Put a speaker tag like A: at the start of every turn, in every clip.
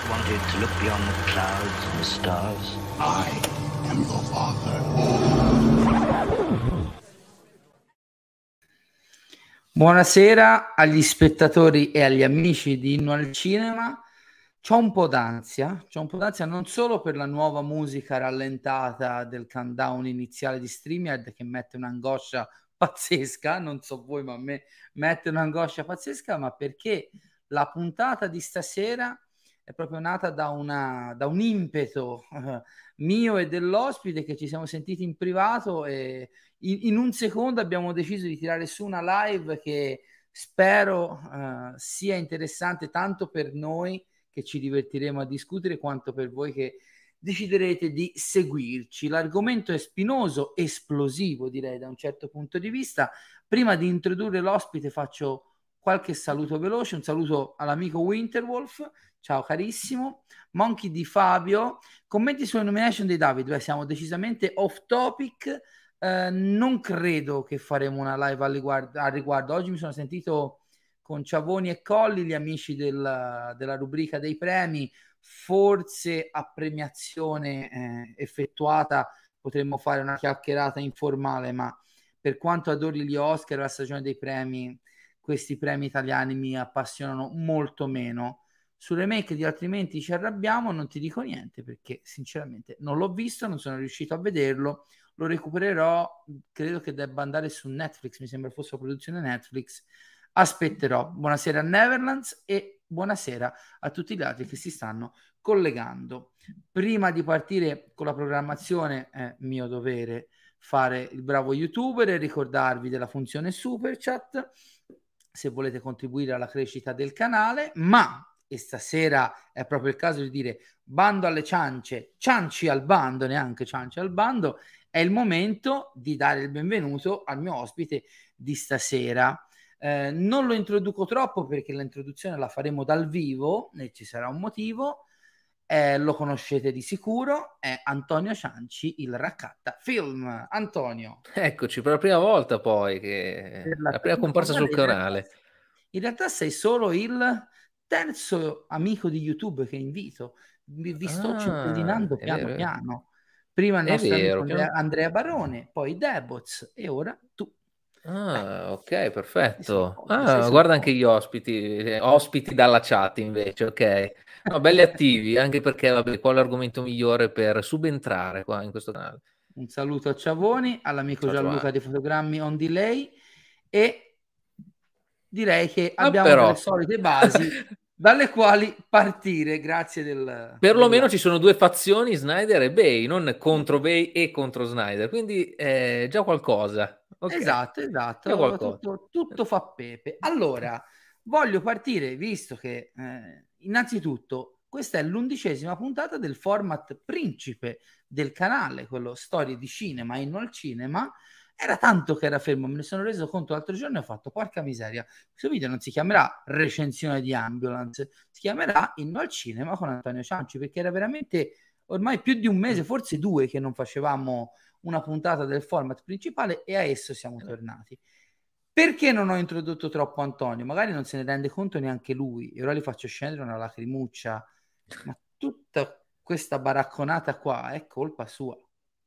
A: wanted to look beyond the clouds and the stars.
B: I am your father.
C: Buonasera agli spettatori e agli amici di Inno al Cinema. C'ho un po' d'ansia non solo per la nuova musica rallentata del countdown iniziale di StreamYard che mette un'angoscia pazzesca, non so voi, ma a me mette un'angoscia pazzesca, ma perché la puntata di stasera è proprio nata da un impeto mio e dell'ospite, che ci siamo sentiti in privato e in un secondo abbiamo deciso di tirare su una live che spero sia interessante tanto per noi che ci divertiremo a discutere quanto per voi che deciderete di seguirci. L'argomento è spinoso, esplosivo direi da un certo punto di vista. Prima di introdurre l'ospite faccio qualche saluto veloce, un saluto all'amico Winterwolf, ciao carissimo, Monkey di Fabio, commenti sulle nomination dei David. Beh, siamo decisamente off topic, non credo che faremo una live al riguardo. Oggi mi sono sentito con Ciavoni e Colli, gli amici della rubrica dei premi, forse a premiazione effettuata potremmo fare una chiacchierata informale, ma per quanto adori gli Oscar, la stagione dei premi, questi premi italiani mi appassionano molto meno. Sul remake di Altrimenti ci arrabbiamo non ti dico niente perché sinceramente non l'ho visto, non sono riuscito a vederlo, lo recupererò, credo che debba andare su Netflix, mi sembra fosse una produzione Netflix. Aspetterò. Buonasera a Neverlands e buonasera a tutti gli altri che si stanno collegando. Prima di partire con la programmazione è mio dovere fare il bravo youtuber e ricordarvi della funzione super chat se volete contribuire alla crescita del canale, ma e stasera è proprio il caso di dire bando alle ciance, cianci al bando, neanche ciance al bando, è il momento di dare il benvenuto al mio ospite di stasera. Non lo introduco troppo perché l'introduzione la faremo dal vivo e ci sarà un motivo. Lo conoscete di sicuro, è Antonio Cianci, il Raccatta Film. Antonio.
D: Eccoci per la prima volta poi, che è la prima comparsa sul canale.
C: In realtà sei solo il terzo amico di YouTube che invito. Vi sto cittadinando piano piano. Prima il nostro amico Andrea Barone, poi Deboz e ora tu.
D: Ok, perfetto. Guarda anche gli ospiti dalla chat invece, ok. No, belli attivi, anche perché vabbè, qua è l'argomento migliore per subentrare qua in questo canale.
C: Un saluto a Ciavoni, all'amico Gianluca dei Fotogrammi on Delay e direi che abbiamo delle solite basi dalle quali partire, grazie
D: perlomeno ci sono due fazioni, Snyder e Bay, non contro Bay e contro Snyder, quindi già qualcosa. Okay.
C: Esatto, tutto fa pepe. Allora, voglio partire, visto che innanzitutto questa è l'11ª puntata del format principe del canale, quello Storie di Cinema, Inno al Cinema. Era tanto che era fermo, me ne sono reso conto l'altro giorno e ho fatto, porca miseria, questo video non si chiamerà recensione di Ambulance, si chiamerà Inno al Cinema con Antonio Cianci, perché era veramente ormai più di un mese, forse 2, che non facevamo una puntata del format principale e a esso siamo tornati. Perché non ho introdotto troppo Antonio? Magari non se ne rende conto neanche lui e ora gli faccio scendere una lacrimuccia, ma tutta questa baracconata qua è colpa sua.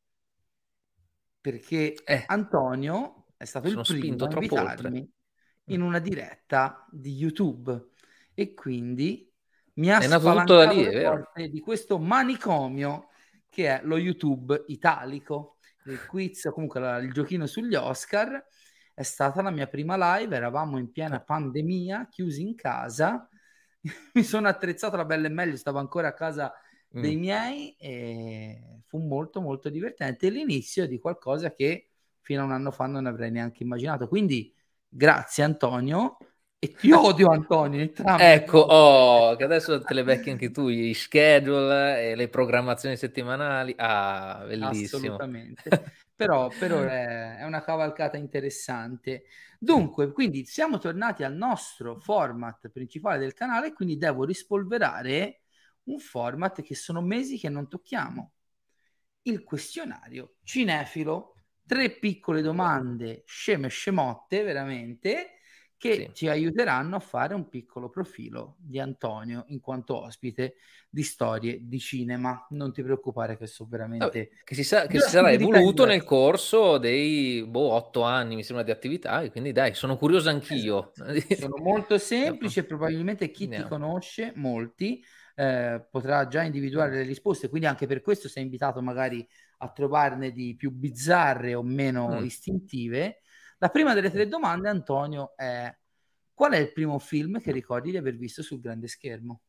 C: Perché Antonio è stato il primo a invitarmi in una diretta di YouTube e quindi mi ha spalancato le porte di questo manicomio che è lo YouTube italico. Il quiz, comunque il giochino sugli Oscar, è stata la mia prima live, eravamo in piena pandemia, chiusi in casa, mi sono attrezzato la bella e meglio, stavo ancora a casa dei miei e fu molto molto divertente l'inizio di qualcosa che fino a un anno fa non avrei neanche immaginato, quindi grazie Antonio e ti odio Antonio
D: ecco, che adesso te le becchi anche tu gli schedule e le programmazioni settimanali, bellissimo,
C: assolutamente. però è una cavalcata interessante. Dunque, quindi siamo tornati al nostro format principale del canale, quindi devo rispolverare un format che sono mesi che non tocchiamo, il questionario cinefilo. 3 piccole domande sceme scemotte veramente che ci aiuteranno a fare un piccolo profilo di Antonio in quanto ospite di Storie di Cinema. Non ti preoccupare che so veramente...
D: che si sarà evoluto nel corso dei 8 anni, mi sembra, di attività, e quindi dai, sono curioso anch'io.
C: Esatto. Sono molto semplici e probabilmente chi ti conosce, molti, potrà già individuare le risposte, quindi anche per questo sei invitato magari a trovarne di più bizzarre o meno istintive. La prima delle 3 domande, Antonio, è: qual è il primo film che ricordi di aver visto sul grande schermo?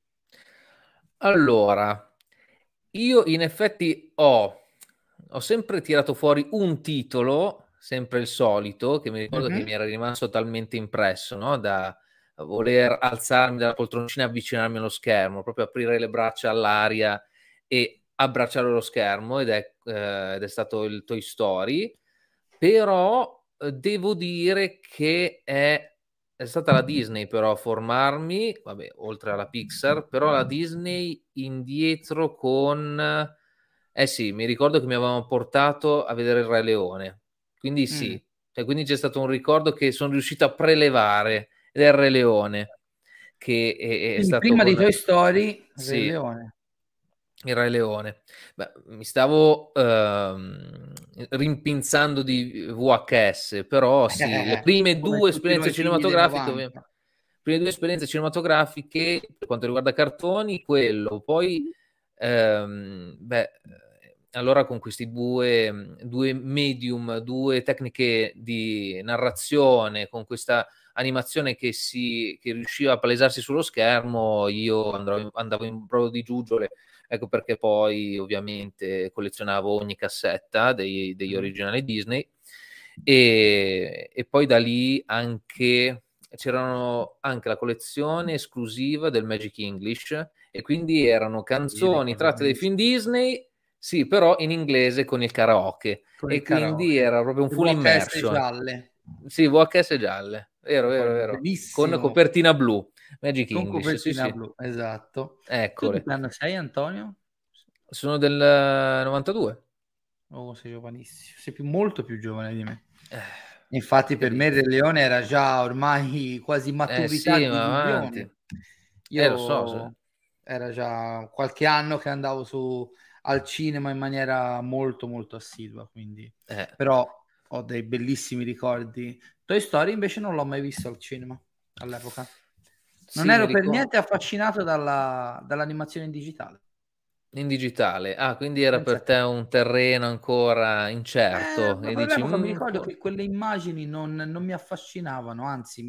D: Allora, io in effetti ho sempre tirato fuori un titolo, sempre il solito, che mi ricordo che mi era rimasto talmente impresso, no? Da voler alzarmi dalla poltroncina e avvicinarmi allo schermo, proprio aprire le braccia all'aria e abbracciare lo schermo, ed è stato il Toy Story. Però devo dire che è stata la Disney però a formarmi, vabbè, oltre alla Pixar, però la Disney indietro con... sì, mi ricordo che mi avevano portato a vedere il Re Leone, quindi sì, cioè, quindi c'è stato un ricordo che sono riuscito a prelevare, ed è il Re Leone, che è stato
C: prima di Toy Story,
D: sì,
C: Re Leone.
D: Il Re Leone. Beh, mi stavo rimpinzando di VHS, però sì, le prime due esperienze cinematografiche, per quanto riguarda cartoni, quello. Poi, allora con questi due medium, due tecniche di narrazione, con questa animazione che riusciva a palesarsi sullo schermo, io andavo in brodo di giuggiole. Ecco perché poi ovviamente collezionavo ogni cassetta degli originali Disney, e poi da lì c'erano anche la collezione esclusiva del Magic English, e quindi erano canzoni tratte dai film Disney, sì, però in inglese con il karaoke, quindi era proprio un full immersion.
C: Gialle.
D: Sì, VHS gialle, vero. Con copertina blu. Magic
C: con
D: English,
C: copertina
D: sì.
C: blu, esatto.
D: Eccole.
C: Tu che anno sei, Antonio?
D: Sono del 92.
C: Oh, sei giovanissimo, sei molto più giovane di me. Infatti per me il Re Leone era già ormai quasi maturità
D: sì,
C: di visione. Io
D: lo so.
C: era già qualche anno che andavo al cinema in maniera molto molto assidua, quindi però ho dei bellissimi ricordi. Toy Story invece non l'ho mai visto al cinema all'epoca. Non ero per niente affascinato dall'animazione in digitale.
D: In digitale, quindi era per te un terreno ancora incerto.
C: E dici, mi ricordo che quelle immagini non mi affascinavano, anzi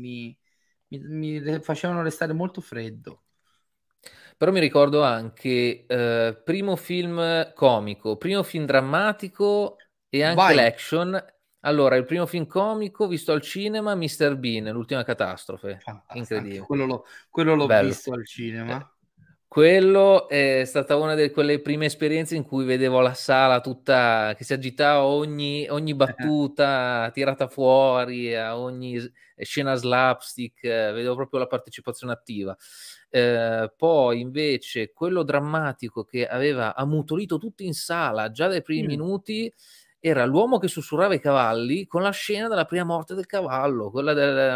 C: mi facevano restare molto freddo.
D: Però mi ricordo anche primo film comico, primo film drammatico e anche l'action. Allora, il primo film comico visto al cinema, Mr. Bean, l'ultima catastrofe.
C: Fantastico.
D: Incredibile.
C: Quello l'ho visto al cinema.
D: Quello è stata una di quelle prime esperienze in cui vedevo la sala tutta che si agitava, ogni battuta tirata fuori, a ogni scena slapstick, vedevo proprio la partecipazione attiva. Poi invece quello drammatico che aveva ammutolito tutti in sala già dai primi minuti era L'uomo che sussurrava i cavalli, con la scena della prima morte del cavallo, quella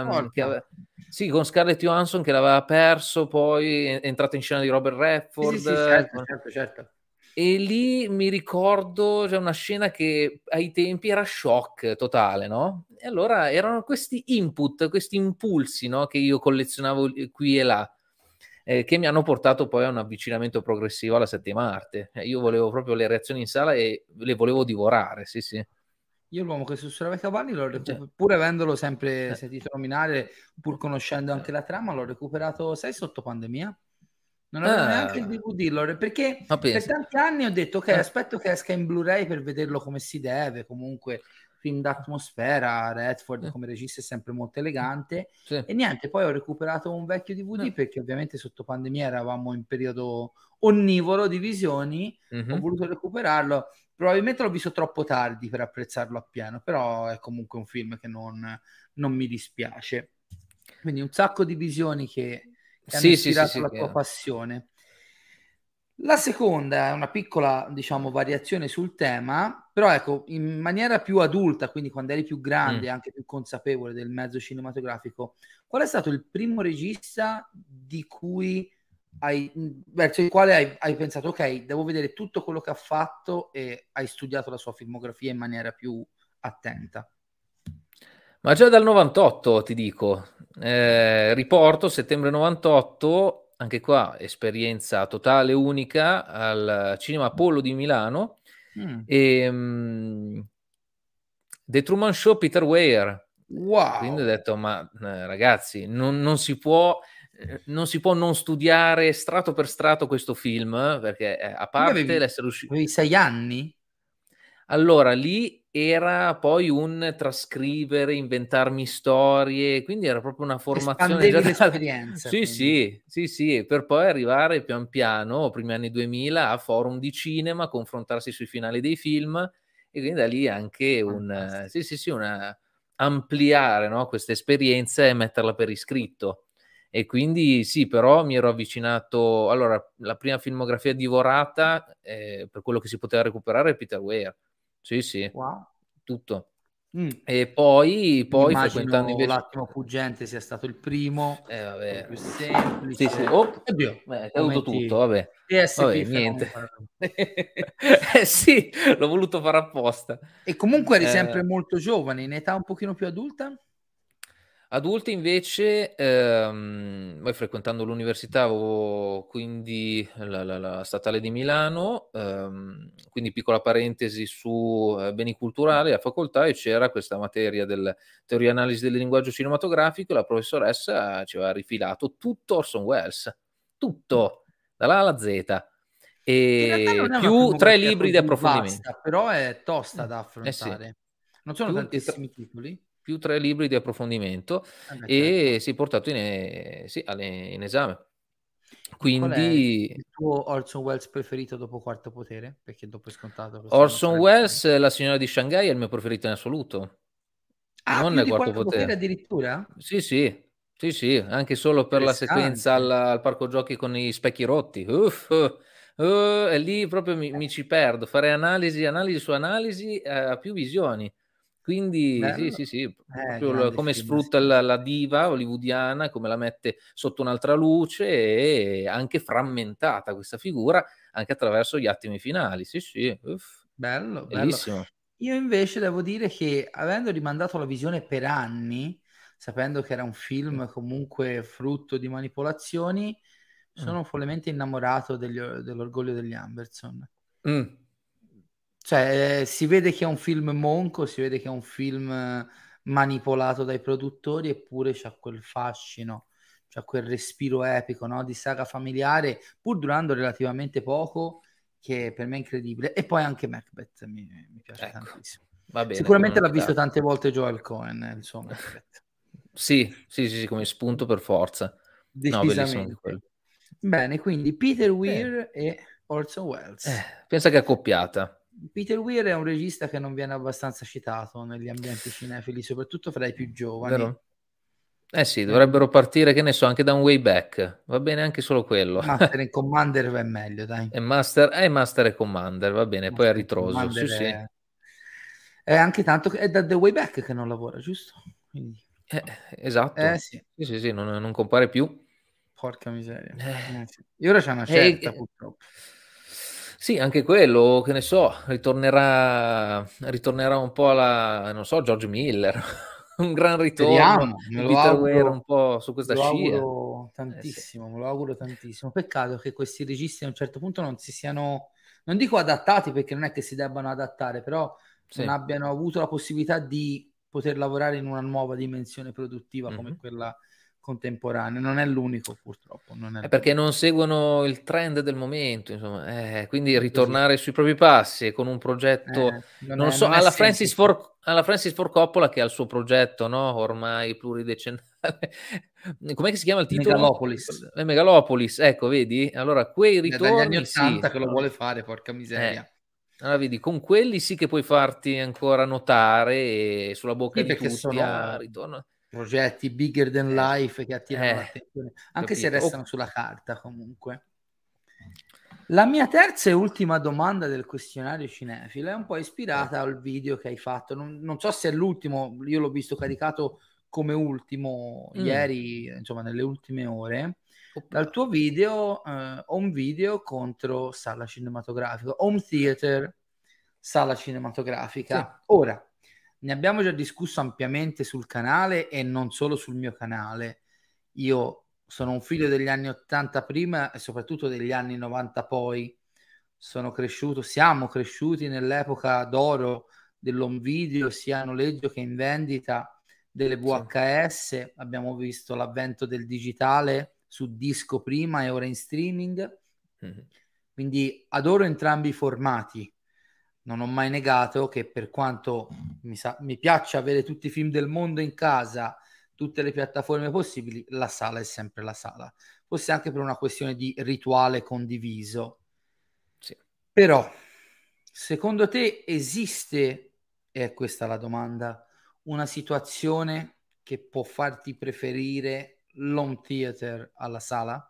D: sì, con Scarlett Johansson che l'aveva perso, poi è entrata in scena di Robert Redford.
C: Sì, certo.
D: E lì mi ricordo, c'è una scena che ai tempi era shock totale, no? E allora erano questi input, questi impulsi, no? Che io collezionavo qui e là, che mi hanno portato poi a un avvicinamento progressivo alla settima arte. Io volevo proprio le reazioni in sala e le volevo divorare, sì.
C: Io L'uomo che sussurrava i cavalli pur avendolo sempre sentito nominare, pur conoscendo anche la trama, l'ho recuperato, sai, sotto pandemia. Non avevo neanche il DVD, perché per tanti anni ho detto ok, aspetto che esca in Blu-ray per vederlo come si deve, comunque film d'atmosfera, Redford come regista è sempre molto elegante, e niente, poi ho recuperato un vecchio DVD perché ovviamente sotto pandemia eravamo in periodo onnivoro di visioni, ho voluto recuperarlo, probabilmente l'ho visto troppo tardi per apprezzarlo appieno, però è comunque un film che non mi dispiace, quindi un sacco di visioni che hanno ispirato la tua passione. La seconda è una piccola, diciamo, variazione sul tema, però ecco, in maniera più adulta, quindi quando eri più grande e anche più consapevole del mezzo cinematografico, qual è stato il primo regista di cui verso il quale hai pensato, ok, devo vedere tutto quello che ha fatto, e hai studiato la sua filmografia in maniera più attenta?
D: Ma già dal 98 ti dico, riporto settembre 98, anche qua esperienza totale, unica, al Cinema Apollo di Milano, e The Truman Show, Peter Weir. Quindi ho
C: Wow!
D: detto, ma ragazzi, non si può non studiare strato per strato questo film, perché a parte l'essere uscito...
C: Avevi 6 anni?
D: Allora, lì era poi un trascrivere, inventarmi storie, quindi era proprio una formazione già
C: Espandevi
D: da...
C: l'esperienza,
D: Sì,
C: quindi.
D: sì, per poi arrivare pian piano, primi anni 2000, a forum di cinema, confrontarsi sui finali dei film, e quindi da lì anche una ampliare, no, questa esperienza e metterla per iscritto. E quindi sì, però mi ero avvicinato... Allora, la prima filmografia divorata, per quello che si poteva recuperare, è Peter Weir. Sì,
C: Wow.
D: tutto. E poi frequentando
C: Immagino
D: invece...
C: L'attimo fuggente sia stato il primo, quello
D: vabbè.
C: più
D: Sì, sì.
C: semplice.
D: Oh,
C: Oddio,
D: è caduto tutto,
C: momenti
D: vabbè.
C: PSP
D: Vabbè, niente.
C: fenomeno.
D: Sì, l'ho voluto fare apposta.
C: E comunque eri sempre molto giovane, in età un pochino più adulta?
D: Adulti invece, poi frequentando l'università avevo quindi la Statale di Milano, quindi piccola parentesi su beni culturali a facoltà, e c'era questa materia del teoria e analisi del linguaggio cinematografico, e la professoressa ci aveva rifilato tutto Orson Welles, tutto, dalla A alla Z,
C: In realtà
D: e
C: non è una
D: più 3
C: filmografia
D: libri di
C: così
D: approfondimento.
C: vasta, però è tosta da
D: Sì.
C: affrontare. Non sono
D: Più,
C: tantissimi titoli?
D: più 3 libri di approfondimento,
C: Beh,
D: e
C: certo.
D: si è portato in esame.
C: E qual è
D: Quindi
C: il tuo Orson Welles preferito dopo Quarto Potere? Perché dopo è scontato che sia
D: Orson
C: nostra
D: Welles, La signora di Shanghai è il mio preferito in assoluto,
C: più
D: non
C: di
D: Quarto
C: Quarto Potere
D: Potere.
C: addirittura?
D: Sì, anche solo per la sequenza
C: Interessante.
D: al parco giochi con i specchi rotti. E lì proprio mi ci perdo, fare analisi su analisi, a più visioni. Quindi
C: Bello.
D: sì, proprio
C: Grande
D: come
C: film,
D: sfrutta
C: sì.
D: la diva hollywoodiana, come la mette sotto un'altra luce, e anche frammentata questa figura, anche attraverso gli attimi finali. Sì,
C: Bello, bello.
D: bellissimo.
C: Io invece devo dire che, avendo rimandato la visione per anni, sapendo che era un film comunque frutto di manipolazioni,
D: Mm.
C: sono follemente innamorato dell'Orgoglio degli Anderson.
D: Mm.
C: Cioè, si vede che è un film monco, si vede che è un film manipolato dai produttori, eppure c'ha quel fascino, c'ha quel respiro epico, no? Di saga familiare, pur durando relativamente poco, che per me è incredibile. E poi anche Macbeth mi piace
D: Ecco,
C: tantissimo.
D: va bene, quello
C: Sicuramente
D: non
C: l'ha
D: ti
C: visto
D: dà.
C: tante volte Joel Cohen, il suo Macbeth.
D: Sì, come spunto per forza. No, bellissimo anche quello.
C: Decisamente. Bene, quindi Peter
D: Eh,
C: Weir e Orson Welles.
D: pensa che è accoppiata,
C: Peter Weir è un regista che non viene abbastanza citato negli ambienti cinefili, soprattutto fra i più giovani.
D: vero? Eh sì, dovrebbero partire, che ne so, anche da un way back. Va bene anche solo quello.
C: Master and Commander va meglio, dai.
D: Master e Commander, va bene, poi a
C: Master and
D: ritroso.
C: Commander
D: Sì.
C: è anche tanto che è da The Way Back che non lavora, giusto? Quindi,
D: Esatto.
C: sì,
D: Sì, non compare più.
C: porca miseria.
D: Eh,
C: Sì. E ora c'è una
D: e-
C: certa, purtroppo.
D: sì, anche quello, che ne so, ritornerà un po' alla, non so, George Miller, un gran ritorno
C: Speriamo,
D: di Peter Weir un po' su questa
C: me lo
D: scia.
C: auguro
D: Sì.
C: tantissimo, me lo auguro tantissimo. Peccato che questi registi a un certo punto non si siano, non dico adattati perché non è che si debbano adattare, però non
D: Sì.
C: abbiano avuto la possibilità di poter lavorare in una nuova dimensione produttiva come
D: Mhm.
C: quella contemporanea. Non è l'unico, purtroppo, non è
D: È perché
C: l'unico.
D: non seguono il trend del momento, insomma. Quindi
C: È così.
D: ritornare sui propri passi e con un progetto, non lo so,
C: Non è semplice.
D: alla Francis Ford Coppola, che ha il suo progetto, no? Ormai pluridecennale. Com'è che si chiama il titolo?
C: Megalopolis.
D: Megalopolis, ecco, vedi? Allora, quei
C: È dagli anni
D: ritorni sì.
C: 80 che lo vuole fare, porca miseria.
D: Allora, vedi, con quelli sì che puoi farti ancora notare, e sulla bocca
C: Sì,
D: di
C: perché
D: tutti,
C: sono
D: ritorno.
C: progetti bigger than life che attirano
D: Eh,
C: l'attenzione, anche se
D: capito?
C: restano sulla carta comunque. La mia terza e ultima domanda del questionario cinefilo è un po' ispirata al video che hai fatto. Non so se è l'ultimo, io l'ho visto caricato come ultimo ieri, insomma, nelle ultime ore. Dal tuo video, home video contro sala cinematografica, home theater, sala cinematografica.
D: Sì.
C: Ora, ne abbiamo già discusso ampiamente sul canale e non solo sul mio canale. Io sono un figlio degli anni 80 prima e soprattutto degli anni 90 poi. Siamo cresciuti nell'epoca d'oro dell'home video, sia a noleggio che in vendita, delle
D: Sì.
C: VHS. Abbiamo visto l'avvento del digitale su disco prima e ora in streaming. Quindi adoro entrambi i formati. Non ho mai negato che, per quanto mi piaccia avere tutti i film del mondo in casa, tutte le piattaforme possibili, la sala è sempre la sala. Forse anche per una questione di rituale condiviso.
D: Sì.
C: Però, secondo te esiste, e è questa la domanda, una situazione che può farti preferire l'home theater alla sala?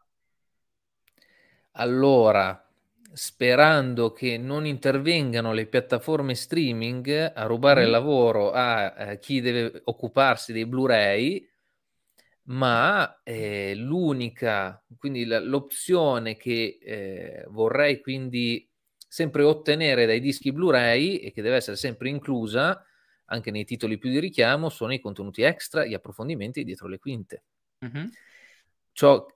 D: Allora, sperando che non intervengano le piattaforme streaming a rubare il lavoro a chi deve occuparsi dei Blu-ray, ma l'unica, quindi l'opzione che vorrei quindi sempre ottenere dai dischi Blu-ray e che deve essere sempre inclusa anche nei titoli più di richiamo sono i contenuti extra, gli approfondimenti dietro le quinte. Ciò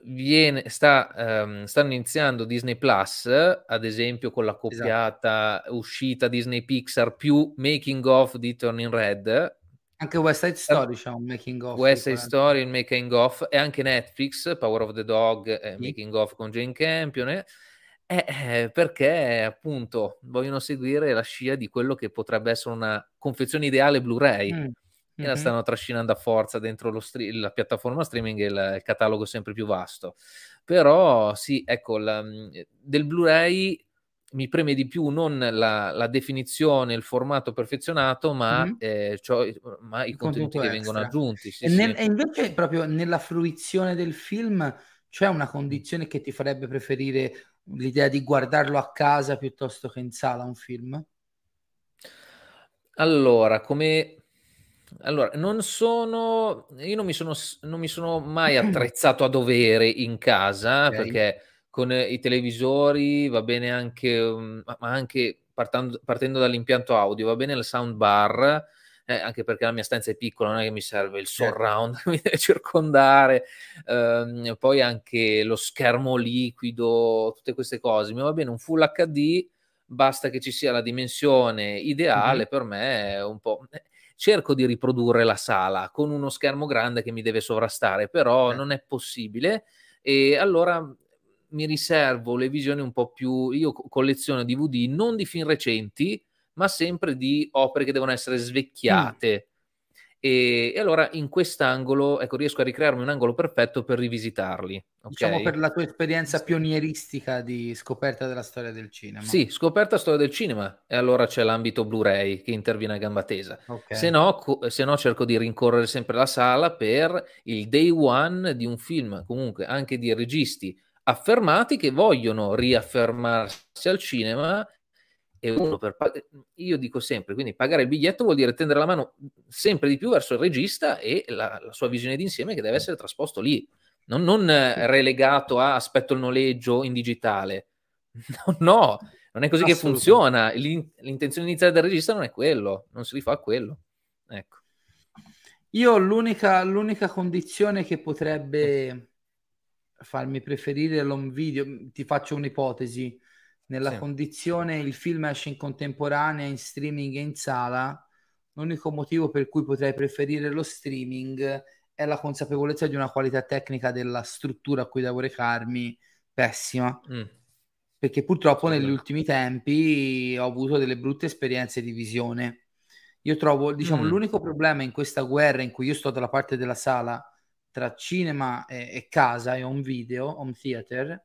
D: stanno iniziando Disney Plus, ad esempio con la coppiata uscita Disney Pixar più Making of di Turning Red.
C: Anche West Side Story c'ha un making of.
D: West Side Story, il making of, e anche Netflix, Power of the Dog, making of con Jane Campion, perché appunto vogliono seguire la scia di quello che potrebbe essere una confezione ideale Blu-ray. E la stanno trascinando a forza dentro la piattaforma streaming e il catalogo sempre più vasto. Però sì, ecco, del Blu-ray mi preme di più non la definizione, il formato perfezionato, ma i contenuti che vengono aggiunti. Sì,
C: e invece proprio nella fruizione del film c'è una condizione che ti farebbe preferire l'idea di guardarlo a casa piuttosto che in sala un film?
D: Allora, io non mi sono mai attrezzato a dovere in casa, perché con i televisori va bene anche, ma anche partendo dall'impianto audio, va bene il soundbar, anche perché la mia stanza è piccola, non è che mi serve il surround che mi deve circondare, poi anche lo schermo liquido, tutte queste cose. Mi va bene un Full HD, basta che ci sia la dimensione ideale. Per me è un po'... Cerco di riprodurre la sala con uno schermo grande che mi deve sovrastare, però non è possibile, e allora mi riservo le visioni un po' più... Io colleziono DVD non di film recenti, ma sempre di opere che devono essere svecchiate. E allora in quest'angolo, ecco, riesco a ricrearmi un angolo perfetto per rivisitarli.
C: Diciamo per
D: Ok?
C: la tua esperienza pionieristica di scoperta della storia del cinema.
D: Sì, scoperta storia del cinema, e allora c'è l'ambito Blu-ray che interviene a gamba tesa. Se no cerco di rincorrere sempre la sala per il day one di un film, comunque anche di registi affermati che vogliono riaffermarsi al cinema, e uno io dico sempre, quindi pagare il biglietto vuol dire tendere la mano sempre di più verso il regista e la sua visione d'insieme che deve essere trasposto lì, non relegato a aspetto il noleggio in digitale. No, non è così che funziona. L'intenzione iniziale del regista non è quello, non si rifà quello. Ecco.
C: Io l'unica condizione che potrebbe farmi preferire l'home video, ti faccio un'ipotesi, nella condizione il film esce in contemporanea in streaming e in sala, l'unico motivo per cui potrei preferire lo streaming è la consapevolezza di una qualità tecnica della struttura a cui devo recarmi pessima. Perché purtroppo negli ultimi tempi ho avuto delle brutte esperienze di visione. Io trovo, diciamo, l'unico problema in questa guerra in cui io sto dalla parte della sala tra cinema e casa e home video, home theater,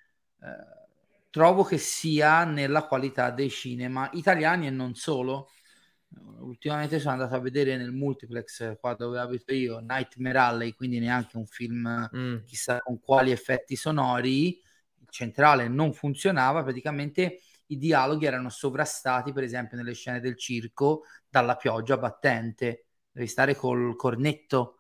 C: trovo che sia nella qualità dei cinema italiani e non solo. Ultimamente sono andato a vedere nel multiplex qua dove abito io Nightmare Alley, quindi neanche un film chissà con quali effetti sonori. centrale non funzionava, praticamente i dialoghi erano sovrastati, per esempio nelle scene del circo, dalla pioggia battente, devi stare col cornetto.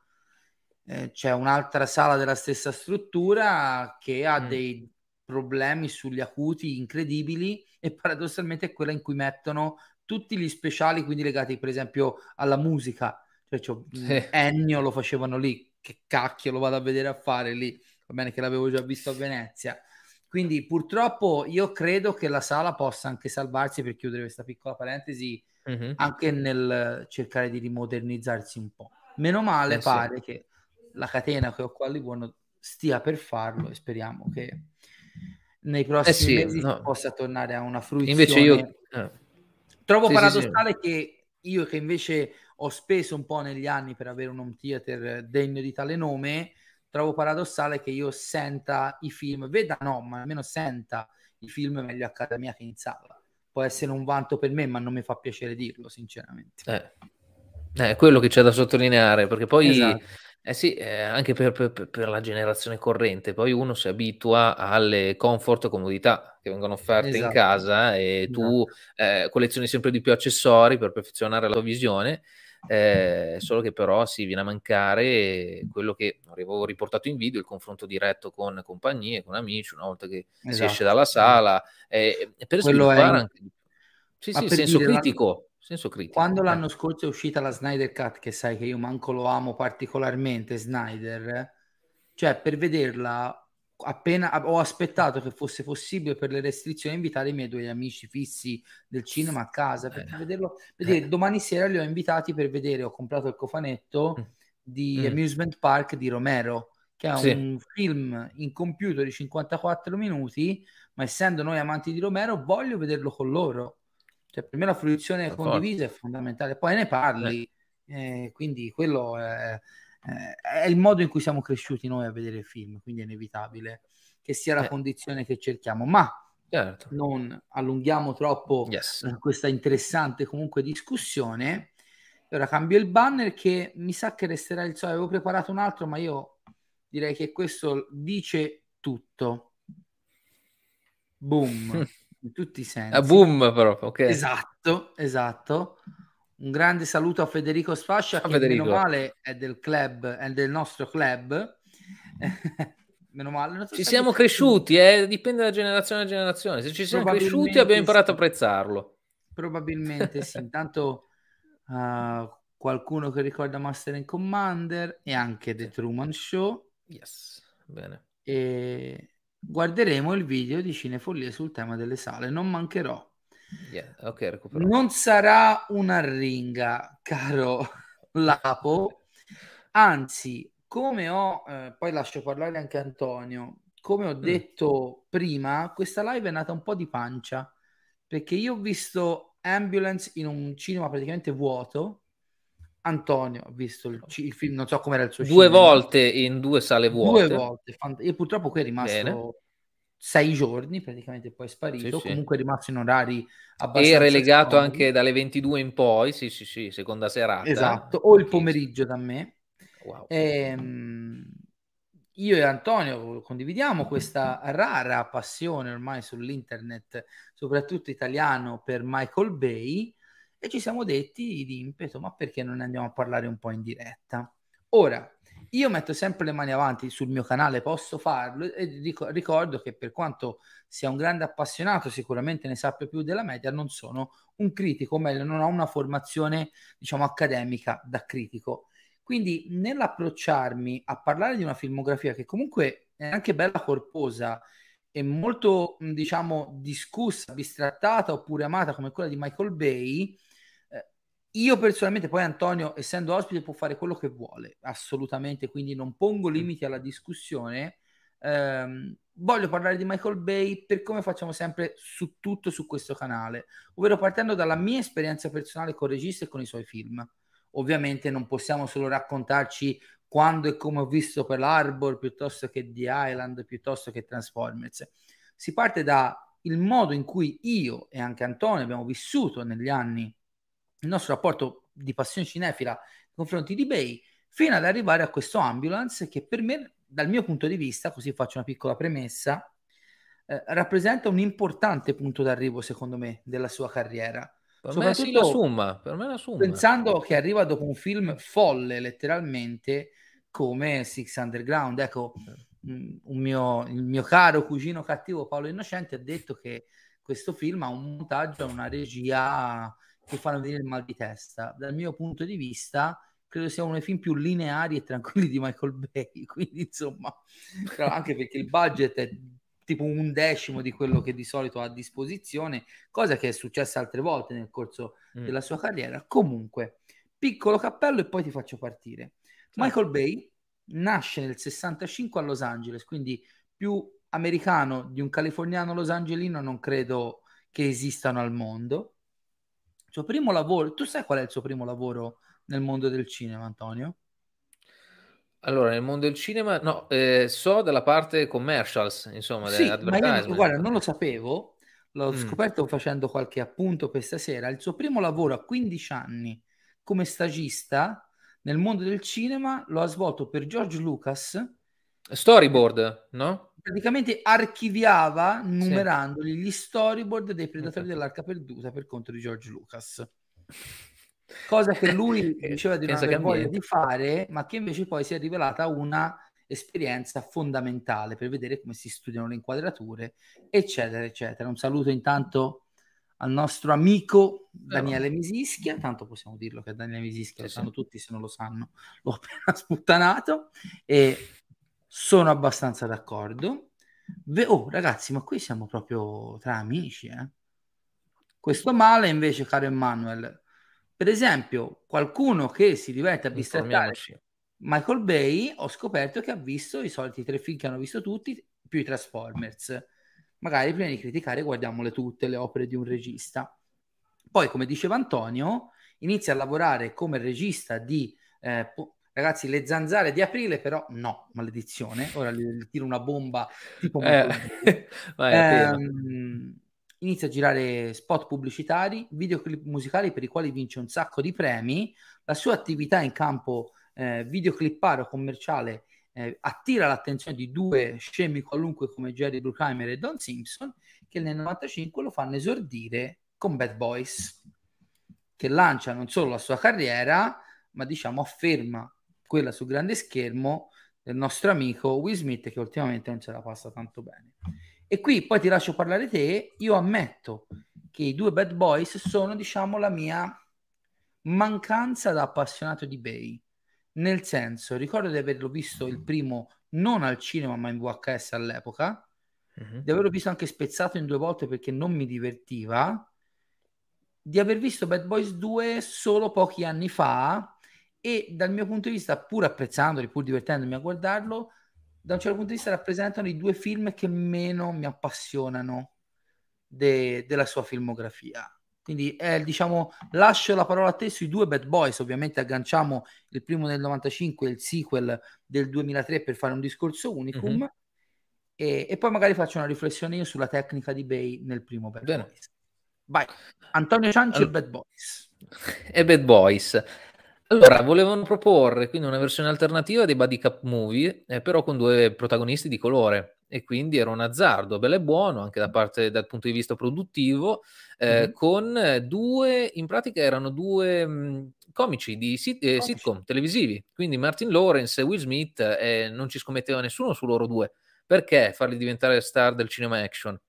C: C'è un'altra sala della stessa struttura che ha dei problemi sugli acuti incredibili, e paradossalmente è quella in cui mettono tutti gli speciali, quindi legati per esempio alla musica. Cioè, Ennio lo facevano lì, che cacchio lo vado a vedere a fare lì, va bene che l'avevo già visto a Venezia. Quindi purtroppo io credo che la sala possa anche salvarsi, per chiudere questa piccola parentesi, anche nel cercare di rimodernizzarsi un po'. Meno male pare che la catena che ho qua a Livorno stia per farlo, e speriamo che nei prossimi mesi si possa tornare a una fruizione.
D: Invece io
C: trovo paradossale che io, che invece ho speso un po' negli anni per avere un home theater degno di tale nome, trovo paradossale che io senta i film, ma almeno senta i film meglio a casa mia che in sala. Può essere un vanto per me, ma non mi fa piacere dirlo, sinceramente.
D: È quello che c'è da sottolineare, perché poi
C: esatto.
D: Anche per la generazione corrente, poi uno si abitua alle comfort e comodità che vengono offerte in casa, e tu collezioni sempre di più accessori per perfezionare la tua visione. Solo che però si viene a mancare quello che avevo riportato in video, il confronto diretto con compagnie, con amici, una volta che si esce dalla sala, per sviluppare anche il senso critico.
C: Quando l'anno scorso è uscita la Snyder Cut, che sai che io manco lo amo particolarmente, Snyder, cioè per vederla appena ho aspettato che fosse possibile per le restrizioni invitare i miei 2 amici fissi del cinema a casa per vedere. Domani sera li ho invitati per vedere, ho comprato il cofanetto di Amusement Park di Romero, che è un film in computer di 54 minuti, ma essendo noi amanti di Romero voglio vederlo con loro. Cioè, per me la fruizione condivisa è fondamentale, poi ne parli, quindi quello è il modo in cui siamo cresciuti noi a vedere il film, quindi è inevitabile che sia la condizione che cerchiamo, ma non allunghiamo troppo questa interessante comunque discussione. Ora cambio il banner, che mi sa che resterà il solito. Avevo preparato un altro, ma io direi che questo dice tutto. Boom. In tutti i sensi.
D: Boom proprio, ok.
C: Esatto. Un grande saluto a Federico Sfascia, che meno male è del club, è del nostro club. Meno male.
D: Ci siamo cresciuti, dipende da generazione a generazione. Se ci siamo cresciuti abbiamo imparato a apprezzarlo.
C: Probabilmente sì. Intanto qualcuno che ricorda Master and Commander e anche The Truman Show.
D: Yes, bene.
C: E guarderemo il video di Cinefollie sul tema delle sale, non mancherò.
D: Recupero.
C: Non sarà una ringa, caro Lapo, anzi, come ho poi lascio parlare anche Antonio, come ho detto prima, questa live è nata un po' di pancia, perché io ho visto Ambulance in un cinema praticamente vuoto. Antonio ha visto il film, non so com'era il suo
D: 2 volte in 2 sale vuote.
C: 2 volte. Io purtroppo qui è rimasto 6 giorni, praticamente poi è sparito. Comunque è rimasto in orari abbastanza
D: e relegato
C: scomodi,
D: anche dalle 22 in poi, sì, seconda serata.
C: Esatto, o il pomeriggio da me.
D: Wow.
C: Io e Antonio condividiamo questa rara passione ormai sull'internet, soprattutto italiano, per Michael Bay, e ci siamo detti di impeto, ma perché non andiamo a parlare un po' in diretta? Ora, io metto sempre le mani avanti sul mio canale, posso farlo, e ricordo che per quanto sia un grande appassionato, sicuramente ne sappia più della media, non sono un critico, o meglio, non ho una formazione, diciamo, accademica da critico. Quindi nell'approcciarmi a parlare di una filmografia che comunque è anche bella corposa e molto, diciamo, discussa, bistrattata oppure amata come quella di Michael Bay, io personalmente, poi Antonio, essendo ospite, può fare quello che vuole, assolutamente, quindi non pongo limiti alla discussione. Voglio parlare di Michael Bay per come facciamo sempre su tutto su questo canale, ovvero partendo dalla mia esperienza personale con il regista e con i suoi film. Ovviamente non possiamo solo raccontarci quando e come ho visto Pearl Harbor, piuttosto che The Island, piuttosto che Transformers. Si parte da il modo in cui io e anche Antonio abbiamo vissuto negli anni il nostro rapporto di passione cinefila nei confronti di Bay, fino ad arrivare a questo Ambulance che per me, dal mio punto di vista, così faccio una piccola premessa, rappresenta un importante punto d'arrivo, secondo me, della sua carriera.
D: Per me sì, la
C: Soprattutto
D: summa, per me la summa.
C: pensando che arriva dopo un film folle, letteralmente, come Six Underground. Ecco, il mio caro cugino cattivo Paolo Innocenti ha detto che questo film ha un montaggio e una regia che fanno venire il mal di testa. Dal mio punto di vista, credo sia uno dei film più lineari e tranquilli di Michael Bay. Quindi, insomma, anche perché il budget è tipo 1/10 di quello che di solito ha a disposizione, cosa che è successa altre volte nel corso della sua carriera. Comunque, piccolo cappello e poi ti faccio partire. Michael Bay nasce nel 65 a Los Angeles, quindi più americano di un californiano losangelino non credo che esistano al mondo. Il suo primo lavoro, tu sai qual è il suo primo lavoro nel mondo del cinema, Antonio?
D: Allora, nel mondo del cinema, no, so della parte commercials, insomma,
C: Sì, ma io
D: advertisement.
C: guarda, non lo sapevo, l'ho scoperto facendo qualche appunto per stasera. Il suo primo lavoro a 15 anni come stagista nel mondo del cinema lo ha svolto per George Lucas.
D: Storyboard, no?
C: Praticamente archiviava,
D: Sì.
C: numerandoli, gli storyboard dei
D: Ho
C: Predatori
D: capito.
C: dell'Arca Perduta per conto di George Lucas. Cosa che lui diceva di non
D: Pensa che
C: aver voglia di
D: ambiente.
C: fare, ma che invece poi si è rivelata una esperienza fondamentale per vedere come si studiano le inquadrature, eccetera, eccetera. Un saluto intanto al nostro amico Daniele Misischia, tanto possiamo dirlo che Daniele Misischia lo sanno tutti, se non lo sanno l'ho appena sputtanato, e sono abbastanza d'accordo. Oh ragazzi, ma qui siamo proprio tra amici, eh? Questo male invece, caro Emmanuel, per esempio, qualcuno che si diverte a bistrattare
D: Informiamoci.
C: Michael Bay, ho scoperto che ha visto i soliti 3 film che hanno visto tutti, più i Transformers. Magari prima di criticare guardiamole tutte le opere di un regista. Poi, come diceva Antonio, inizia a lavorare come regista di ragazzi, Le zanzare di aprile, però no, maledizione, ora gli tiro una bomba tipo Michael Bay.
D: Vai a tema.
C: Inizia a girare spot pubblicitari, videoclip musicali per i quali vince un sacco di premi. La sua attività in campo videoclipparo commerciale attira l'attenzione di due scemi qualunque come Jerry Bruckheimer e Don Simpson, che nel 95 lo fanno esordire con Bad Boys, che lancia non solo la sua carriera, ma diciamo afferma quella sul grande schermo del nostro amico Will Smith, che ultimamente non ce la passa tanto bene. E qui poi ti lascio parlare te. Io ammetto che i due Bad Boys sono, diciamo, la mia mancanza da appassionato di Bay. Nel senso, ricordo di averlo visto il primo non al cinema ma in VHS all'epoca, di averlo visto anche spezzato in 2 volte perché non mi divertiva, di aver visto Bad Boys 2 solo pochi anni fa e dal mio punto di vista, pur apprezzandoli, pur divertendomi a guardarlo, da un certo punto di vista rappresentano i 2 film che meno mi appassionano della sua filmografia. Quindi diciamo, lascio la parola a te sui 2 Bad Boys, ovviamente agganciamo il primo del 95 e il sequel del 2003 per fare un discorso unicum e poi magari faccio una riflessione io sulla tecnica di Bay nel primo Bad Boys. Vai, Antonio Cianci e Bad Boys.
D: E Bad Boys. Allora, volevano proporre quindi una versione alternativa dei buddy cop movie, però con 2 protagonisti di colore, e quindi era un azzardo bello e buono anche dal punto di vista produttivo, con 2, in pratica erano 2 comici di sitcom televisivi, quindi Martin Lawrence e Will Smith, non ci scommetteva nessuno su loro 2, perché farli diventare star del cinema action?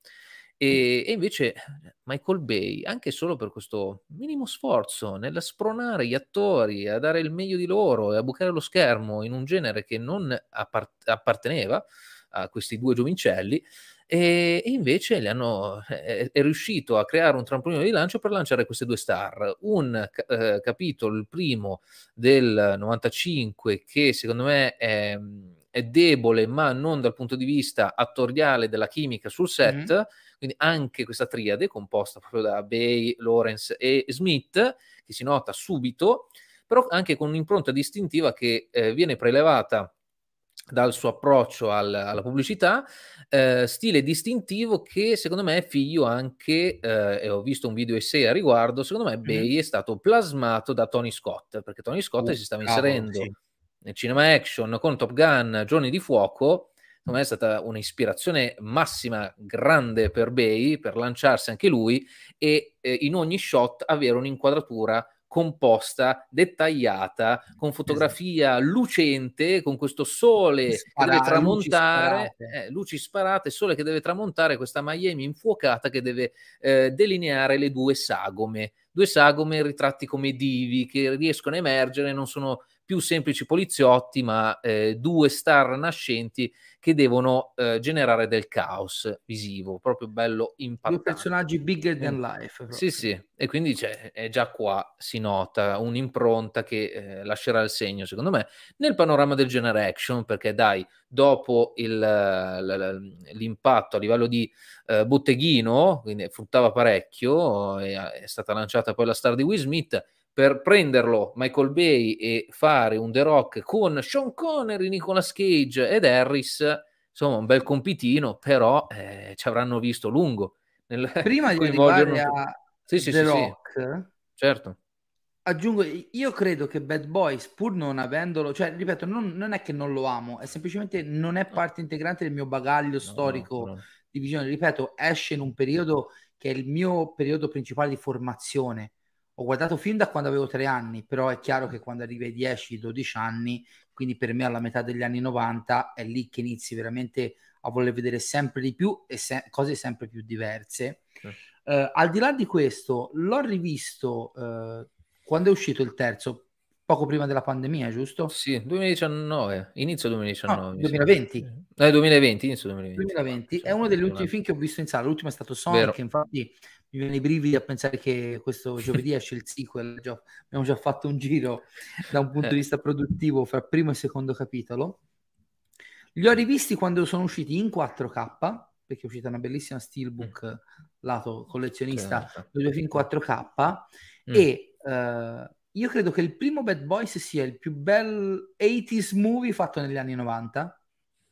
D: E invece Michael Bay, anche solo per questo minimo sforzo nel spronare gli attori a dare il meglio di loro e a bucare lo schermo in un genere che non apparteneva a questi 2 giovincelli, e invece è riuscito a creare un trampolino di lancio per lanciare queste 2 star. Un capitolo, il primo del 95, che secondo me è debole, ma non dal punto di vista attoriale della chimica sul set. Quindi anche questa triade composta proprio da Bay, Lawrence e Smith, che si nota subito, però anche con un'impronta distintiva che viene prelevata dal suo approccio alla pubblicità, stile distintivo che secondo me è figlio anche, e ho visto un video essay a riguardo, secondo me Bay è stato plasmato da Tony Scott, perché Tony Scott si stava inserendo nel cinema action con Top Gun, Giorni di Fuoco, secondo me è stata un'ispirazione massima, grande per Bay, per lanciarsi anche lui e in ogni shot avere un'inquadratura composta, dettagliata, con fotografia lucente, con questo sole che deve tramontare, luci sparate, sole che deve tramontare, questa Miami infuocata che deve delineare le due sagome ritratti come divi che riescono a emergere, non sono più semplici poliziotti, ma due star nascenti che devono generare del caos visivo, proprio bello impattante.
C: Due personaggi bigger than life. Proprio.
D: Sì, sì, e quindi è già qua si nota un'impronta che lascerà il segno, secondo me, nel panorama del genere action, perché dai, dopo l'impatto a livello di botteghino, quindi fruttava parecchio, è stata lanciata poi la star di Will Smith, per prenderlo Michael Bay e fare un The Rock con Sean Connery, Nicolas Cage ed Harris, insomma un bel compitino, però ci avranno visto lungo nel
C: prima di arrivare a The Rock,
D: certo,
C: aggiungo, io credo che Bad Boys, pur non avendolo, cioè ripeto, non è che non lo amo, è semplicemente non è parte integrante del mio bagaglio storico di visione. Ripeto, esce in un periodo che è il mio periodo principale di formazione. Ho guardato film da quando avevo 3 anni, però è chiaro che quando arrivi ai 10-12 anni, quindi per me alla metà degli anni 90, è lì che inizi veramente a voler vedere sempre di più e cose sempre più diverse. Al di là di questo, l'ho rivisto quando è uscito il terzo, poco prima della pandemia, giusto?
D: Sì, 2019, inizio 2019.
C: No, 2020.
D: 2020, inizio 2020.
C: 2020. È uno degli ultimi film che ho visto in sala. L'ultimo è stato Sonic, infatti mi viene i brividi a pensare che questo giovedì esce il sequel. Abbiamo già fatto un giro da un punto di vista produttivo fra primo e secondo capitolo. Li ho rivisti quando sono usciti in 4K, perché è uscita una bellissima steelbook lato collezionista, dei due film 4K, e io credo che il primo Bad Boys sia il più bel 80s movie fatto negli anni 90,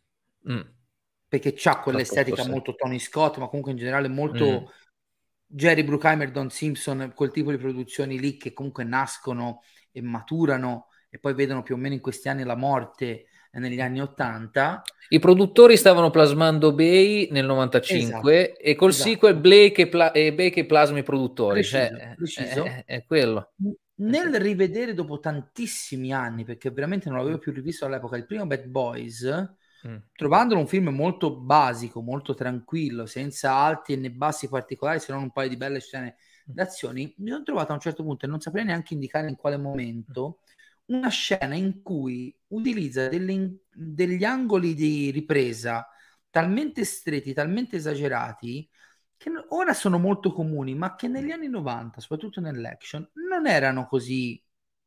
C: perché c'ha quell'estetica molto Tony Scott, ma comunque in generale molto Jerry Bruckheimer, Don Simpson, quel tipo di produzioni lì che comunque nascono e maturano e poi vedono più o meno in questi anni la morte negli anni 80.
D: I produttori stavano plasmando Bay nel 95 e col sequel Bay che plasma i produttori.
C: Preciso.
D: È quello.
C: Nel rivedere dopo tantissimi anni, perché veramente non l'avevo più rivisto all'epoca, il primo Bad Boys, trovandolo un film molto basico, molto tranquillo, senza alti né bassi particolari, se non un paio di belle scene d'azioni, mi sono trovato a un certo punto, e non saprei neanche indicare in quale momento, una scena in cui utilizza degli angoli di ripresa talmente stretti, talmente esagerati, che ora sono molto comuni, ma che negli anni 90, soprattutto nell'action, non erano così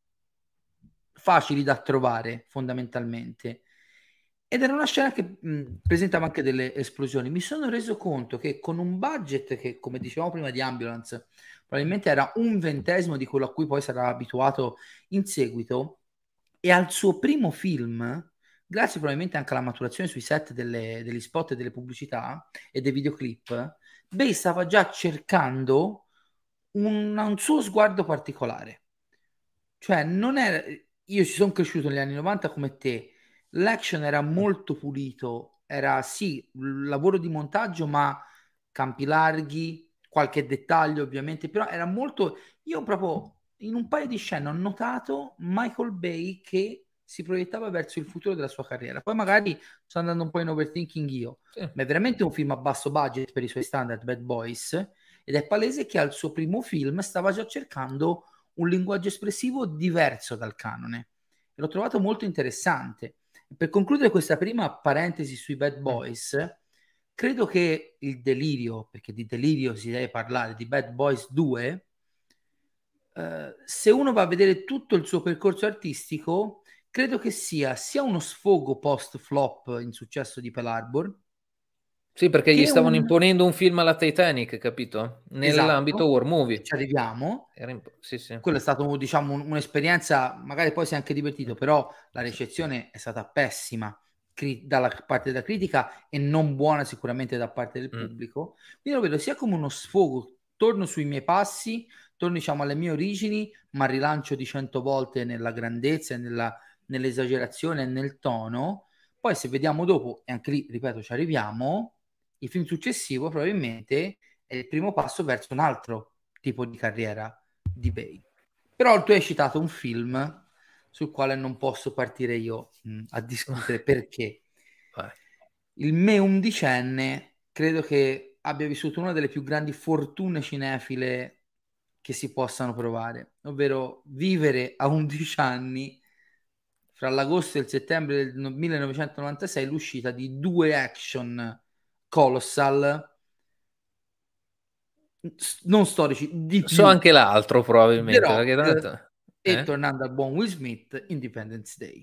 C: facili da trovare fondamentalmente. Ed era una scena che presentava anche delle esplosioni. Mi sono reso conto che con un budget che, come dicevamo prima di Ambulance, probabilmente era 1/20 di quello a cui poi sarà abituato in seguito, e al suo primo film, grazie probabilmente anche alla maturazione sui set degli spot e delle pubblicità e dei videoclip, Bay stava già cercando un suo sguardo particolare. Cioè, non era... Io ci sono cresciuto negli anni 90 come te. L'action era molto pulito, era sì, lavoro di montaggio, ma campi larghi, qualche dettaglio ovviamente, però era molto... Io proprio in un paio di scene ho notato Michael Bay che si proiettava verso il futuro della sua carriera. Poi magari sto andando un po' in overthinking io, ma è veramente un film a basso budget per i suoi standard, Bad Boys, ed è palese che al suo primo film stava già cercando un linguaggio espressivo diverso dal canone. E l'ho trovato molto interessante. Per concludere questa prima parentesi sui Bad Boys, credo che il delirio, perché di delirio si deve parlare, di Bad Boys 2, se uno va a vedere tutto il suo percorso artistico, credo che sia uno sfogo post-flop in successo di Pearl Harbor.
D: Sì, perché gli stavano imponendo un film alla Titanic, capito? Nell'ambito war movie.
C: Ci arriviamo.
D: Sì.
C: Quello è stato, diciamo, un'esperienza, magari poi si è anche divertito, però la ricezione è stata pessima dalla parte della critica e non buona sicuramente da parte del pubblico. Quindi lo vedo sia come uno sfogo, torno sui miei passi, torno diciamo alle mie origini, ma rilancio di 100 volte nella grandezza e nell'esagerazione e nel tono, Poi se vediamo dopo, e anche lì, ripeto, ci arriviamo, il film successivo probabilmente è il primo passo verso un altro tipo di carriera di Bay. Però tu hai citato un film sul quale non posso partire io a discutere perché il me undicenne credo che abbia vissuto una delle più grandi fortune cinefile che si possano provare, ovvero vivere a 11 anni fra l'agosto e il settembre del 1996 l'uscita di 2 action colossal non storici, di
D: So
C: più,
D: anche l'altro
C: The
D: probabilmente, perché
C: Rock
D: tanto...
C: e, tornando al buon Will Smith, Independence Day.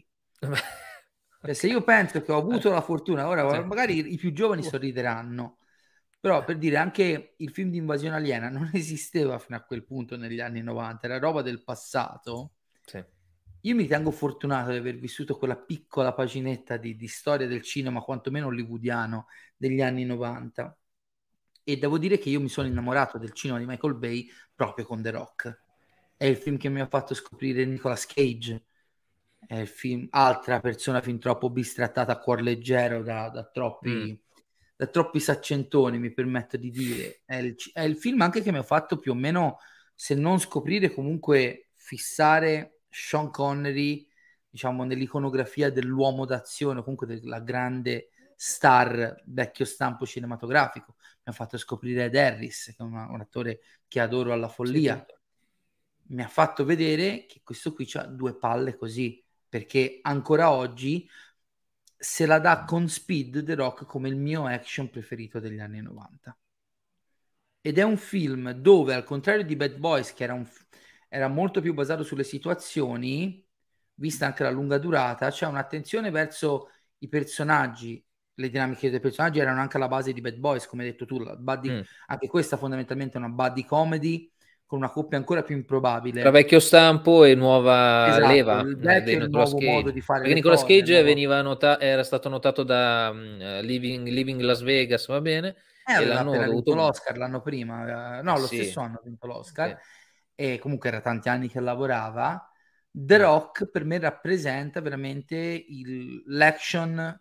D: Okay.
C: Se io penso che ho avuto la fortuna, ora
D: Cioè.
C: magari i più giovani sorrideranno, però per dire anche il film di invasione aliena non esisteva fino a quel punto negli anni 90, era roba del passato.
D: Sì.
C: Io mi ritengo fortunato di aver vissuto quella piccola paginetta di storia del cinema, quantomeno hollywoodiano, degli anni 90. E devo dire che io mi sono innamorato del cinema di Michael Bay proprio con The Rock. È il film che mi ha fatto scoprire Nicolas Cage. È il film, altra persona fin troppo bistrattata a cuor leggero da troppi saccentoni, mi permetto di dire. È il film anche che mi ha fatto più o meno, se non scoprire, comunque fissare Sean Connery, diciamo, nell'iconografia dell'uomo d'azione, comunque della grande star vecchio stampo cinematografico. Mi ha fatto scoprire Ed Harris, che è un attore che adoro alla follia.
D: Sì.
C: Mi ha fatto vedere che questo qui ha 2 palle così, perché ancora oggi se la dà con Speed The Rock come il mio action preferito degli anni 90. Ed è un film dove, al contrario di Bad Boys, che era molto più basato sulle situazioni, vista anche la lunga durata, c'è un'attenzione verso i personaggi. Le dinamiche dei personaggi erano anche alla base di Bad Boys, come hai detto tu. Anche questa fondamentalmente è una buddy comedy con una coppia ancora più improbabile.
D: Tra vecchio stampo e nuova leva
C: il vecchio
D: di
C: e il
D: Nicolas
C: nuovo
D: Cage.
C: modo di fare
D: Perché
C: le
D: Nicolas
C: cose.
D: Cage era stato notato da Living Las Vegas, va bene? E
C: Aveva
D: l'hanno
C: appena vinto
D: dovuto...
C: l'Oscar l'anno prima, no, lo
D: sì,
C: stesso anno ha vinto l'Oscar,
D: sì.
C: e comunque era tanti anni che lavorava. The Rock per me rappresenta veramente l'action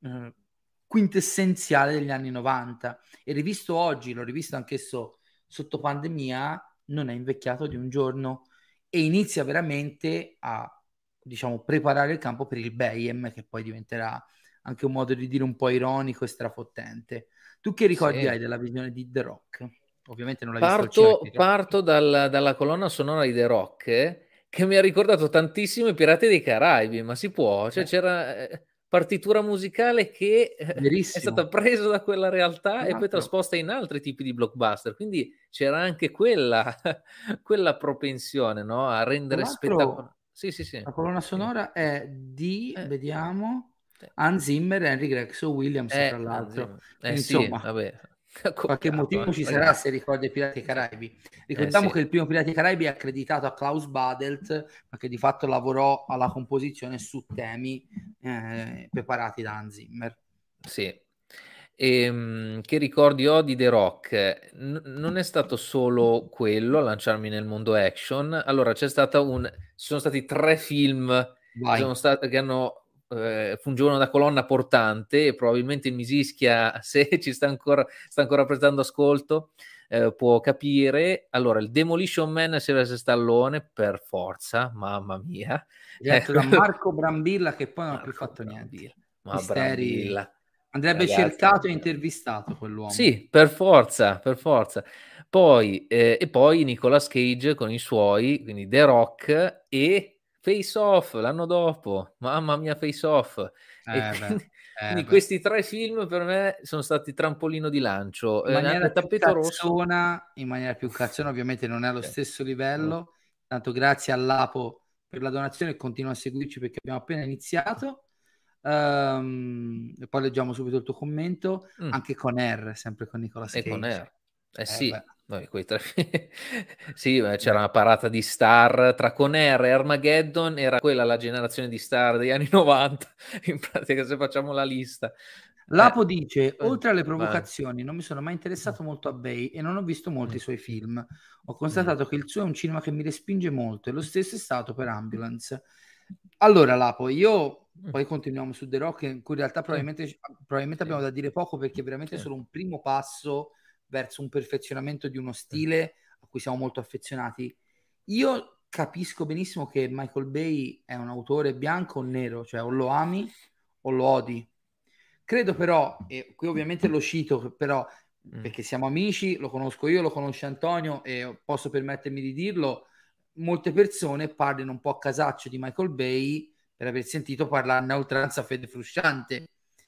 C: quintessenziale degli anni 90, e rivisto oggi, l'ho rivisto anch'esso sotto pandemia, non è invecchiato di un giorno e inizia veramente a, diciamo, preparare il campo per il Bayhem, che poi diventerà anche un modo di dire un po' ironico e strafottente. Tu che ricordi hai della visione di The Rock? Ovviamente non l'hai visto al cinema.
D: Parto dalla colonna sonora di The Rock, che mi ha ricordato tantissimo i Pirati dei Caraibi, ma si può? Cioè c'era partitura musicale che è stata presa da quella realtà e poi trasposta in altri tipi di blockbuster, quindi c'era anche quella propensione, no? A rendere spettacolare. Sì.
C: La colonna sonora è di, vediamo, Hans Zimmer e Henry Gregson Williams, tra l'altro.
D: Sì,
C: Insomma,
D: vabbè.
C: Qualche motivo ci sarà se ricorda i Pirati dei Caraibi. Ricordiamo che il primo Pirati dei Caraibi è accreditato a Klaus Badelt, ma che di fatto lavorò alla composizione su temi preparati da Hans Zimmer.
D: Sì. Che ricordi ho di The Rock? Non è stato solo quello a lanciarmi nel mondo action. Allora ci sono stati 3 film che hanno fungevano da colonna portante, e probabilmente il Misischia, se ci sta ancora prestando ascolto, può capire. Allora, il Demolition Man, Sylvester Stallone, per forza, mamma mia,
C: diretto da Marco Brambilla, che poi non ha più fatto niente.
D: Ma Brambilla
C: andrebbe cercato e intervistato quell'uomo.
D: Sì, per forza. Poi e poi Nicolas Cage con i suoi, quindi The Rock e Face Off l'anno dopo, mamma mia, Face Off. Quindi questi 3 film per me sono stati trampolino di lancio.
C: In maniera più
D: Uff,
C: cazzona, ovviamente non è allo stesso livello. Tanto grazie all'Apo per la donazione, continua a seguirci perché abbiamo appena iniziato. E poi leggiamo subito il tuo commento. Anche con R, sempre con Nicolas Cage.
D: Con R. Sì. Quei 3 sì, c'era una parata di star tra Conair e Armageddon, era quella la generazione di star degli anni 90 in pratica, se facciamo la lista.
C: Lapo dice: oltre alle provocazioni non mi sono mai interessato molto a Bay e non ho visto molti suoi film. Ho constatato che il suo è un cinema che mi respinge molto, e lo stesso è stato per Ambulance. Allora Lapo, io poi continuiamo su The Rock, in cui in realtà probabilmente abbiamo da dire poco, perché è veramente solo un primo passo verso un perfezionamento di uno stile a cui siamo molto affezionati. Io capisco benissimo che Michael Bay è un autore bianco o nero, cioè o lo ami o lo odi. Credo però, e qui ovviamente lo cito, però perché siamo amici, lo conosco io, lo conosce Antonio e posso permettermi di dirlo, molte persone parlino un po' a casaccio di Michael Bay per aver sentito parlarne a oltranza Fede Frusciante,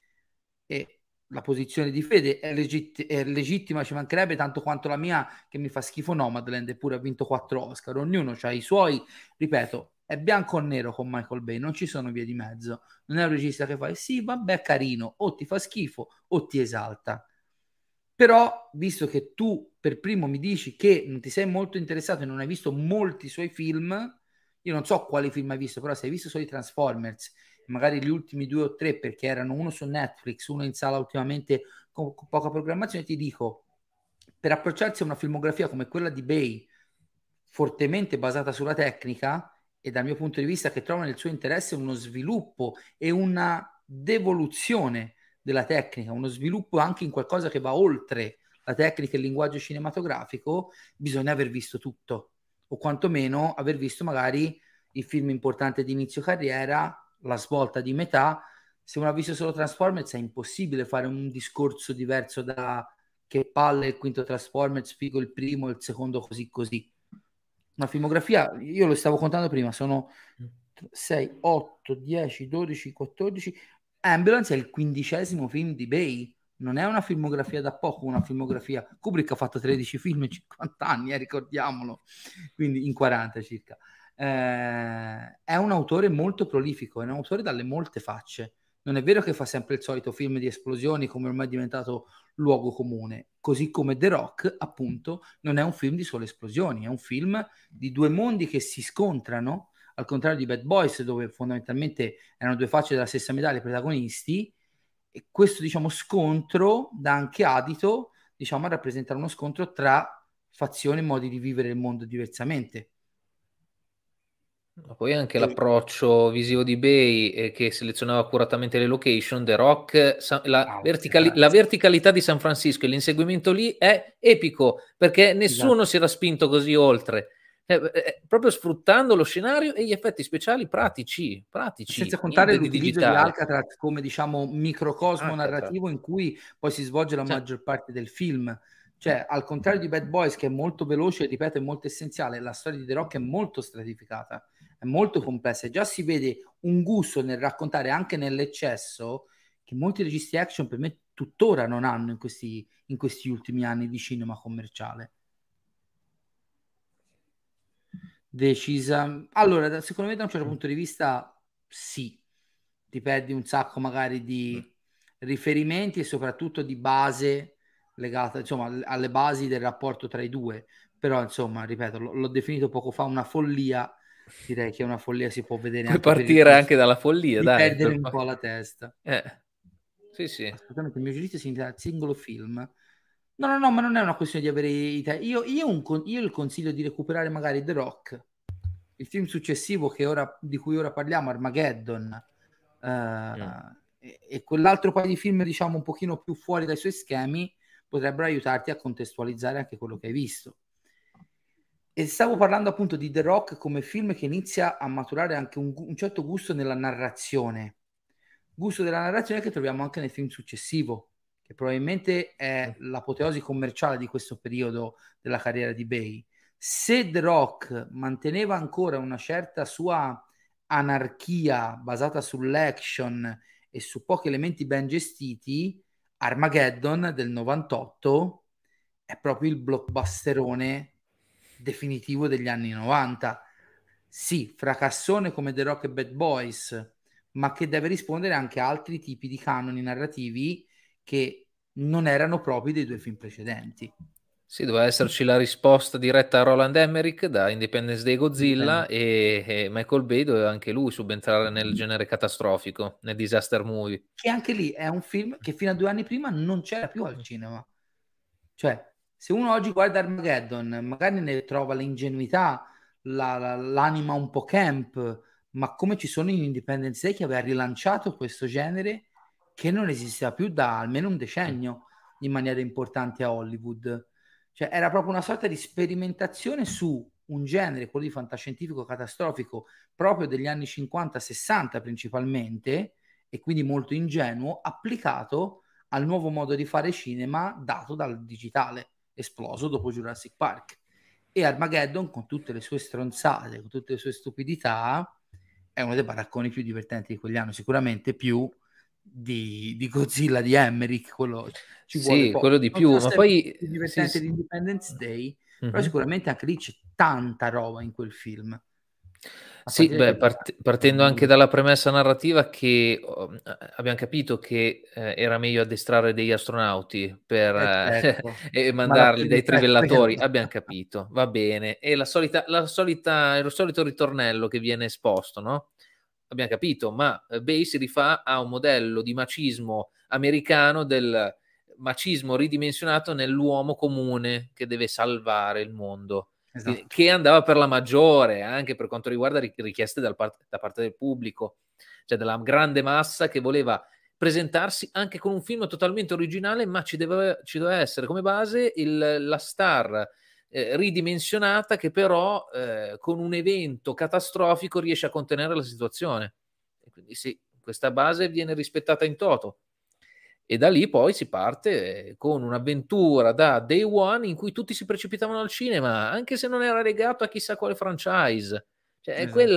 C: e la posizione di Fede è legittima, ci mancherebbe, tanto quanto la mia, che mi fa schifo Nomadland, eppure ha vinto 4 Oscar. Ognuno ha i suoi, ripeto, è bianco o nero con Michael Bay, non ci sono vie di mezzo. Non è un regista che fa sì, vabbè, carino, o ti fa schifo o ti esalta. Però, visto che tu per primo mi dici che non ti sei molto interessato e non hai visto molti suoi film, io non so quali film hai visto, però se hai visto solo i Transformers, magari gli ultimi 2 o 3, perché erano uno su Netflix, uno in sala ultimamente con poca programmazione, ti dico, per approcciarsi a una filmografia come quella di Bay, fortemente basata sulla tecnica, e dal mio punto di vista che trova nel suo interesse uno sviluppo e una devoluzione della tecnica, uno sviluppo anche in qualcosa che va oltre la tecnica e il linguaggio cinematografico, bisogna aver visto tutto, o quantomeno aver visto magari il film importante di inizio carriera, la svolta di metà. Se uno ha visto solo Transformers è impossibile fare un discorso diverso da che palle il quinto Transformers, figo il primo, il secondo così così. Una filmografia, io lo stavo contando prima, sono 6, 8, 10, 12, 14. Ambulance è il 15° film di Bay. Non è una filmografia da poco, una filmografia. Kubrick ha fatto 13 film in 50 anni, ricordiamolo, quindi in 40 circa. È un autore molto prolifico, è un autore dalle molte facce. Non è vero che fa sempre il solito film di esplosioni, come ormai è diventato luogo comune, così come The Rock, appunto, non è un film di sole esplosioni, è un film di due mondi che si scontrano, al contrario di Bad Boys, dove fondamentalmente erano due facce della stessa medaglia protagonisti, e questo, diciamo, scontro dà anche adito, diciamo, a rappresentare uno scontro tra fazioni e modi di vivere il mondo diversamente.
D: Poi anche l'approccio visivo di Bay, che selezionava accuratamente le location. The Rock, la verticalità di San Francisco e l'inseguimento lì è epico, perché nessuno si era spinto così oltre, proprio sfruttando lo scenario e gli effetti speciali pratici,
C: senza contare l'utilizzo di
D: digitale.
C: Alcatraz come, diciamo, microcosmo narrativo in cui poi si svolge la maggior parte del film. Cioè, al contrario di Bad Boys, che è molto veloce, ripeto, è molto essenziale, la storia di The Rock è molto stratificata, è molto complessa, e già si vede un gusto nel raccontare anche nell'eccesso che molti registi action per me tuttora non hanno in questi ultimi anni di cinema commerciale. Decisa. Allora, secondo me da un certo punto di vista sì, ti perdi un sacco magari di riferimenti e soprattutto di base legata, insomma, alle basi del rapporto tra i due. Però, insomma, ripeto, l'ho definito poco fa una follia. Direi che una follia si può vedere
D: Puoi
C: anche
D: partire anche dalla follia,
C: di
D: dai,
C: perdere un po' la testa.
D: Sì.
C: Assolutamente, il mio giudizio si intende al singolo film. No, ma non è una questione di avere io il consiglio di recuperare magari The Rock, il film successivo di cui ora parliamo, Armageddon, e quell'altro paio di film, diciamo, un pochino più fuori dai suoi schemi, potrebbero aiutarti a contestualizzare anche quello che hai visto. E stavo parlando appunto di The Rock come film che inizia a maturare anche un certo gusto nella narrazione, gusto della narrazione che troviamo anche nel film successivo, che probabilmente è l'apoteosi commerciale di questo periodo della carriera di Bay. Se The Rock manteneva ancora una certa sua anarchia basata sull'action e su pochi elementi ben gestiti, Armageddon del 98 è proprio il blockbusterone definitivo degli anni 90. Sì, fracassone come The Rock e Bad Boys, ma che deve rispondere anche a altri tipi di canoni narrativi che non erano propri dei due film precedenti.
D: Sì, doveva esserci la risposta diretta a Roland Emmerich da Independence Day, Godzilla, e Michael Bay doveva anche lui subentrare nel genere catastrofico, nel disaster movie.
C: Che anche lì è un film che fino a 2 anni prima non c'era più al cinema. Cioè, se uno oggi guarda Armageddon, magari ne trova l'ingenuità, l'anima un po' camp, ma come ci sono in Independence Day, che aveva rilanciato questo genere che non esisteva più da almeno un decennio in maniera importante a Hollywood. Cioè era proprio una sorta di sperimentazione su un genere, quello di fantascientifico catastrofico, proprio degli anni 50-60 principalmente, e quindi molto ingenuo, applicato al nuovo modo di fare cinema dato dal digitale, esploso dopo Jurassic Park. E Armageddon, con tutte le sue stronzate, con tutte le sue stupidità, è uno dei baracconi più divertenti di quegli anni, sicuramente più di Godzilla di Emmerich, quello ci vuole
D: Sì, quello
C: poco.
D: di
C: Non so
D: più, ma
C: se è
D: poi
C: più
D: sì,
C: divertente
D: sì.
C: di Independence Day, però
D: Mhm.
C: sicuramente anche lì c'è tanta roba in quel film, a
D: Sì,
C: partire dai
D: beh,
C: personaggi
D: partendo anche dalla premessa narrativa che abbiamo capito che era meglio addestrare degli astronauti per,
C: certo,
D: e
C: ma la
D: mandarli dai
C: priorità è
D: trivellatori,
C: quella.
D: abbiamo capito, va bene. E lo solito ritornello che viene esposto, no? Abbiamo capito, ma Bay si rifà a un modello di macismo americano, del macismo ridimensionato nell'uomo comune che deve salvare il mondo,
C: Esatto.
D: che andava per la maggiore anche per quanto riguarda richieste da parte del pubblico, cioè della grande massa che voleva presentarsi anche con un film totalmente originale, ma ci doveva essere come base la star ridimensionata che però con un evento catastrofico riesce a contenere la situazione. E quindi sì, questa base viene rispettata in toto. E da lì poi si parte con un'avventura da day one in cui tutti si precipitavano al cinema, anche se non era legato a chissà quale franchise. Cioè, è
C: Esatto.
D: quella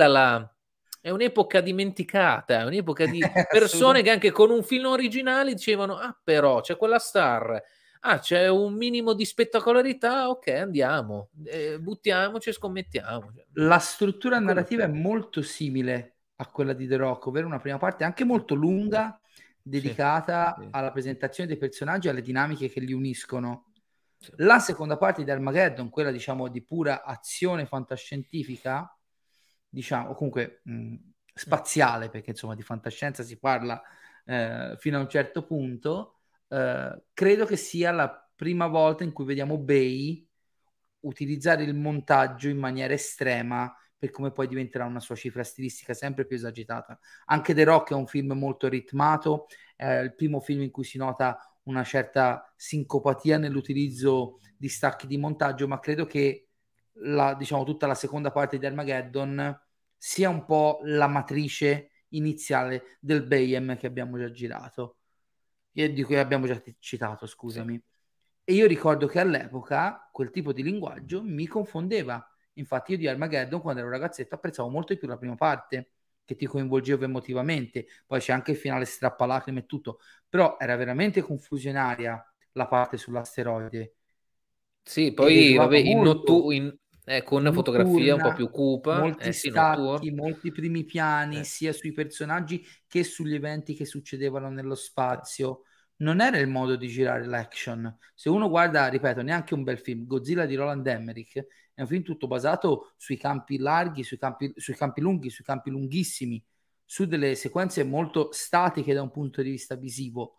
D: è un'epoca dimenticata, è un'epoca di persone che
C: Assolutamente.
D: anche con un film originale dicevano, ah però c'è quella star, ah c'è un minimo di spettacolarità, ok andiamo, buttiamoci e scommettiamo.
C: La struttura
D: È quello.
C: narrativa è molto simile a quella di The Rock, ovvero una prima parte anche molto lunga,
D: Sì,
C: dedicata
D: sì,
C: alla presentazione dei personaggi e alle dinamiche che li uniscono.
D: sì.
C: La seconda parte di Armageddon, quella diciamo di pura azione fantascientifica, diciamo, o comunque spaziale, perché insomma di fantascienza si parla fino a un certo punto, credo che sia la prima volta in cui vediamo Bay utilizzare il montaggio in maniera estrema per come poi diventerà una sua cifra stilistica sempre più esagitata. Anche The Rock è un film molto ritmato, è il primo film in cui si nota una certa sincopatia nell'utilizzo di stacchi di montaggio, ma credo che diciamo, tutta la seconda parte di Armageddon sia un po' la matrice iniziale del Bayhem che abbiamo già girato e di cui abbiamo già citato,
D: Sì.
C: scusami. E io ricordo che all'epoca quel tipo di linguaggio mi confondeva. Infatti io di Armageddon, quando ero ragazzetto, apprezzavo molto di più la prima parte, che ti coinvolgeva emotivamente. Poi c'è anche il finale strappalacrime e tutto. Però era veramente confusionaria la parte sull'asteroide.
D: Sì,
C: Ed è
D: poi vabbè,
C: durata molto.
D: con una fotografia un po'
C: Notturna,
D: più cupa,
C: molti
D: sì, notturna.
C: stacchi, molti primi piani,
D: Eh,
C: sia sui personaggi che sugli eventi che succedevano nello spazio. Non era il modo di girare l'action. Se uno guarda, ripeto, neanche un bel film, Godzilla di Roland Emmerich, è un film tutto basato sui campi larghi, sui campi lunghi, sui campi lunghissimi, su delle sequenze molto statiche da un punto di vista visivo.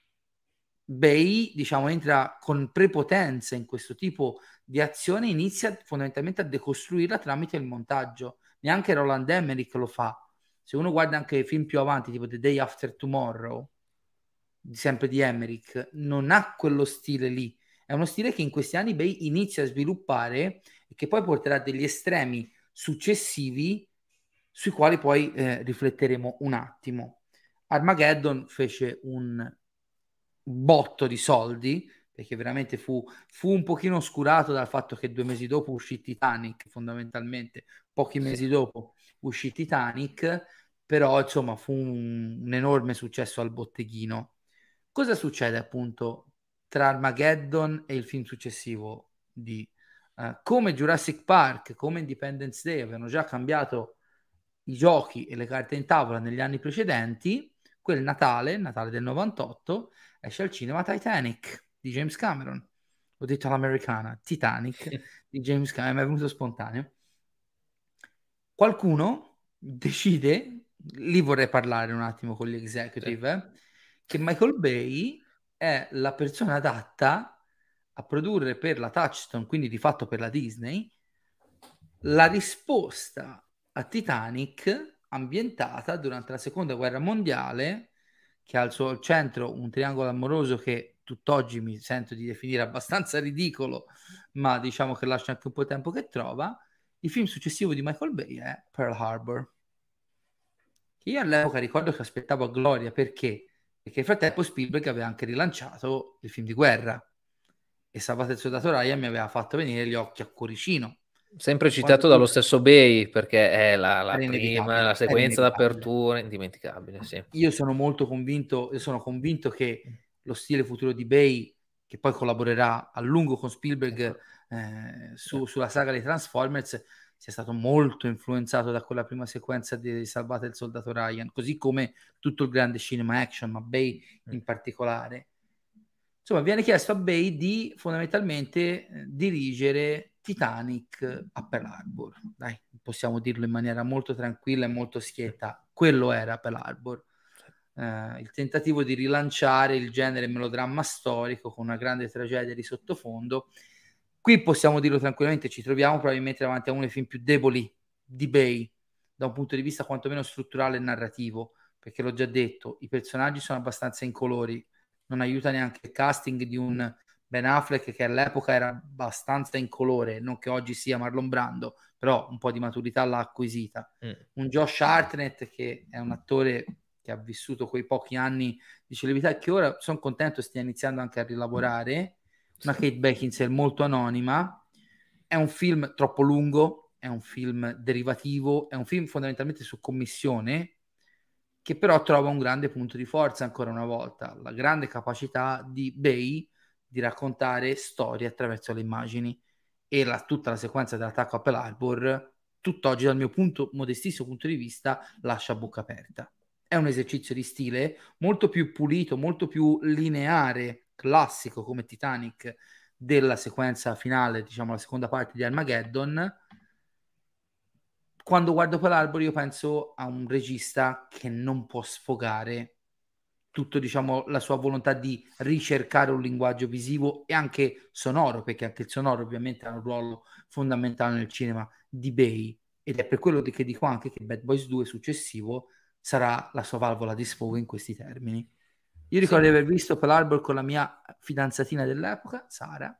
C: Bay, diciamo, entra con prepotenza in questo tipo di azione, inizia fondamentalmente a decostruirla tramite il montaggio. Neanche Roland Emmerich lo fa. Se uno guarda anche film più avanti, tipo The Day After Tomorrow, sempre di Emmerich, non ha quello stile lì. È uno stile che in questi anni Bay inizia a sviluppare e che poi porterà degli estremi successivi sui quali poi rifletteremo un attimo. Armageddon fece un botto di soldi, perché veramente fu un pochino oscurato dal fatto che 2 mesi dopo uscì Titanic, fondamentalmente, pochi
D: sì.
C: mesi dopo uscì Titanic, però insomma fu un enorme successo al botteghino. Cosa succede appunto tra Armageddon e il film successivo di come Jurassic Park, come Independence Day avevano già cambiato i giochi e le carte in tavola negli anni precedenti, quel Natale del 98, esce al cinema Titanic di James Cameron. Ho detto all'americana, Titanic di James Cameron, mi è venuto spontaneo. Qualcuno decide, lì vorrei parlare un attimo con gli
D: Sì.
C: executive, che Michael Bay è la persona adatta a produrre per la Touchstone, quindi di fatto per la Disney, la risposta a Titanic ambientata durante la seconda guerra mondiale, che ha al suo centro un triangolo amoroso che tutt'oggi mi sento di definire abbastanza ridicolo, ma diciamo che lascia anche un po' il tempo che trova. Il film successivo di Michael Bay è Pearl Harbor, che io all'epoca ricordo che aspettavo a gloria. Perché? Perché nel frattempo Spielberg aveva anche rilanciato il film di guerra e Salvate il soldato Ryan mi aveva fatto venire gli occhi a cuoricino.
D: Sempre
C: Quando
D: citato dallo stesso Bay, perché è la
C: era
D: prima, la
C: inevitabile, era
D: sequenza
C: inevitabile.
D: d'apertura, indimenticabile, sì.
C: Io sono molto convinto, io sono convinto che lo stile futuro di Bay, che poi collaborerà a lungo con Spielberg sulla saga dei Transformers, sia stato molto influenzato da quella prima sequenza di Salvate il soldato Ryan, così come tutto il grande cinema action, ma Bay in particolare. Insomma, viene chiesto a Bay di fondamentalmente dirigere Titanic a Pearl Harbor. Dai, possiamo dirlo in maniera molto tranquilla e molto schietta. Quello era Pearl Harbor. Il tentativo di rilanciare il genere melodramma storico con una grande tragedia di sottofondo. Qui possiamo dirlo tranquillamente, ci troviamo probabilmente davanti a uno dei film più deboli di Bay, da un punto di vista quantomeno strutturale e narrativo, perché l'ho già detto, i personaggi sono abbastanza incolori, non aiuta neanche il casting di un Ben Affleck che all'epoca era abbastanza incolore, non che oggi sia Marlon Brando, però un po' di maturità l'ha acquisita. Un Josh Hartnett che è un attore che ha vissuto quei pochi anni di celebrità e che ora sono contento stia iniziando anche a rilavorare. Una Kate Beckinsale molto anonima. È un film troppo lungo, è un film derivativo, è un film fondamentalmente su commissione, che però trova un grande punto di forza ancora una volta, la grande capacità di Bay di raccontare storie attraverso le immagini, e tutta la sequenza dell'attacco a Pearl Harbor tutt'oggi dal mio modestissimo punto di vista lascia a bocca aperta. È un esercizio di stile molto più pulito, molto più lineare, classico come Titanic della sequenza finale, diciamo la seconda parte di Armageddon. Quando guardo Pearl Harbor io penso a un regista che non può sfogare tutto, diciamo, la sua volontà di ricercare un linguaggio visivo e anche sonoro, perché anche il sonoro ovviamente ha un ruolo fondamentale nel cinema di Bay, ed è per quello che dico anche che Bad Boys 2 successivo sarà la sua valvola di sfogo in questi termini. Io ricordo di aver visto Pearl Harbor con la mia fidanzatina dell'epoca, Sara,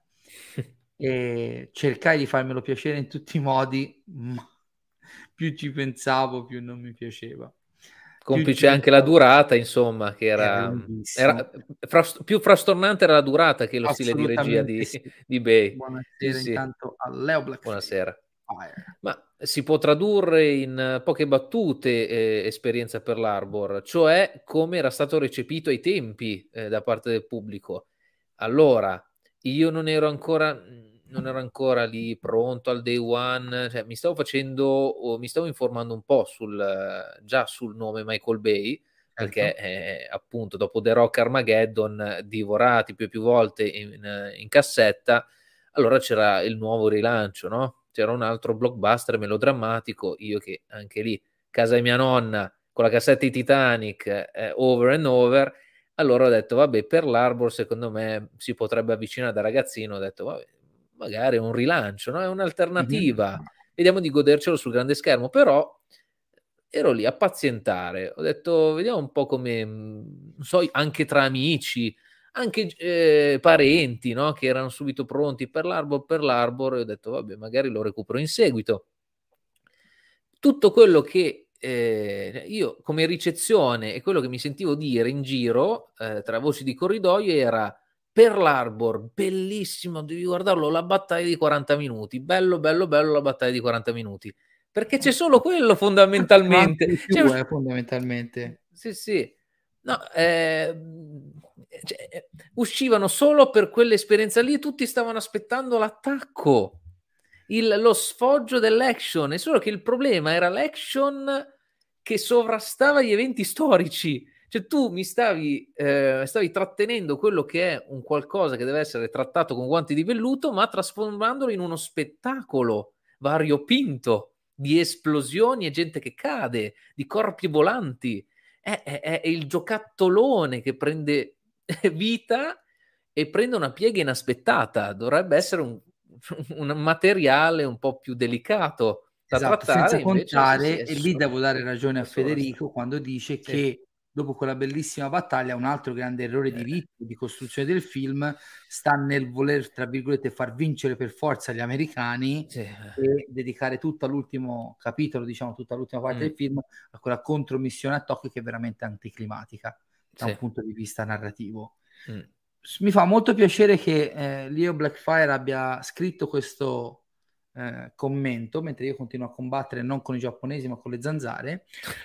C: e cercai di farmelo piacere in tutti i modi, ma più ci pensavo più non mi piaceva.
D: Complice anche la durata, insomma, che era più frastornante era la durata che lo stile di regia di Bay.
C: Buonasera intanto a Leo Blackfire.
D: Buonasera. Ma si può tradurre in poche battute esperienza per l'Arbor, cioè come era stato recepito ai tempi da parte del pubblico. Allora, io non ero ancora lì pronto al day one, cioè mi stavo informando un po' già sul nome Michael Bay, perché appunto dopo The Rock Armageddon, divorati più volte in cassetta, allora c'era il nuovo rilancio, no? C'era un altro blockbuster melodrammatico, io che anche lì, casa di mia nonna, con la cassetta di Titanic, over and over, allora ho detto, vabbè, per l'Arbor secondo me si potrebbe avvicinare da ragazzino, ho detto, vabbè, magari è un rilancio, no? È un'alternativa, vediamo di godercelo sul grande schermo, però ero lì a pazientare, ho detto, vediamo un po' come, non so, anche tra amici, anche parenti, no? Che erano subito pronti per l'Arbor, e ho detto, vabbè, magari lo recupero in seguito. Tutto quello che io come ricezione e quello che mi sentivo dire in giro tra voci di corridoio era: per l'Arbor, bellissimo, devi guardarlo, la battaglia di 40 minuti, bello, bello, bello la battaglia di 40 minuti, perché c'è solo quello fondamentalmente.
C: Fondamentalmente.
D: Sì. No, uscivano solo per quell'esperienza lì e tutti stavano aspettando l'attacco, lo sfoggio dell'action, è solo che il problema era l'action che sovrastava gli eventi storici. Cioè tu mi stavi trattenendo quello che è un qualcosa che deve essere trattato con guanti di velluto, ma trasformandolo in uno spettacolo variopinto di esplosioni e gente che cade, di corpi volanti. È il giocattolone che prende vita e prende una piega inaspettata. Dovrebbe essere un materiale un po' più delicato da
C: Esatto,
D: trattare,
C: senza
D: invece sì,
C: contare, e lì devo dare ragione a
D: assolutamente.
C: Federico quando dice
D: Sì,
C: che dopo quella bellissima battaglia un altro grande errore di ritmo, di costruzione del film sta nel voler, tra virgolette, far vincere per forza gli americani
D: sì.
C: e dedicare tutto l'ultimo capitolo, diciamo tutta l'ultima parte del film a quella contromissione a Tokyo che è veramente anticlimatica da un
D: Sì.
C: punto di vista narrativo.
D: Mm.
C: Mi fa molto piacere che Leo Blackfire abbia scritto questo commento, mentre io continuo a combattere non con i giapponesi ma con le zanzare.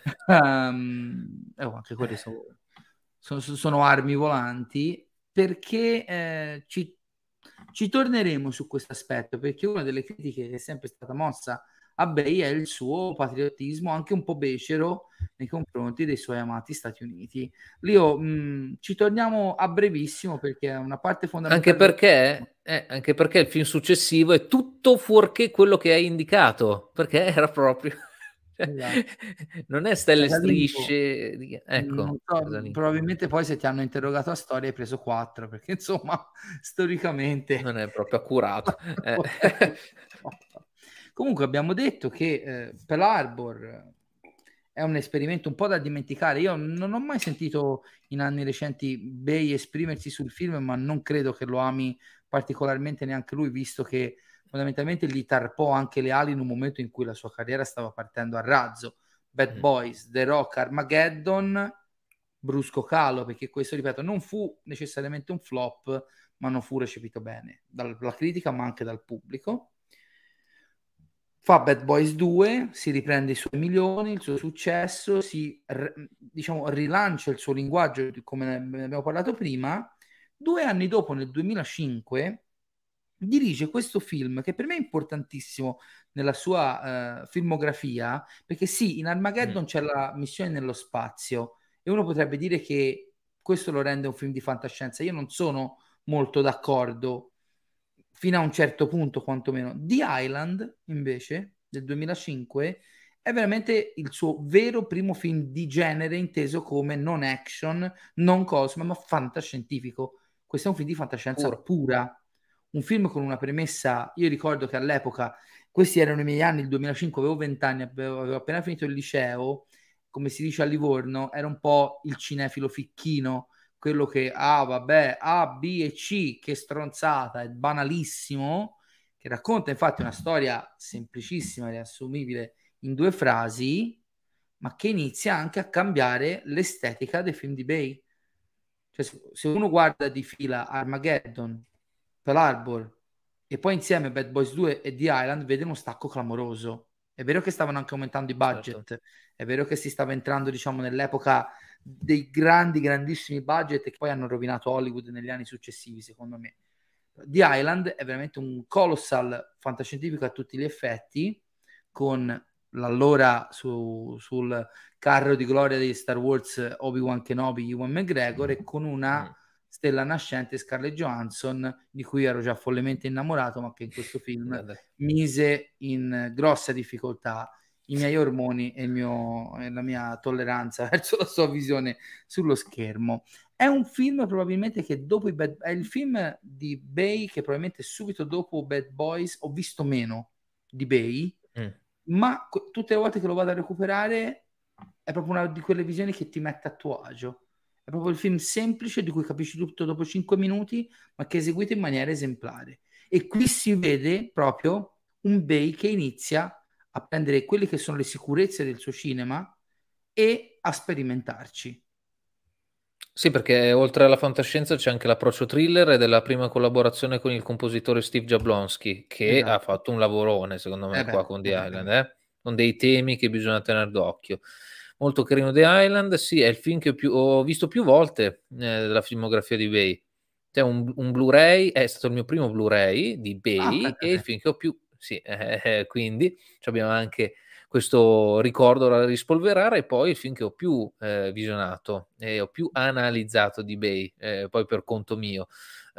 C: Anche quelle sono armi volanti, perché ci torneremo su questo aspetto, perché una delle critiche che è sempre stata mossa a Bay è il suo patriottismo anche un po' becero nei confronti dei suoi amati Stati Uniti. Leo, ci torniamo a brevissimo perché è una parte fondamentale
D: Anche perché il film successivo è tutto fuorché quello che hai indicato, perché era proprio
C: esatto.
D: non è stelle e
C: Casalingo,
D: strisce,
C: non
D: ecco,
C: so,
D: casalingo.
C: probabilmente poi se ti hanno interrogato a storia hai preso 4 perché insomma storicamente
D: Non è proprio accurato.
C: comunque abbiamo detto che Pearl Harbor è un esperimento un po' da dimenticare. Io non ho mai sentito in anni recenti Bay esprimersi sul film, ma non credo che lo ami particolarmente neanche lui, visto che fondamentalmente gli tarpò anche le ali in un momento in cui la sua carriera stava partendo a razzo. Bad Boys, The Rock, Armageddon, brusco calo, perché questo, ripeto, non fu necessariamente un flop, ma non fu recepito bene dalla critica, ma anche dal pubblico. Fa Bad Boys 2, si riprende i suoi milioni, il suo successo, diciamo, rilancia il suo linguaggio, come ne abbiamo parlato prima. 2 anni dopo, nel 2005, dirige questo film che per me è importantissimo nella sua filmografia, perché sì, in Armageddon c'è la missione nello spazio e uno potrebbe dire che questo lo rende un film di fantascienza. Io non sono molto d'accordo fino a un certo punto, quantomeno. The Island, invece, del 2005, è veramente il suo vero primo film di genere, inteso come non action, non cosmo, ma fantascientifico. Questo è un film di fantascienza
D: Puro.
C: pura. Un film con una premessa, io ricordo che all'epoca, questi erano i miei anni, il 2005, avevo 20 anni, avevo appena finito il liceo, come si dice a Livorno, era un po' il cinefilo ficchino, quello che vabbè, A, B e C, che stronzata, è banalissimo, che racconta infatti una storia semplicissima, riassumibile in 2 frasi, ma che inizia anche a cambiare l'estetica dei film di Bay. Cioè, se uno guarda di fila Armageddon, Pearl Harbor e poi insieme Bad Boys 2 e The Island, vede uno stacco clamoroso. È vero che stavano anche aumentando i
D: Certo.
C: budget, è vero che si stava entrando, diciamo, nell'epoca dei grandissimi budget che poi hanno rovinato Hollywood negli anni successivi, secondo me. The Island è veramente un colossal fantascientifico a tutti gli effetti, con l'allora sul carro di gloria di Star Wars Obi-Wan Kenobi, Ewan McGregor, e con una stella nascente Scarlett Johansson, di cui ero già follemente innamorato, ma che in questo film mise in grossa difficoltà i miei ormoni e la mia tolleranza verso la sua visione sullo schermo. È un film probabilmente che dopo è il film di Bay che probabilmente subito dopo Bad Boys ho visto meno di Bay, ma tutte le volte che lo vado a recuperare è proprio una di quelle visioni che ti mette a tuo agio. È proprio il film semplice di cui capisci tutto dopo 5 minuti, ma che è eseguito in maniera esemplare. E qui si vede proprio un Bay che inizia a prendere quelle che sono le sicurezze del suo cinema e a sperimentarci.
D: Sì, perché oltre alla fantascienza c'è anche l'approccio thriller ed è la prima collaborazione con il compositore Steve Jablonsky, che ha
C: Esatto.
D: fatto un lavorone, secondo me, qua con The Island, con dei temi che bisogna tenere d'occhio. Molto carino The Island, sì, è il film che ho visto più volte della filmografia di Bay. C'è un Blu-ray, è stato il mio primo Blu-ray di Bay e il film che ho più... Sì, quindi abbiamo anche questo ricordo da rispolverare, e poi il film che ho più visionato e ho più analizzato di Bay, poi per conto mio.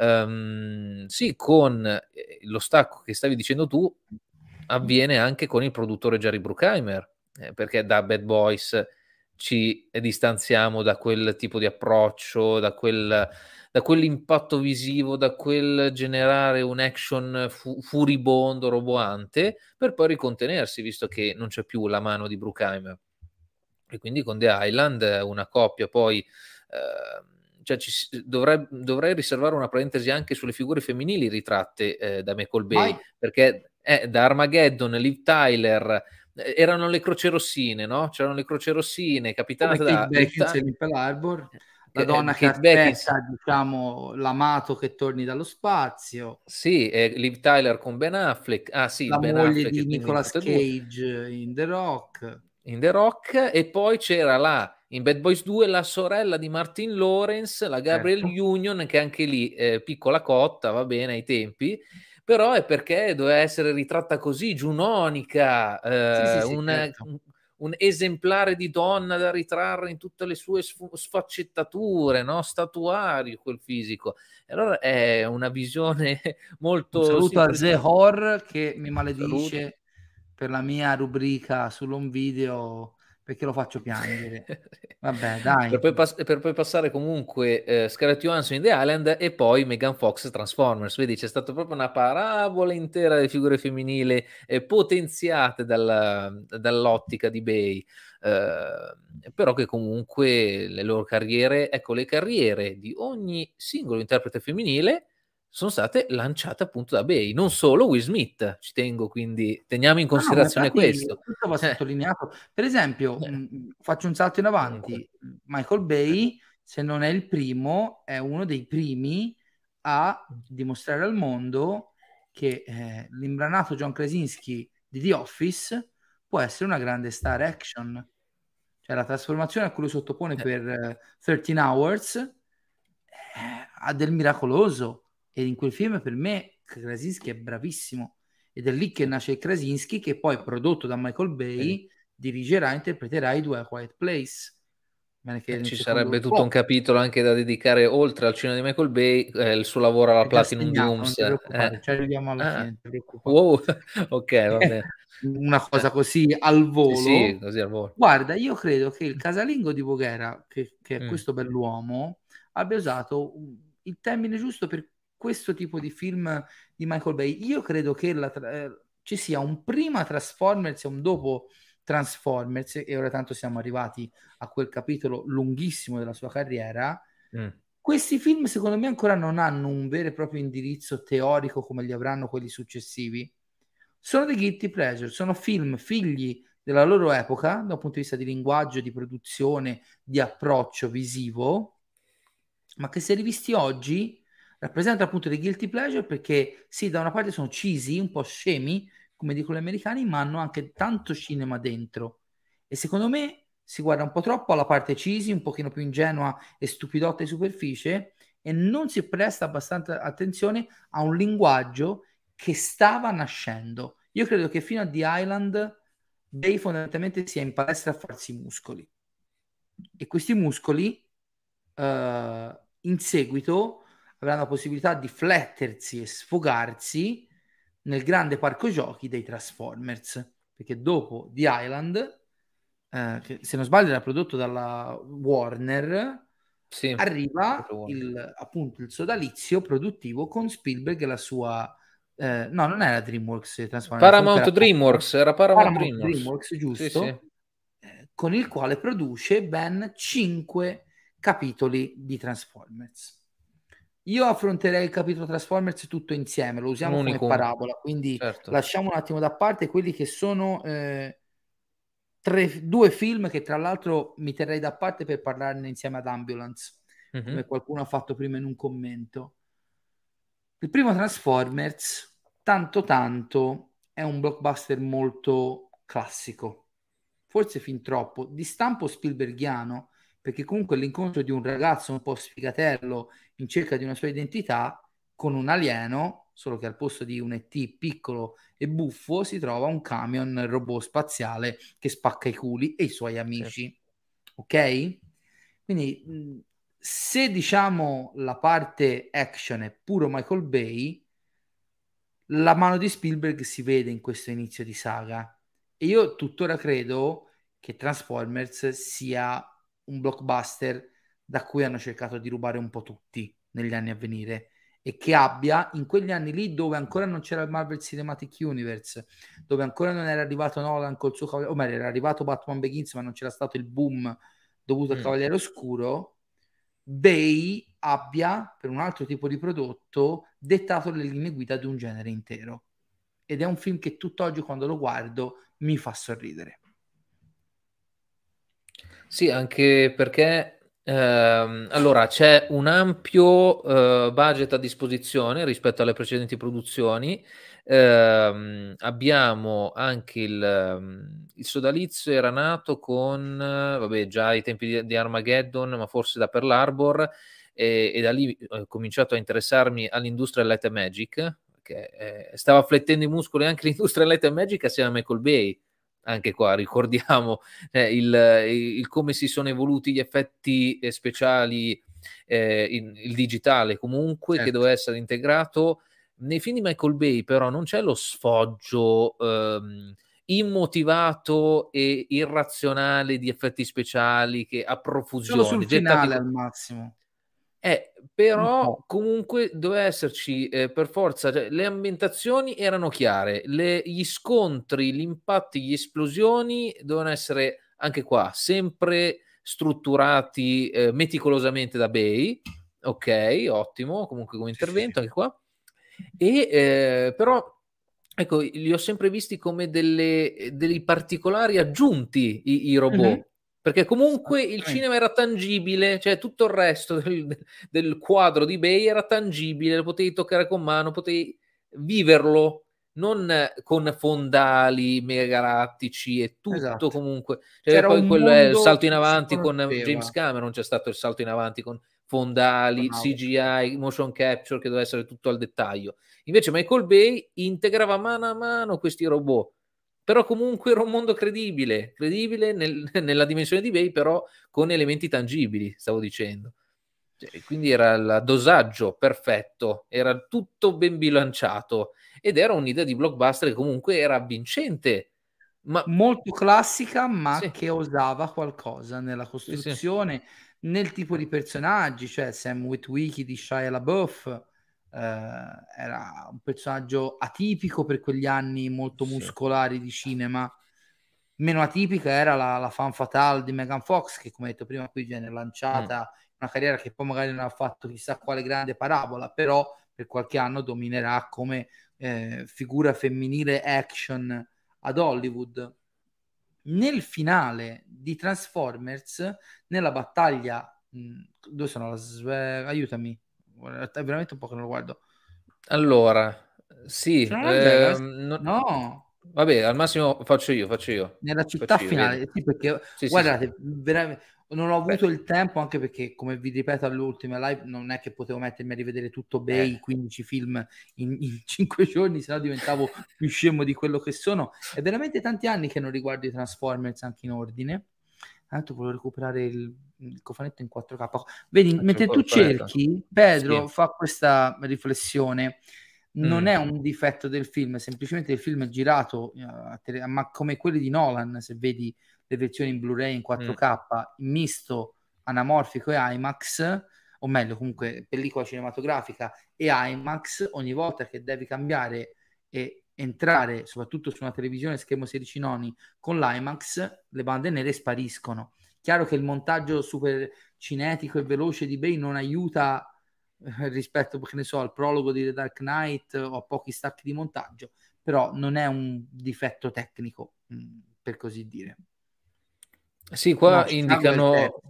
D: Sì, con lo stacco che stavi dicendo tu, avviene anche con il produttore Jerry Bruckheimer, perché da Bad Boys ci distanziamo da quel tipo di approccio, da quell'impatto visivo, da quel generare un action furibondo, roboante, per poi ricontenersi, visto che non c'è più la mano di Bruckheimer. E quindi con The Island una coppia poi... cioè dovrei riservare una parentesi anche sulle figure femminili ritratte da Michael Bay, perché da Armageddon, Liv Tyler erano le croce rossine, no? C'erano le croce rossine capitanate
C: come Kate
D: da Liv
C: Beckinsale in Pearl Harbor, la donna che
D: Kate Beckinsale,
C: aspetta, diciamo, l'amato che torni dallo spazio.
D: sì, Liv Tyler con Ben Affleck, sì,
C: La
D: Ben
C: moglie
D: Affleck,
C: di
D: quindi in
C: Nicolas
D: tutte e due.
C: Cage in The Rock.
D: In The Rock, e poi c'era in Bad Boys 2 la sorella di Martin Lawrence, la Gabrielle
C: Certo.
D: Union, che anche lì piccola cotta, va bene ai tempi, però è perché doveva essere ritratta così, giunonica,
C: Sì, certo.
D: un esemplare di donna da ritrarre in tutte le sue sfaccettature, no? Statuario quel fisico. E allora è una visione
C: Un
D: molto
C: saluto a The
D: precisa.
C: Horror che mi
D: Saluto.
C: maledice per la mia rubrica sull'home video perché lo faccio piangere. Vabbè, dai.
D: Per poi passare comunque Scarlett Johansson in The Island e poi Megan Fox Transformers. Vedi, c'è stata proprio una parabola intera delle figure femminili potenziate dall'ottica di Bay. Però che comunque le loro carriere, ecco, le carriere di ogni singolo interprete femminile sono state lanciate appunto da Bay, non solo Will Smith, ci tengo, quindi teniamo in
C: No, ma
D: considerazione
C: infatti
D: questo.
C: questo va sottolineato. Per esempio, faccio un salto in
D: Comunque.
C: avanti. Michael Bay, se non è il primo, è uno dei primi a dimostrare al mondo che l'imbranato John Krasinski di The Office può essere una grande star action. Cioè la trasformazione a cui lo sottopone per 13 Hours ha del miracoloso. E in quel film per me Krasinski è bravissimo. Ed è lì che nasce Krasinski, che poi, prodotto da Michael Bay, dirigerà e interpreterà i due a Quiet Place. Bene che nel
D: Ci
C: secondo
D: sarebbe tutto un capitolo anche da dedicare, oltre al cinema di Michael Bay, il suo lavoro alla
C: è già
D: Platinum
C: segnato, non
D: Dunes.
C: ti preoccupare, ci arriviamo alla
D: Ah,
C: fine, non ti preoccupare.
D: wow, ok, va bene.
C: Una cosa così al
D: Sì, sì,
C: volo.
D: così al volo.
C: Guarda, io credo che il casalingo di Voghera, che è questo bell'uomo, abbia usato il termine giusto per questo tipo di film di Michael Bay. Io credo che ci sia un prima Transformers e un dopo Transformers, e ora tanto siamo arrivati a quel capitolo lunghissimo della sua carriera. Questi film, secondo me, ancora non hanno un vero e proprio indirizzo teorico come li avranno quelli successivi. Sono dei guilty pleasure, sono film figli della loro epoca, da un punto di vista di linguaggio, di produzione, di approccio visivo, ma che se rivisti oggi rappresentano appunto dei guilty pleasure perché sì, da una parte sono cheesy, un po' scemi, come dicono gli americani, ma hanno anche tanto cinema dentro. E secondo me si guarda un po' troppo alla parte cheesy, un pochino più ingenua e stupidotta di superficie, e non si presta abbastanza attenzione a un linguaggio che stava nascendo. Io credo che fino a The Island Bay fondamentalmente sia in palestra a farsi i muscoli. E questi muscoli in seguito avranno la possibilità di flettersi e sfogarsi nel grande parco giochi dei Transformers, perché dopo The Island, che se non sbaglio era prodotto dalla Warner,
D: Sì,
C: arriva
D: Warner.
C: appunto il sodalizio produttivo con Spielberg e la sua no, non era DreamWorks Transformers, comunque
D: Paramount Dreamworks, era Paramount
C: Paramount
D: Dreamworks.
C: DreamWorks,
D: Sì, sì.
C: giusto? Con il quale produce ben 5 capitoli di Transformers. Io affronterei il capitolo Transformers tutto insieme, lo usiamo
D: Un
C: come
D: unicum,
C: parabola, quindi
D: certo.
C: lasciamo un attimo da parte quelli che sono due film che tra l'altro mi terrei da parte per parlarne insieme ad Ambulance, come qualcuno ha fatto prima in un commento. Il primo Transformers, tanto, è un blockbuster molto classico, forse fin troppo, di stampo spielberghiano, perché comunque l'incontro di un ragazzo un po' sfigatello in cerca di una sua identità con un alieno, solo che al posto di un ET piccolo e buffo si trova un camion robot spaziale che spacca i culi e i suoi amici. Sì. Ok? Quindi se diciamo la parte action è puro Michael Bay, la mano di Spielberg si vede in questo inizio di saga. E io tuttora credo che Transformers sia un blockbuster da cui hanno cercato di rubare un po' tutti negli anni a venire, e che abbia, in quegli anni lì dove ancora non c'era il Marvel Cinematic Universe, dove ancora non era arrivato Nolan col suo Cavaliere, o meglio era arrivato Batman Begins ma non c'era stato il boom dovuto al Cavaliere Oscuro, Bay abbia, per un altro tipo di prodotto, dettato le linee guida di un genere intero. Ed è un film che tutt'oggi quando lo guardo mi fa sorridere.
D: Sì, anche perché allora c'è un ampio budget a disposizione rispetto alle precedenti produzioni. Abbiamo anche il sodalizio era nato con vabbè, già ai tempi di Armageddon, ma forse da Pearl Harbor, e da lì ho cominciato a interessarmi all'industria Light and Magic, che stava flettendo i muscoli anche l'industria Light and Magic assieme a Michael Bay. Anche qua ricordiamo il come si sono evoluti gli effetti speciali, il digitale comunque, certo, che doveva essere integrato. Nei film di Michael Bay però non c'è lo sfoggio immotivato e irrazionale di effetti speciali che a profusione.
C: Solo sul finale al massimo.
D: Però comunque doveva esserci per forza, cioè, le ambientazioni erano chiare, gli scontri, gli impatti, le esplosioni dovevano essere anche qua sempre strutturati meticolosamente da Bay. Ok, ottimo, comunque come intervento anche qua. E però ecco, li ho sempre visti come dei particolari aggiunti i robot. Mm-hmm. Perché comunque il cinema era tangibile, cioè tutto il resto del quadro di Bay era tangibile, lo potevi toccare con mano, potevi viverlo, non con fondali megagalattici e tutto, esatto, comunque. Cioè, poi quello è il salto in avanti con James Cameron, c'è stato il salto in avanti con fondali, CGI, motion capture, che doveva essere tutto al dettaglio. Invece Michael Bay integrava mano a mano questi robot. Però comunque era un mondo credibile nella dimensione di Bay, però con elementi tangibili, stavo dicendo. Cioè, quindi era il dosaggio perfetto, era tutto ben bilanciato ed era un'idea di blockbuster che comunque era vincente.
C: Molto classica, ma sì, che osava qualcosa nella costruzione, sì, nel tipo di personaggi, cioè Sam Witwicky di Shia LaBeouf. Era un personaggio atipico per quegli anni molto muscolari di cinema. Meno atipica era la femme fatale di Megan Fox, che come detto prima qui viene lanciata una carriera che poi magari non ha fatto chissà quale grande parabola, però per qualche anno dominerà come figura femminile action ad Hollywood. Nel finale di Transformers, nella battaglia dove sono aiutami, è veramente un po' che non lo guardo.
D: Allora, sì,
C: no,
D: vabbè, al massimo faccio io.
C: Nella città finale, sì, perché guardate, veramente non ho avuto il tempo, anche perché, come vi ripeto all'ultima live, non è che potevo mettermi a rivedere tutto Bay, 15 film in 5 giorni, sennò diventavo più scemo di quello che sono. È veramente tanti anni che non riguardo i Transformers anche in ordine. Tanto volevo recuperare il cofanetto in 4K. Vedi, mentre tu cerchi, Pedro fa questa riflessione. Non è un difetto del film, semplicemente il film è girato ma come quelli di Nolan, se vedi le versioni in Blu-ray in 4K, misto anamorfico e IMAX, o meglio comunque pellicola cinematografica e IMAX, ogni volta che devi cambiare e entrare soprattutto su una televisione schermo 16 noni con l'IMAX, le bande nere spariscono. Chiaro che il montaggio super cinetico e veloce di Bay non aiuta rispetto, che ne so, al prologo di The Dark Knight o a pochi stacchi di montaggio, però non è un difetto tecnico, per così dire.
D: Sì, qua indicano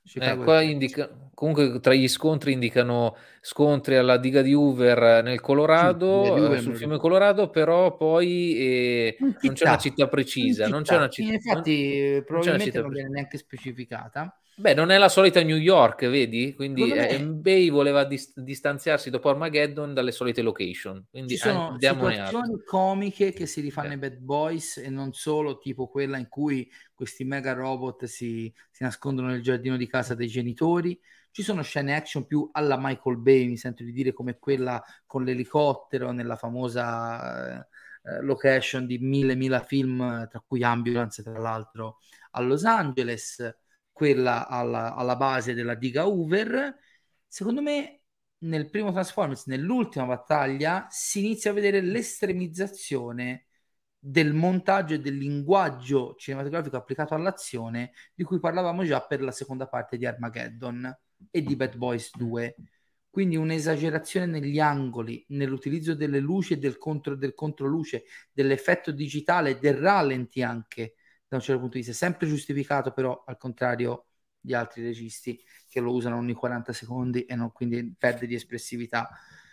D: comunque tra gli scontri indicano scontri alla diga di Hoover nel Colorado, sul fiume Colorado, però poi non c'è una città precisa, non c'è una città,
C: infatti probabilmente non viene neanche specificata.
D: Beh, non è la solita New York, vedi? Quindi Bay voleva distanziarsi dopo Armageddon dalle solite location. Quindi
C: ci sono situazioni comiche che si rifanno ai Bad Boys e non solo, tipo quella in cui questi mega robot si nascondono nel giardino di casa dei genitori. Ci sono scene action più alla Michael Bay, mi sento di dire, come quella con l'elicottero nella famosa location di mille film, tra cui Ambulance, tra l'altro, a Los Angeles, quella alla base della diga Hoover. Secondo me nel primo Transformers, nell'ultima battaglia, si inizia a vedere l'estremizzazione del montaggio e del linguaggio cinematografico applicato all'azione di cui parlavamo già per la seconda parte di Armageddon e di Bad Boys 2. Quindi un'esagerazione negli angoli, nell'utilizzo delle luci e del controluce, dell'effetto digitale, del rallenti anche da un certo punto di vista, sempre giustificato però al contrario di altri registi che lo usano ogni 40 secondi e non, quindi perde di espressività.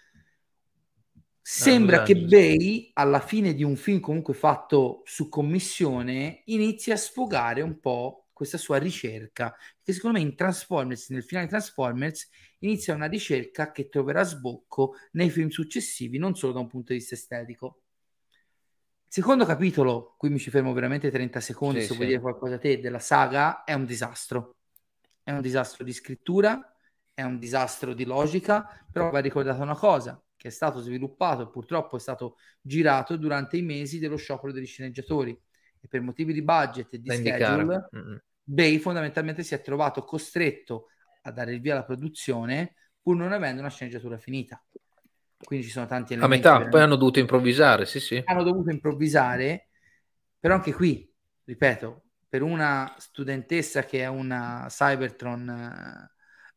C: Sembra che Bay, alla fine di un film comunque fatto su commissione, inizi a sfogare un po' questa sua ricerca, che secondo me in Transformers, nel finale di Transformers, inizia una ricerca che troverà sbocco nei film successivi, non solo da un punto di vista estetico. Il secondo capitolo, qui mi ci fermo veramente 30 secondi, se vuoi dire qualcosa a te, della saga, è un disastro. È un disastro di scrittura, è un disastro di logica, però va ricordata una cosa, che è stato sviluppato e purtroppo è stato girato durante i mesi dello sciopero degli sceneggiatori e per motivi di budget e di schedule Bay fondamentalmente si è trovato costretto a dare il via alla produzione pur non avendo una sceneggiatura finita. Quindi ci sono tanti elementi.
D: A metà, poi hanno dovuto improvvisare, sì.
C: Hanno dovuto improvvisare, però anche qui, ripeto, per una studentessa che è una Cybertron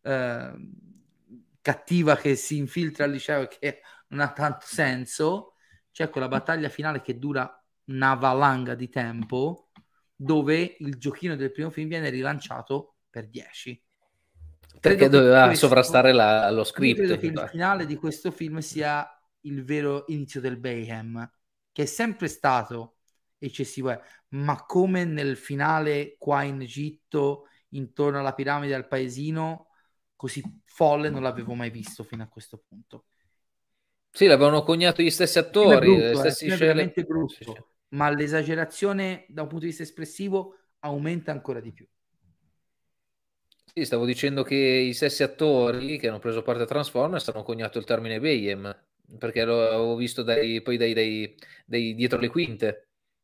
C: cattiva che si infiltra al liceo e che non ha tanto senso, c'è quella battaglia finale che dura una valanga di tempo dove il giochino del primo film viene rilanciato per 10.
D: Perché doveva sovrastare lo script.
C: Io credo che il finale di questo film sia il vero inizio del Bayhem, che è sempre stato eccessivo, ma come nel finale qua in Egitto, intorno alla piramide al paesino, così folle non l'avevo mai visto fino a questo punto.
D: Sì, l'avevano coniato gli stessi attori,
C: è veramente brutto, sì. Ma l'esagerazione da un punto di vista espressivo aumenta ancora di più.
D: Sì, stavo dicendo che i stessi attori che hanno preso parte a Transformers hanno coniato il termine Bayhem, perché lo avevo visto dai dietro le quinte.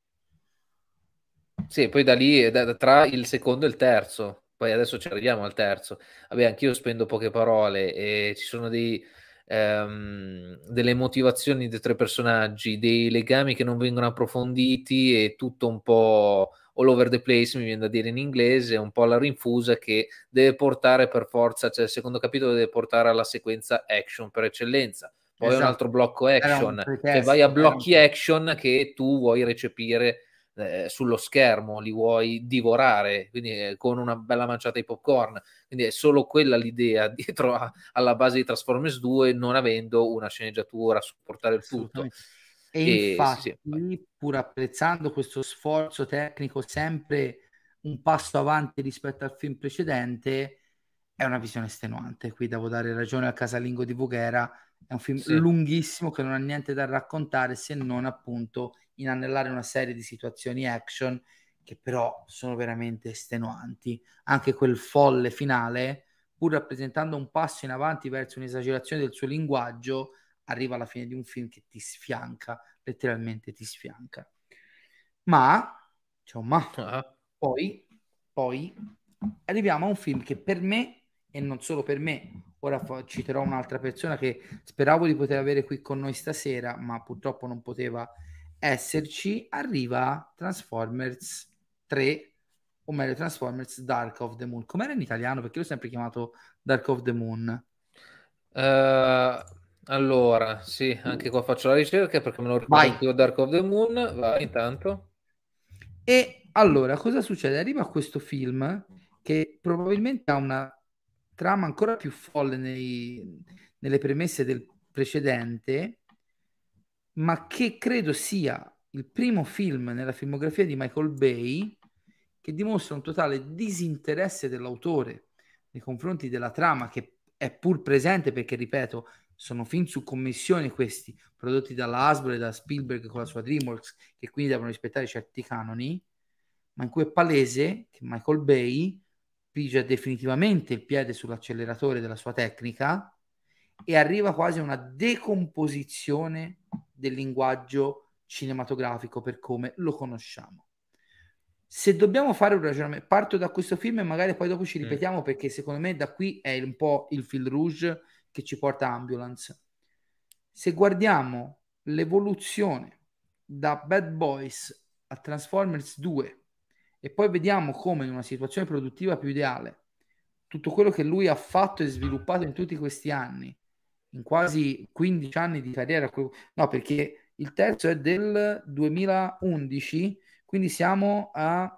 D: Sì, poi da lì, tra il secondo e il terzo, poi adesso ci arriviamo al terzo. Vabbè, anch'io spendo poche parole e ci sono delle motivazioni dei tre personaggi, dei legami che non vengono approfonditi e tutto un po' all over the place, mi viene da dire in inglese, un po' alla rinfusa che deve portare per forza, cioè il secondo capitolo deve portare alla sequenza action per eccellenza. Poi esatto. Un altro blocco action, cioè vai a blocchi action che tu vuoi recepire sullo schermo, li vuoi divorare, quindi con una bella manciata di popcorn, quindi è solo quella l'idea dietro alla base di Transformers 2, non avendo una sceneggiatura a supportare il tutto.
C: E infatti, sì. Pur apprezzando questo sforzo tecnico sempre un passo avanti rispetto al film precedente, è una visione estenuante. Qui devo dare ragione al casalingo di Voghera, è un film lunghissimo che non ha niente da raccontare se non appunto inanellare una serie di situazioni action che però sono veramente estenuanti. Anche quel folle finale, pur rappresentando un passo in avanti verso un'esagerazione del suo linguaggio, arriva alla fine di un film che ti sfianca, letteralmente ti sfianca. Ma, c'è un ma, poi arriviamo a un film che per me, e non solo per me, ora citerò un'altra persona che speravo di poter avere qui con noi stasera, ma purtroppo non poteva esserci, arriva Transformers 3, o meglio Transformers Dark of the Moon. Com'era in italiano? Perché l'ho sempre chiamato Dark of the Moon.
D: Allora, sì, anche qua faccio la ricerca perché me lo ricordo anche io, Dark of the Moon. Vai, intanto.
C: E allora, cosa succede? Arriva a questo film che probabilmente ha una trama ancora più folle nelle premesse del precedente, ma che credo sia il primo film nella filmografia di Michael Bay che dimostra un totale disinteresse dell'autore nei confronti della trama, che è pur presente perché, ripeto, sono film su commissione questi, prodotti dalla Hasbro e da Spielberg con la sua DreamWorks, che quindi devono rispettare certi canoni, ma in cui è palese che Michael Bay pigia definitivamente il piede sull'acceleratore della sua tecnica e arriva quasi a una decomposizione del linguaggio cinematografico per come lo conosciamo. Se dobbiamo fare un ragionamento, parto da questo film e magari poi dopo ci ripetiamo, perché secondo me da qui è un po' il fil rouge che ci porta Ambulance. Se guardiamo l'evoluzione da Bad Boys a Transformers 2 e poi vediamo come in una situazione produttiva più ideale tutto quello che lui ha fatto e sviluppato in tutti questi anni, in quasi 15 anni di carriera, no, perché il terzo è del 2011, quindi siamo a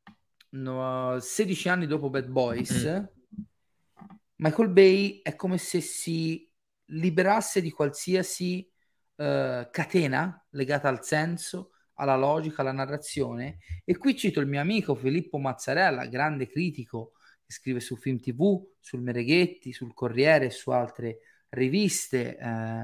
C: 16 anni dopo Bad Boys. Michael Bay è come se si liberasse di qualsiasi catena legata al senso, alla logica, alla narrazione. E qui cito il mio amico Filippo Mazzarella, grande critico che scrive su Film TV, sul Mereghetti, sul Corriere e su altre riviste,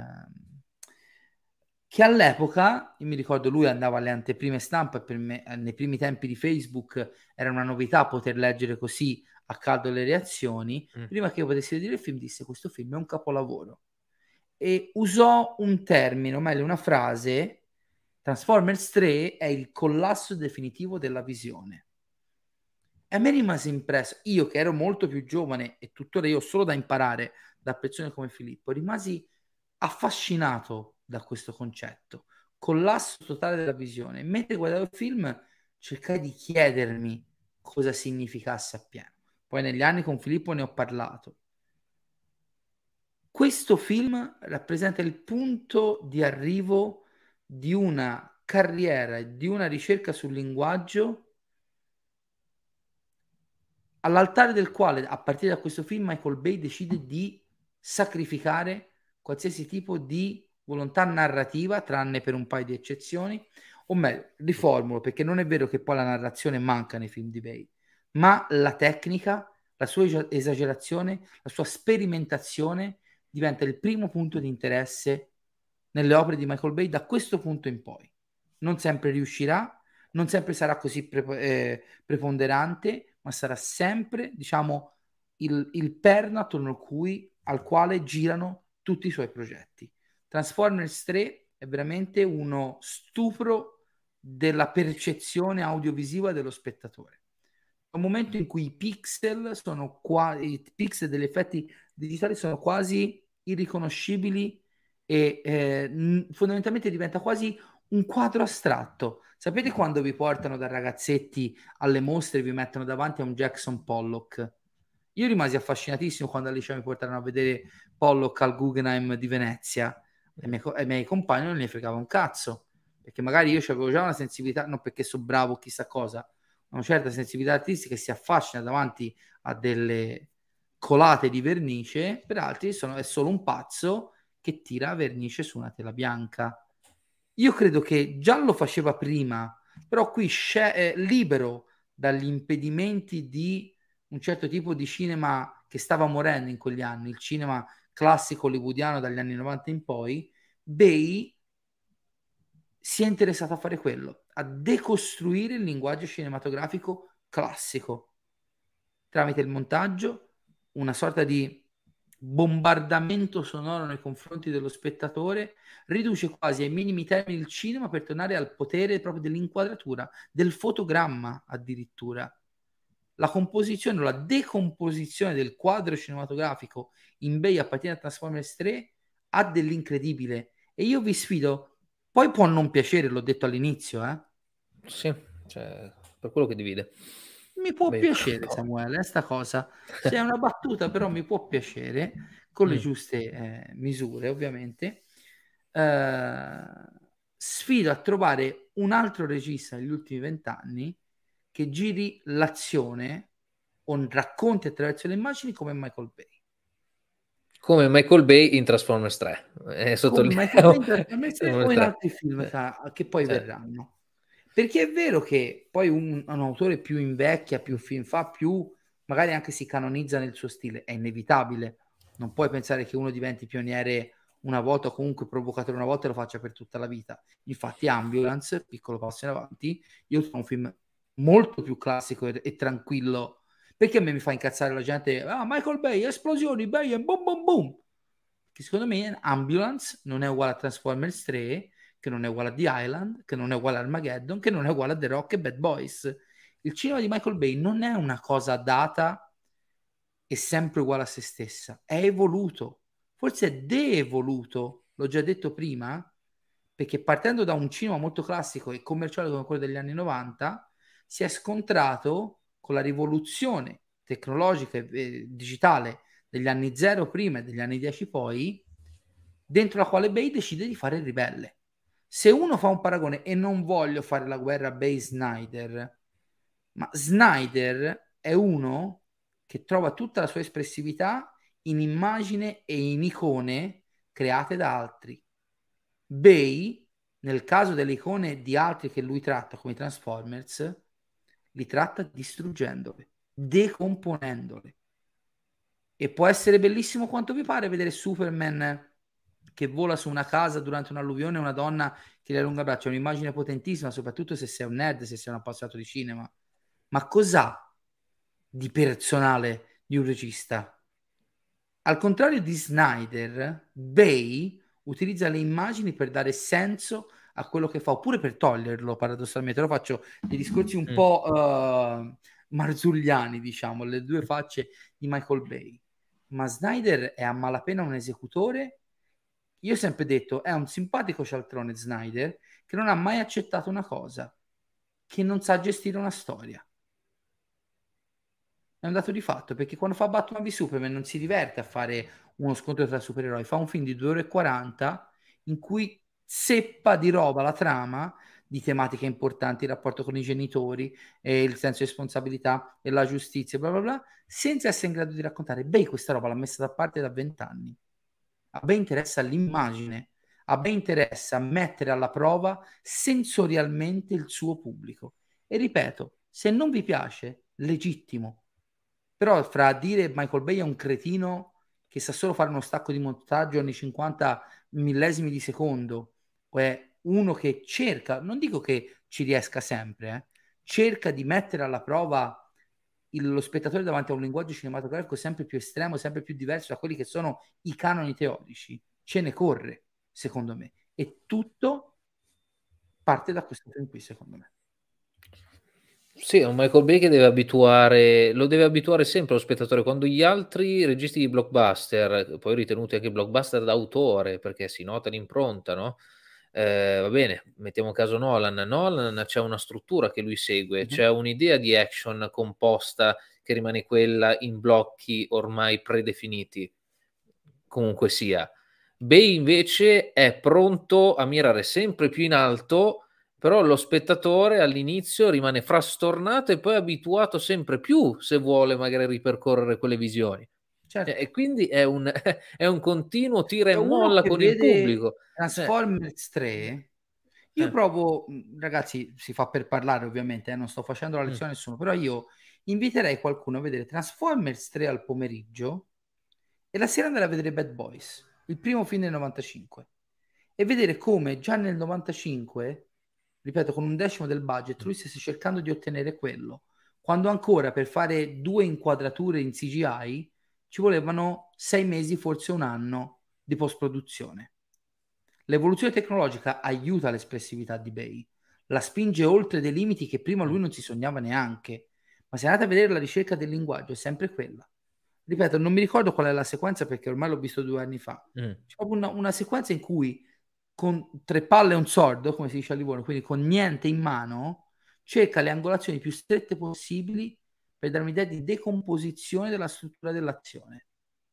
C: che all'epoca, io mi ricordo, lui andava alle anteprime stampa e per me nei primi tempi di Facebook era una novità poter leggere così a caldo le reazioni. Prima che io potessi vedere il film disse: questo film è un capolavoro, e usò un termine, o meglio una frase: Transformers 3 è il collasso definitivo della visione. E a me rimase impresso, io che ero molto più giovane e tuttora io ho solo da imparare da persone come Filippo, rimasi affascinato da questo concetto, collasso totale della visione. Mentre guardavo il film cercai di chiedermi cosa significasse appieno. Poi negli anni con Filippo ne ho parlato. Questo film rappresenta il punto di arrivo di una carriera e di una ricerca sul linguaggio all'altare del quale, a partire da questo film, Michael Bay decide di sacrificare qualsiasi tipo di volontà narrativa, tranne per un paio di eccezioni. O meglio, riformulo, perché non è vero che poi la narrazione manca nei film di Bay, ma la tecnica, la sua esagerazione, la sua sperimentazione diventa il primo punto di interesse nelle opere di Michael Bay da questo punto in poi. Non sempre riuscirà, non sempre sarà così preponderante, ma sarà sempre, diciamo, il perno attorno al quale girano tutti i suoi progetti. Transformers 3 è veramente uno stupro della percezione audiovisiva dello spettatore. È un momento in cui i pixel degli effetti digitali sono quasi irriconoscibili e fondamentalmente diventa quasi un quadro astratto. Sapete quando vi portano da ragazzetti alle mostre e vi mettono davanti a un Jackson Pollock? Io rimasi affascinatissimo quando al liceo mi portarono a vedere Pollock al Guggenheim di Venezia e ai miei compagni non ne fregava un cazzo, perché magari io avevo già una sensibilità, non perché so bravo chissà cosa, una certa sensibilità artistica, che si affascina davanti a delle colate di vernice, per altri è solo un pazzo che tira vernice su una tela bianca. Io credo che già lo faceva prima, però qui libero dagli impedimenti di un certo tipo di cinema che stava morendo in quegli anni, il cinema classico hollywoodiano dagli anni 90 in poi, Bay si è interessato a fare quello, a decostruire il linguaggio cinematografico classico tramite il montaggio, una sorta di bombardamento sonoro nei confronti dello spettatore, riduce quasi ai minimi termini il cinema per tornare al potere proprio dell'inquadratura, del fotogramma addirittura. La composizione o la decomposizione del quadro cinematografico in Bay a partire da Transformers 3 ha dell'incredibile, e io vi sfido, poi può non piacere, l'ho detto all'inizio,
D: Sì, cioè, per quello che divide.
C: mi può piacere, Samuele, sta cosa. Se è una battuta, però mi può piacere, con le giuste misure, ovviamente. Sfido a trovare un altro regista negli ultimi 20 anni che giri l'azione o racconti attraverso le immagini come Michael Bay.
D: Come Michael Bay in Transformers 3.
C: Come Michael Bay in Transformers 3 o in altri film che poi verranno. Perché è vero che poi un autore più invecchia, più film fa, più magari anche si canonizza nel suo stile, è inevitabile. Non puoi pensare che uno diventi pioniere una volta o comunque provocatore una volta e lo faccia per tutta la vita. Infatti Ambulance, piccolo passo in avanti, io trovo un film molto più classico e tranquillo. Perché a me mi fa incazzare la gente? Michael Bay, esplosioni, Bay e boom boom boom. Che secondo me Ambulance non è uguale a Transformers 3, che non è uguale a The Island, che non è uguale a Armageddon, che non è uguale a The Rock e Bad Boys. Il cinema di Michael Bay non è una cosa data e sempre uguale a se stessa, è evoluto, forse è de-evoluto, l'ho già detto prima, perché partendo da un cinema molto classico e commerciale come quello degli anni 90, si è scontrato con la rivoluzione tecnologica e digitale degli anni 0 prima e degli anni 10 poi, dentro la quale Bay decide di fare il ribelle. Se uno fa un paragone, e non voglio fare la guerra a Bay-Snyder, ma Snyder è uno che trova tutta la sua espressività in immagine e in icone create da altri. Bay, nel caso delle icone di altri che lui tratta come i Transformers, li tratta distruggendole, decomponendole. E può essere bellissimo quanto vi pare vedere Superman che vola su una casa durante un'alluvione e una donna che le allunga il braccio. È un'immagine potentissima, soprattutto se sei un nerd, se sei un appassionato di cinema. Ma cos'ha di personale di un regista? Al contrario di Snyder, Bay utilizza le immagini per dare senso a quello che fa, oppure per toglierlo, paradossalmente. Lo faccio dei discorsi un po' marzulliani, diciamo, le due facce di Michael Bay. Ma Snyder è a malapena un esecutore. Io ho sempre detto, è un simpatico cialtrone Snyder, che non ha mai accettato una cosa, che non sa gestire una storia. È un dato di fatto, perché quando fa Batman v Superman non si diverte a fare uno scontro tra supereroi, fa un film di 2 ore e 40 in cui seppa di roba la trama di tematiche importanti, il rapporto con i genitori, il senso di responsabilità e la giustizia, bla bla bla, senza essere in grado di raccontare. Beh, questa roba l'ha messa da parte da 20 anni. A me interessa l'immagine, a me interessa mettere alla prova sensorialmente il suo pubblico. E ripeto, se non vi piace, legittimo. Però fra dire Michael Bay è un cretino che sa solo fare uno stacco di montaggio ogni 50 millesimi di secondo, o è uno che cerca, non dico che ci riesca sempre, cerca di mettere alla prova lo spettatore davanti a un linguaggio cinematografico sempre più estremo, sempre più diverso da quelli che sono i canoni teorici, ce ne corre, secondo me. E tutto parte da questo film qui, secondo me.
D: Sì, è un Michael Bay che deve abituare, lo deve abituare sempre lo spettatore, quando gli altri registi di blockbuster, poi ritenuti anche blockbuster d'autore, perché si nota l'impronta, no? Va bene, mettiamo caso Nolan c'è una struttura che lui segue, c'è un'idea di action composta che rimane quella in blocchi ormai predefiniti, comunque sia. Bay invece è pronto a mirare sempre più in alto, però lo spettatore all'inizio rimane frastornato e poi abituato sempre più, se vuole magari ripercorrere quelle visioni.
C: Certo.
D: E quindi è un, è un continuo tira e
C: Uno
D: molla
C: che
D: con il
C: vede
D: pubblico.
C: Transformers 3, io provo, ragazzi, si fa per parlare ovviamente, non sto facendo la lezione a nessuno, però io inviterei qualcuno a vedere Transformers 3 al pomeriggio e la sera andare a vedere Bad Boys, il primo film del 95, e vedere come già nel 95, ripeto, con un decimo del budget, lui stesse cercando di ottenere quello, quando ancora per fare 2 inquadrature in CGI ci volevano 6 mesi, forse un anno di post-produzione. L'evoluzione tecnologica aiuta l'espressività di Bay, la spinge oltre dei limiti che prima lui non si sognava neanche, ma se andate a vedere la ricerca del linguaggio è sempre quella. Ripeto, non mi ricordo qual è la sequenza perché ormai l'ho visto 2 anni fa. C'è proprio una sequenza in cui con 3 palle e un sordo, come si dice a Livorno, quindi con niente in mano, cerca le angolazioni più strette possibili per dare un'idea di decomposizione della struttura dell'azione.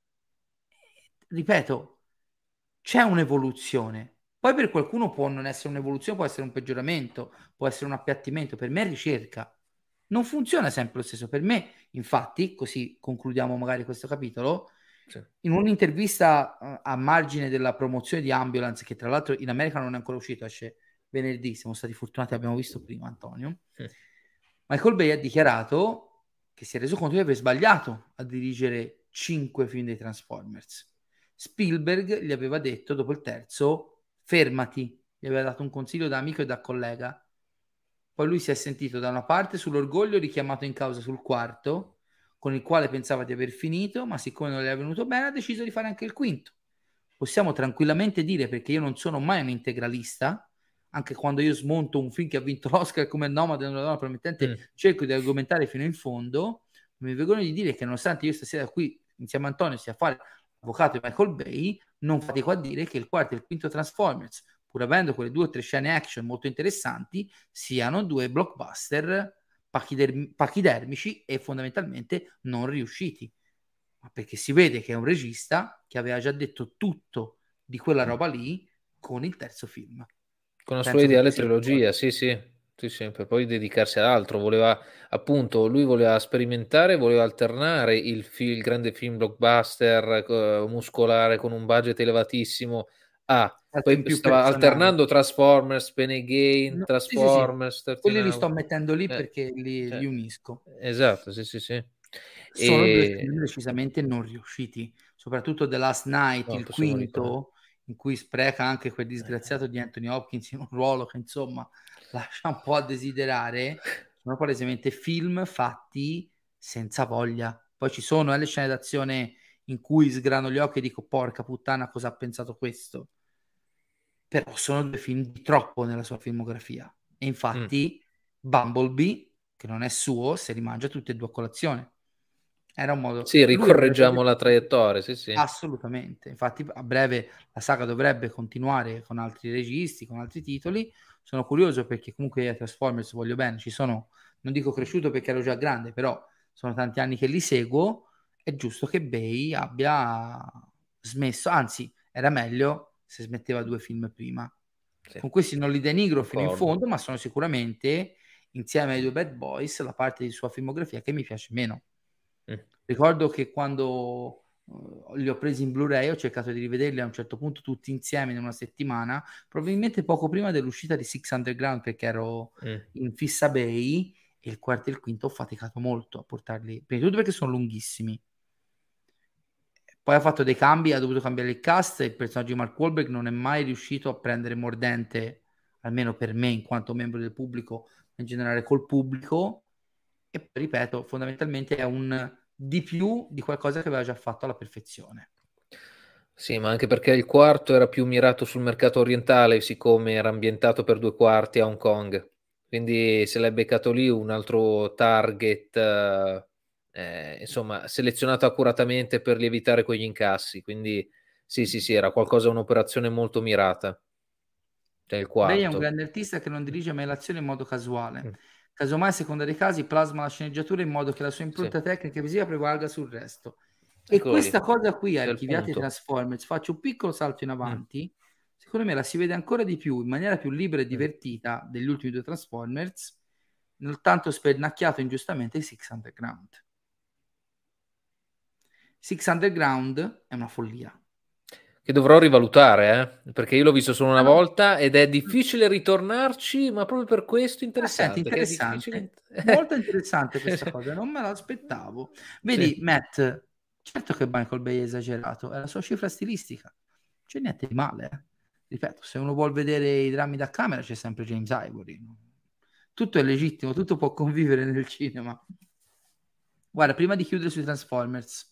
C: Ripeto, c'è un'evoluzione. Poi per qualcuno può non essere un'evoluzione, può essere un peggioramento, può essere un appiattimento. Per me è ricerca. Non funziona sempre lo stesso. Per me, infatti, così concludiamo magari questo capitolo, in un'intervista a margine della promozione di Ambulance, che tra l'altro in America non è ancora uscito, esce venerdì, siamo stati fortunati, abbiamo visto prima, Antonio. Michael Bay ha dichiarato che si è reso conto di aver sbagliato a dirigere 5 film dei Transformers. Spielberg gli aveva detto dopo il terzo fermati, gli aveva dato un consiglio da amico e da collega. Poi lui si è sentito da una parte sull'orgoglio richiamato in causa sul quarto, con il quale pensava di aver finito, ma siccome non gli è venuto bene ha deciso di fare anche il quinto. Possiamo tranquillamente dire, perché io non sono mai un integralista, anche quando io smonto un film che ha vinto l'Oscar come Nomade una donna promettente, cerco di argomentare fino in fondo. Mi vengono di dire che nonostante io stasera qui insieme a Antonio sia a fare l'avvocato di Michael Bay, non fatico a dire che il quarto e il quinto Transformers, pur avendo quelle 2 o 3 scene action molto interessanti, siano 2 blockbuster pachidermici e fondamentalmente non riusciti. Ma perché si vede che è un regista che aveva già detto tutto di quella roba lì con il terzo film.
D: Con la sua ideale trilogia, sì, per poi dedicarsi ad altro. Lui voleva sperimentare, voleva alternare il grande film blockbuster muscolare con un budget elevatissimo poi stava alternando Transformers, Pain Again, Transformers,
C: sì. Quelli li sto mettendo lì perché li unisco.
D: Esatto, sì.
C: Sono 2 film decisamente non riusciti, soprattutto The Last Night, il quinto, in cui spreca anche quel disgraziato di Anthony Hopkins in un ruolo che insomma lascia un po' a desiderare. Sono palesemente film fatti senza voglia. Poi ci sono le scene d'azione in cui sgrano gli occhi e dico porca puttana, cosa ha pensato questo? Però sono 2 film di troppo nella sua filmografia. E infatti Bumblebee, che non è suo, se li mangia tutti e 2 a colazione. Era un modo...
D: Sì, ricorreggiamo la traiettoria, sì.
C: Assolutamente. Infatti a breve la saga dovrebbe continuare con altri registi, con altri titoli. Sono curioso perché comunque a Transformers voglio bene. Ci sono, non dico cresciuto perché ero già grande, però sono tanti anni che li seguo. È giusto che Bay abbia smesso, anzi era meglio se smetteva 2 film prima. Sì. Con questi non li denigro fino in fondo, ma sono sicuramente, insieme ai 2 Bad Boys, la parte di sua filmografia che mi piace meno. Ricordo che quando li ho presi in Blu-ray ho cercato di rivederli a un certo punto tutti insieme in una settimana, probabilmente poco prima dell'uscita di Six Underground, perché ero in fissa Bay, e il quarto e il quinto ho faticato molto a portarli, prima di tutto perché sono lunghissimi. Poi ha fatto dei cambi, ha dovuto cambiare il cast e il personaggio di Mark Wahlberg non è mai riuscito a prendere mordente, almeno per me in quanto membro del pubblico, in generale col pubblico. E poi, ripeto, fondamentalmente è un di più di qualcosa che aveva già fatto alla perfezione.
D: Sì, ma anche perché il quarto era più mirato sul mercato orientale, siccome era ambientato per 2 quarti a Hong Kong. Quindi se l'è beccato lì un altro target, insomma, selezionato accuratamente per lievitare quegli incassi. Quindi sì, era un'operazione molto mirata. Cioè il quarto.
C: Lei è un grande artista che non dirige mai l'azione in modo casuale. Casomai, a seconda dei casi, plasma la sceneggiatura in modo che la sua impronta tecnica e visiva prevalga sul resto. E questa cosa qui, archiviati Transformers, faccio un piccolo salto in avanti, secondo me la si vede ancora di più, in maniera più libera e divertita degli ultimi 2 Transformers, non tanto spernacchiato ingiustamente Six Underground. Six Underground è una follia.
D: Che dovrò rivalutare, perché io l'ho visto solo una volta ed è difficile ritornarci, ma proprio per questo interessante.
C: Senti, interessante. Molto interessante questa cosa, non me l'aspettavo. Vedi, Matt, certo che Michael Bay è esagerato, è la sua cifra stilistica. Non c'è niente di male. Ripeto, se uno vuol vedere i drammi da camera c'è sempre James Ivory. Tutto è legittimo, tutto può convivere nel cinema. Guarda, prima di chiudere sui Transformers,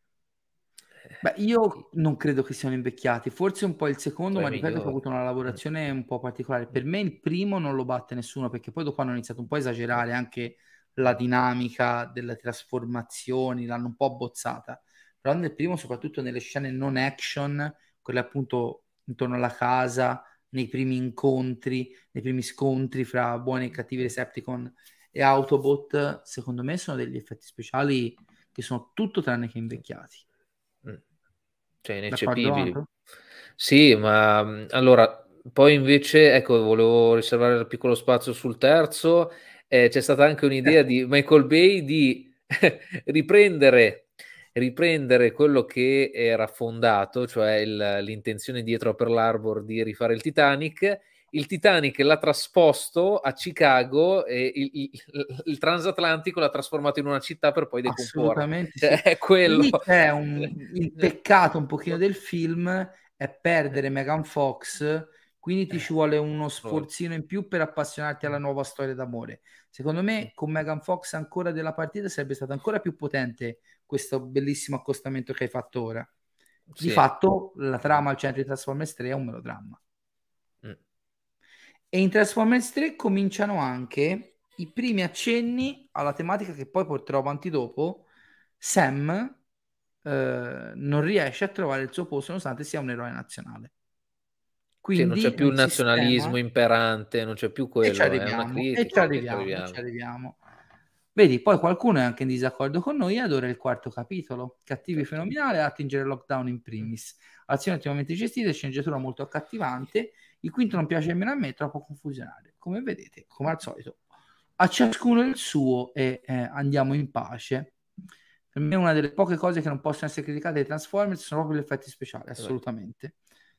C: io non credo che siano invecchiati, forse un po' il secondo, ma ripeto che ha avuto una lavorazione un po' particolare. Per me il primo non lo batte nessuno, perché poi dopo hanno iniziato un po' a esagerare anche la dinamica delle trasformazioni, l'hanno un po' bozzata. Però nel primo, soprattutto nelle scene non action, quelle appunto intorno alla casa, nei primi incontri, nei primi scontri fra buoni e cattivi Decepticon e Autobot, secondo me sono degli effetti speciali che sono tutto tranne che invecchiati.
D: Cioè ineccepibili. Sì, ma allora poi invece volevo riservare il piccolo spazio sul terzo. C'è stata anche un'idea di Michael Bay di riprendere quello che era fondato, cioè l'intenzione dietro a Pearl Harbor di rifare il Titanic. Il Titanic l'ha trasposto a Chicago e il transatlantico l'ha trasformato in una città per poi decomporre.
C: Assolutamente sì.
D: È quello.
C: Lì c'è il peccato un pochino del film è perdere Megan Fox, quindi ti ci vuole uno sforzino in più per appassionarti alla nuova storia d'amore. Secondo me con Megan Fox ancora della partita sarebbe stato ancora più potente questo bellissimo accostamento che hai fatto ora. Di fatto la trama al centro di Transformers 3 è un melodramma. E in Transformers 3 cominciano anche i primi accenni alla tematica che poi porterò avanti dopo. Sam non riesce a trovare il suo posto nonostante sia un eroe nazionale.
D: Sì, non c'è
C: Quindi
D: più
C: nel
D: il nazionalismo
C: sistema...
D: imperante, non c'è più
C: E ci
D: quello, è una
C: arriviamo, e ci
D: critica, e ci
C: arriviamo, e ci
D: arriviamo.
C: arriviamo. Vedi, poi qualcuno è anche in disaccordo con noi e adora il quarto capitolo. Cattivi
D: Certo.
C: fenomenale, attingere lockdown in primis. Azione ottimamente gestita, sceneggiatura molto accattivante. Il quinto non piace nemmeno a me, è troppo confusionario. Come vedete, come al solito, a ciascuno il suo e andiamo in pace. Per me una delle poche cose che non possono essere criticate dei Transformers sono proprio gli effetti speciali, assolutamente.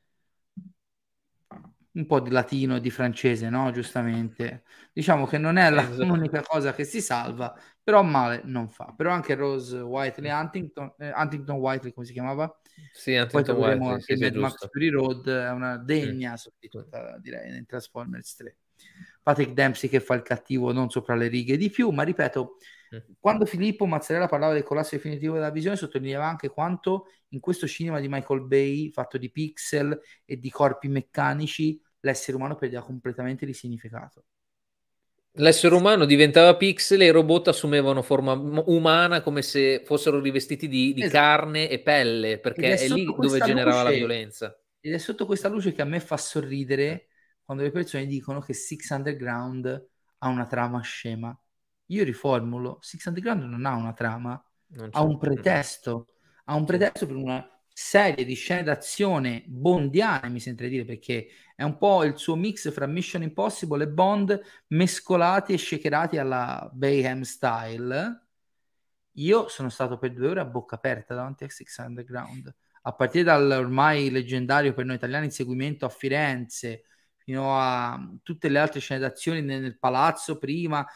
C: Un po' di latino e di francese, no? Giustamente. Diciamo che non è l'unica cosa che si salva, però male non fa. Però anche Rose Whiteley Huntington Whiteley, come si chiamava?
D: Sì,
C: E poi
D: Huntington
C: troveremo
D: Whiteley,
C: anche
D: sì, sì,
C: Mad Max
D: giusto.
C: Fury Road, è una degna sostituta, direi, nel Transformers 3. Patrick Dempsey che fa il cattivo non sopra le righe di più, ma ripeto, quando Filippo Mazzarella parlava del collasso definitivo della visione, sottolineava anche quanto in questo cinema di Michael Bay, fatto di pixel e di corpi meccanici, l'essere umano perdeva completamente di significato.
D: L'essere umano diventava pixel e i robot assumevano forma umana come se fossero rivestiti di
C: Esatto.
D: carne e pelle, perché è lì dove generava la violenza.
C: Ed è sotto questa luce che a me fa sorridere quando le persone dicono che Six Underground ha una trama scema. Io riformulo, Six Underground non ha una trama, ha un pretesto. Ha un pretesto per una serie di scene d'azione bondiane, mi sentirei dire, perché è un po' il suo mix fra Mission Impossible e Bond mescolati e shakerati alla Bayhem style. Io sono stato per 2 ore a bocca aperta davanti a Six Underground, a partire dal ormai leggendario per noi italiani inseguimento a Firenze, fino a tutte le altre scene d'azione nel palazzo prima,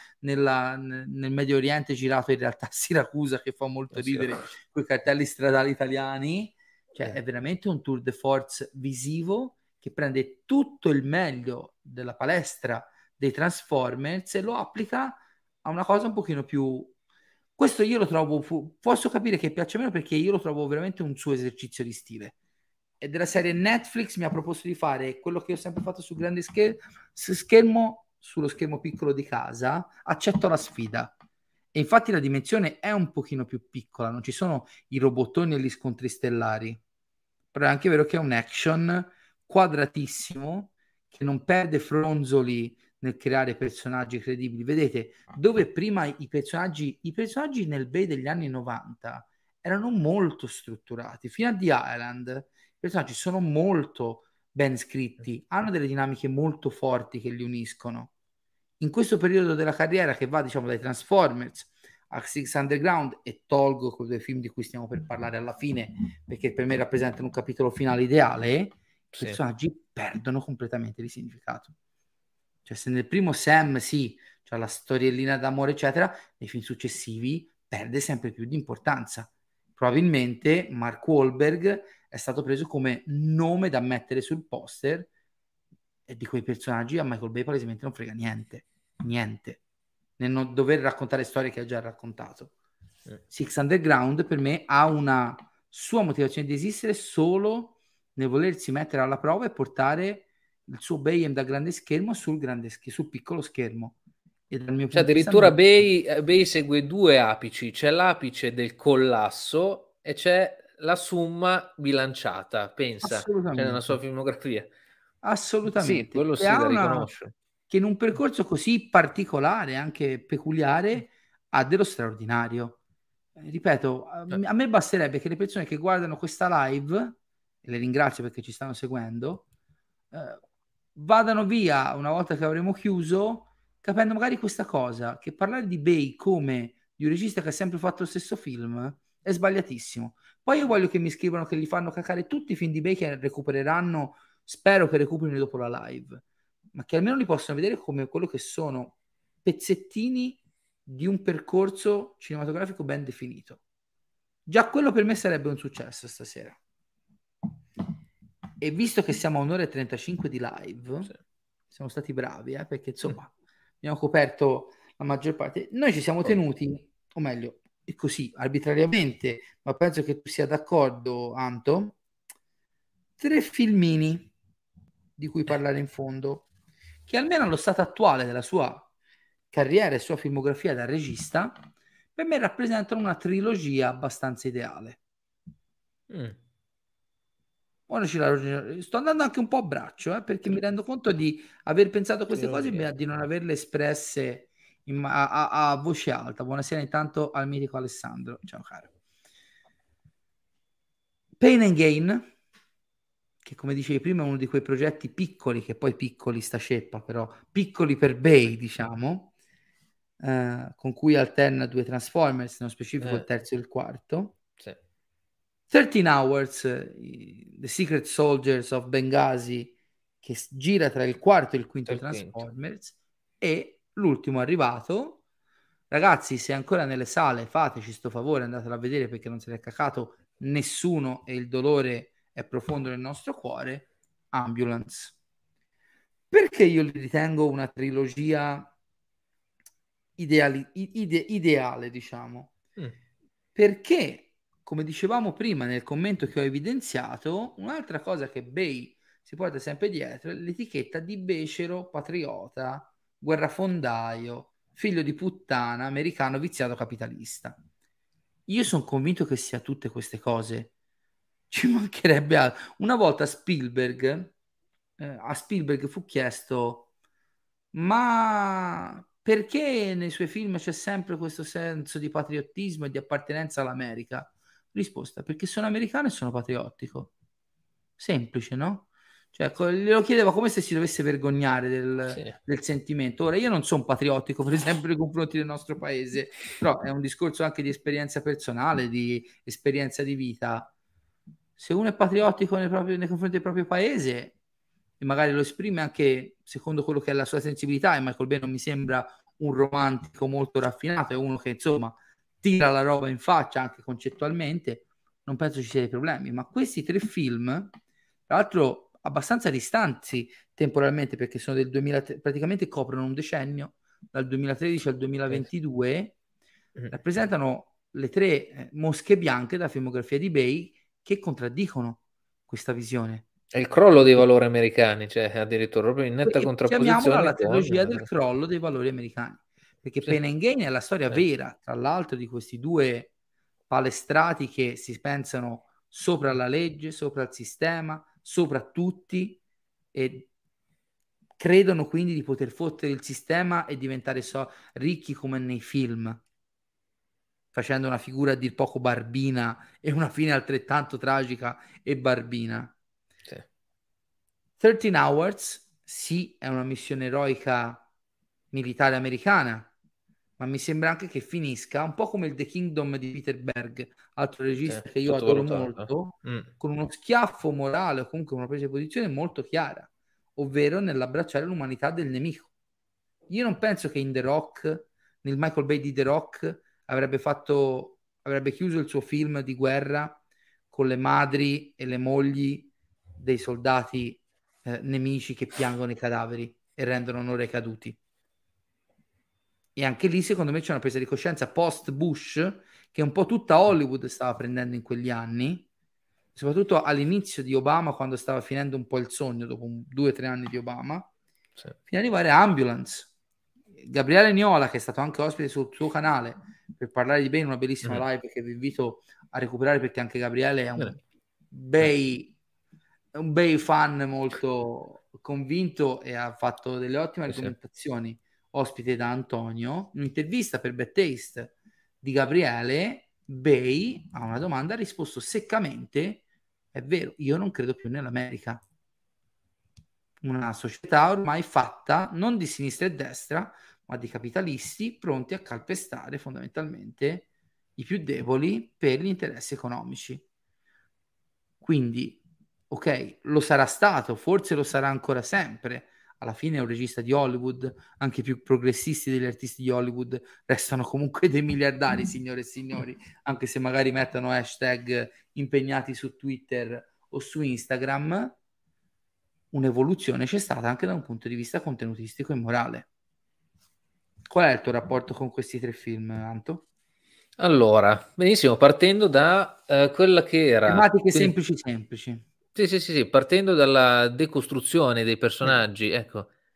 C: nel Medio Oriente girato in realtà a Siracusa, che fa molto ridere, quei cartelli stradali italiani. Cioè è veramente un tour de force visivo che prende tutto il meglio della palestra dei Transformers e lo applica a una cosa un pochino più... Questo io lo trovo, posso capire che piace meno perché io lo trovo veramente un suo esercizio di stile. E della serie Netflix mi ha proposto di fare quello che ho sempre fatto sul grande schermo, sullo schermo piccolo di casa, accetto la sfida. E infatti la dimensione è un pochino più piccola, non ci sono i robottoni e gli scontri stellari. Però è anche vero che è un action quadratissimo che non perde fronzoli nel creare personaggi credibili. Vedete, dove prima i personaggi nel Bay degli anni 90 erano molto strutturati, fino a The Island, i personaggi sono molto ben scritti, hanno delle dinamiche molto forti che li uniscono. In questo periodo della carriera che va, diciamo, dai Transformers a Six Underground, e tolgo quei 2 film di cui stiamo per parlare alla fine, perché per me rappresentano un capitolo finale ideale, i personaggi perdono completamente di significato. Cioè se nel primo Sam sì, c'è la storiellina d'amore eccetera, nei film successivi perde sempre più di importanza. Probabilmente Mark Wahlberg è stato preso come nome da mettere sul poster e di quei personaggi a Michael Bay palesemente non frega niente, nel non dover raccontare storie che ha già raccontato. Six Underground per me ha una sua motivazione di esistere solo nel volersi mettere alla prova e portare il suo Bayhem da grande schermo sul piccolo schermo. E dal mio
D: Cioè,
C: punto di vista
D: addirittura Bay segue 2 apici, c'è l'apice del collasso e c'è la summa bilanciata, pensa, cioè nella sua filmografia. Sì,
C: Assolutamente.
D: quello
C: E
D: sì,
C: ha
D: da riconoscere.
C: che in un percorso così particolare, anche peculiare, ha dello straordinario. Ripeto, a me basterebbe che le persone che guardano questa live, e le ringrazio perché ci stanno seguendo, vadano via una volta che avremo chiuso, capendo magari questa cosa, che parlare di Bay come di un regista che ha sempre fatto lo stesso film è sbagliatissimo. Poi io voglio che mi scrivano che li fanno cacare tutti i film di Bay che recupereranno, spero che recuperino dopo la live, ma che almeno li possano vedere come quello che sono pezzettini di un percorso cinematografico ben definito. Già quello per me sarebbe un successo stasera. E visto che siamo a 1 ora e 35 di live, siamo stati bravi, perché insomma abbiamo coperto la maggior parte. Noi ci siamo tenuti, o meglio, così arbitrariamente, ma penso che tu sia d'accordo, Anto, 3 filmini di cui parlare in fondo. che almeno allo stato attuale della sua carriera e sua filmografia da regista, per me rappresentano una trilogia abbastanza ideale. Ora sto andando anche un po' a braccio, perché mi rendo conto di aver pensato queste cose e di non averle espresse a voce alta. Buonasera intanto al mitico Alessandro. Ciao caro. Pain and Gain, che come dicevi prima è uno di quei progetti piccoli, che poi piccoli sta ceppa, però piccoli per Bay, diciamo, con cui alterna 2 Transformers, nello specifico il terzo e il quarto.
D: Sì.
C: 13 Hours, The Secret Soldiers of Benghazi, che gira tra il quarto e il quinto Transformers, e l'ultimo arrivato. Ragazzi, se ancora nelle sale, fateci sto favore, andatelo a vedere perché non se l'è cacato nessuno e il dolore è profondo nel nostro cuore. Ambulance. Perché io li ritengo una trilogia ideale, diciamo? Perché, come dicevamo prima nel commento che ho evidenziato, un'altra cosa che Bay si porta sempre dietro è l'etichetta di becero, patriota, guerrafondaio, figlio di puttana, americano viziato capitalista. Io sono convinto che sia tutte queste cose. Ci mancherebbe altro. Una volta a Spielberg fu chiesto: ma perché nei suoi film c'è sempre questo senso di patriottismo e di appartenenza all'America? Risposta: perché sono americano e sono patriottico. Semplice, no? Cioè, glielo chiedeva come se si dovesse vergognare del sentimento. Ora, io non sono patriottico, per esempio, nei confronti del nostro paese, però è un discorso anche di esperienza personale, di esperienza di vita. Se uno è patriottico nei confronti del proprio paese e magari lo esprime anche secondo quello che è la sua sensibilità, e Michael Bay non mi sembra un romantico molto raffinato, è uno che insomma tira la roba in faccia anche concettualmente, non penso ci siano dei problemi. Ma questi 3 film, tra l'altro abbastanza distanti temporalmente, perché sono del 2000, praticamente coprono un decennio, dal 2013 al 2022, rappresentano le 3 mosche bianche della filmografia di Bay che contraddicono questa visione.
D: È il crollo dei valori americani, cioè addirittura proprio in netta contrapposizione.
C: Chiamiamola la trilogia del crollo dei valori americani, perché Pain and Gain è la storia vera, tra l'altro, di questi 2 palestrati che si pensano sopra la legge, sopra il sistema, sopra tutti, e credono quindi di poter fottere il sistema e diventare ricchi come nei film, facendo una figura a dir poco barbina e una fine altrettanto tragica e barbina. 13 Hours, sì, è una missione eroica militare americana, ma mi sembra anche che finisca un po' come il The Kingdom di Peter Berg, altro regista che io adoro molto, con uno schiaffo morale o comunque una presa di posizione molto chiara, ovvero nell'abbracciare l'umanità del nemico. Io non penso che in The Rock, nel Michael Bay di The Rock, avrebbe chiuso il suo film di guerra con le madri e le mogli dei soldati nemici che piangono i cadaveri e rendono onore ai caduti. E anche lì secondo me c'è una presa di coscienza post Bush che un po' tutta Hollywood stava prendendo in quegli anni, soprattutto all'inizio di Obama, quando stava finendo un po' il sogno dopo 2 o 3 anni di Obama, fino ad arrivare a Ambulance. Gabriele Niola, che è stato anche ospite sul suo canale per parlare di Bay in una bellissima live che vi invito a recuperare, perché anche Gabriele è un Bay fan molto convinto e ha fatto delle ottime argomentazioni, ospite da Antonio. Un'intervista per Bad Taste di Gabriele, Bay a una domanda ha risposto seccamente: è vero, io non credo più nell'America, una società ormai fatta non di sinistra e destra, ma di capitalisti pronti a calpestare fondamentalmente i più deboli per gli interessi economici. Quindi, ok, lo sarà stato, forse lo sarà ancora sempre. Alla fine è un regista di Hollywood, anche i più progressisti degli artisti di Hollywood restano comunque dei miliardari, signore e signori, anche se magari mettono hashtag impegnati su Twitter o su Instagram. Un'evoluzione c'è stata anche da un punto di vista contenutistico e morale. Qual è il tuo rapporto con questi 3 film, Anto?
D: Allora, benissimo, partendo da quella che era...
C: Tematiche semplici.
D: Sì, partendo dalla decostruzione dei personaggi, ecco.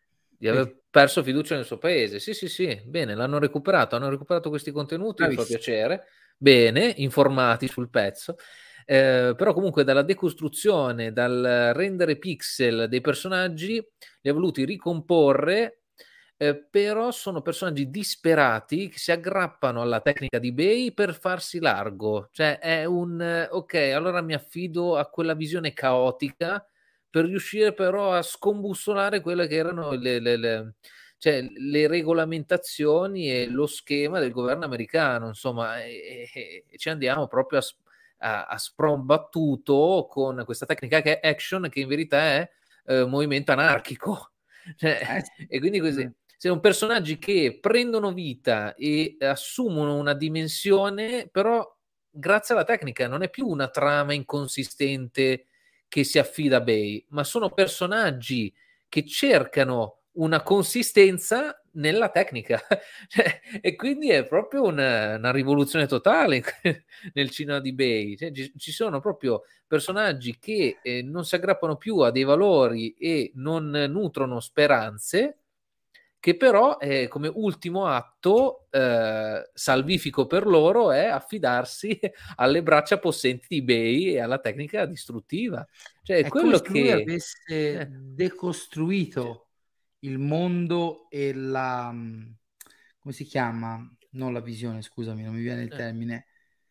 D: di aver perso fiducia nel suo paese. Sì, bene, hanno recuperato questi contenuti, mi fa piacere, bene, informati sul pezzo. Però comunque dalla decostruzione, dal rendere pixel dei personaggi, li ha voluti ricomporre, però sono personaggi disperati che si aggrappano alla tecnica di Bay per farsi largo. Cioè è un ok, allora mi affido a quella visione caotica per riuscire però a scombussolare quelle che erano cioè, le regolamentazioni e lo schema del governo americano, insomma, e ci andiamo proprio a sprombattuto con questa tecnica che è action, che in verità è movimento anarchico. Cioè, e quindi così sono personaggi che prendono vita e assumono una dimensione, però grazie alla tecnica non è più una trama inconsistente che si affida a Bay, ma sono personaggi che cercano una consistenza nella tecnica. E quindi è proprio una rivoluzione totale nel cinema di Bay. Cioè, ci sono proprio personaggi che non si aggrappano più a dei valori e non nutrono speranze, che però come ultimo atto salvifico per loro è affidarsi alle braccia possenti di Bay e alla tecnica distruttiva. Cioè
C: è
D: quello
C: come se lui
D: che
C: avesse decostruito il mondo e la come si chiama? Non la visione, scusami, non mi viene il termine.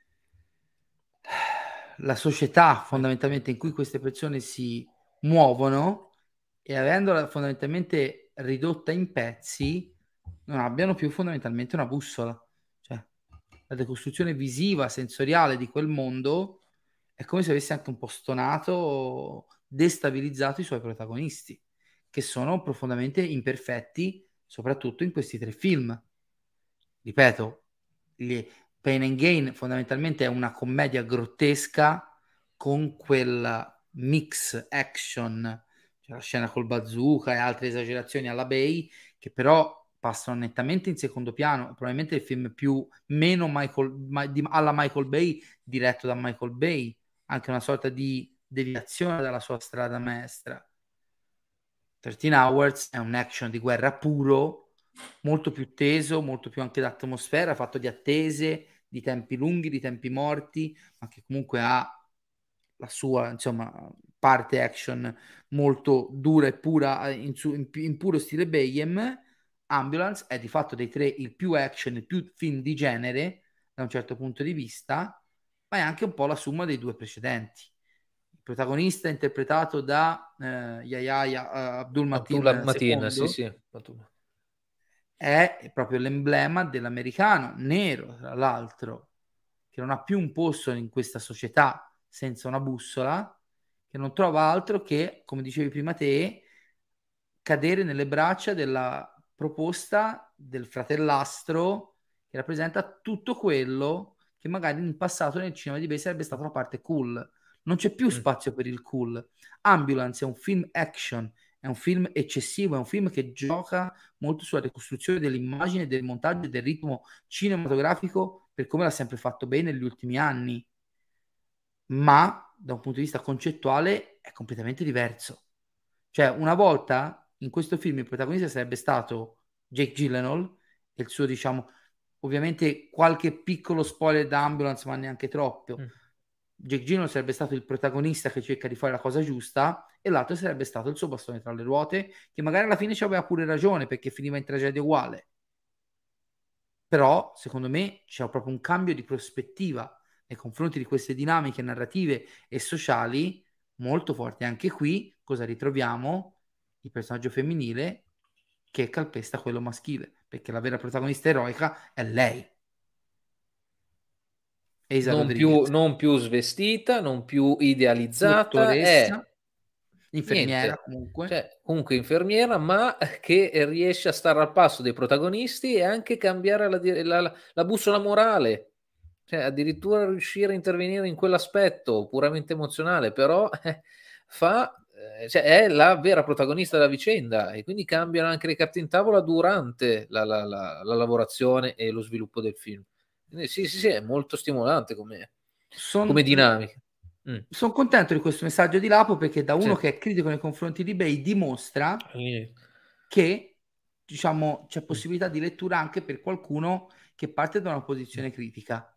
C: La società fondamentalmente in cui queste persone si muovono, e avendola fondamentalmente ridotta in pezzi non abbiano più fondamentalmente una bussola. Cioè la decostruzione visiva, sensoriale di quel mondo è come se avesse anche un po' stonato, destabilizzato i suoi protagonisti, che sono profondamente imperfetti, soprattutto in questi 3 film. Ripeto, Pain and Gain fondamentalmente è una commedia grottesca con quel mix action, cioè la scena col bazooka e altre esagerazioni alla Bay, che però passano nettamente in secondo piano. È probabilmente il film più meno alla Michael Bay, diretto da Michael Bay, anche una sorta di deviazione dalla sua strada maestra. 13 Hours è un action di guerra puro, molto più teso, molto più anche d'atmosfera, fatto di attese, di tempi lunghi, di tempi morti, ma che comunque ha la sua, insomma, parte action molto dura e pura in puro stile Bayhem. Ambulance è di fatto dei 3 il più action, il più film di genere da un certo punto di vista, ma è anche un po' la somma dei 2 precedenti. Il protagonista è interpretato da Yahya Abdul Mateen
D: Mateen,
C: II,
D: sì.
C: è proprio l'emblema dell'americano nero, tra l'altro, che non ha più un posto in questa società senza una bussola, che non trova altro che, come dicevi prima te, cadere nelle braccia della proposta del fratellastro che rappresenta tutto quello che magari in passato nel cinema di Bay sarebbe stata la parte cool. Non c'è più spazio per il cool. Ambulance è un film action, è un film eccessivo, è un film che gioca molto sulla ricostruzione dell'immagine, del montaggio e del ritmo cinematografico per come l'ha sempre fatto bene negli ultimi anni, ma da un punto di vista concettuale è completamente diverso. Cioè, una volta in questo film il protagonista sarebbe stato Jake Gyllenhaal e il suo, diciamo, ovviamente qualche piccolo spoiler da Ambulance, ma neanche troppo. Jake Gyllenhaal sarebbe stato il protagonista che cerca di fare la cosa giusta e l'altro sarebbe stato il suo bastone tra le ruote, che magari alla fine ci aveva pure ragione perché finiva in tragedia uguale. Però, secondo me, c'è proprio un cambio di prospettiva nei confronti di queste dinamiche narrative e sociali molto forti. Anche qui, cosa ritroviamo? Il personaggio femminile che calpesta quello maschile, perché la vera protagonista eroica è lei. Eisa Rodriguez.
D: Non più svestita, non più idealizzata,
C: Dottoressa,
D: è
C: infermiera
D: niente.
C: comunque.
D: Cioè, comunque infermiera, ma che riesce a stare al passo dei protagonisti e anche cambiare la bussola morale. Cioè, addirittura riuscire a intervenire in quell'aspetto puramente emozionale, però cioè, è la vera protagonista della vicenda e quindi cambiano anche le carte in tavola durante la lavorazione e lo sviluppo del film. Quindi sì, è molto stimolante come dinamica.
C: Sono contento di questo messaggio di Lapo perché da uno che è critico nei confronti di Bay dimostra che diciamo, c'è possibilità di lettura anche per qualcuno che parte da una posizione critica.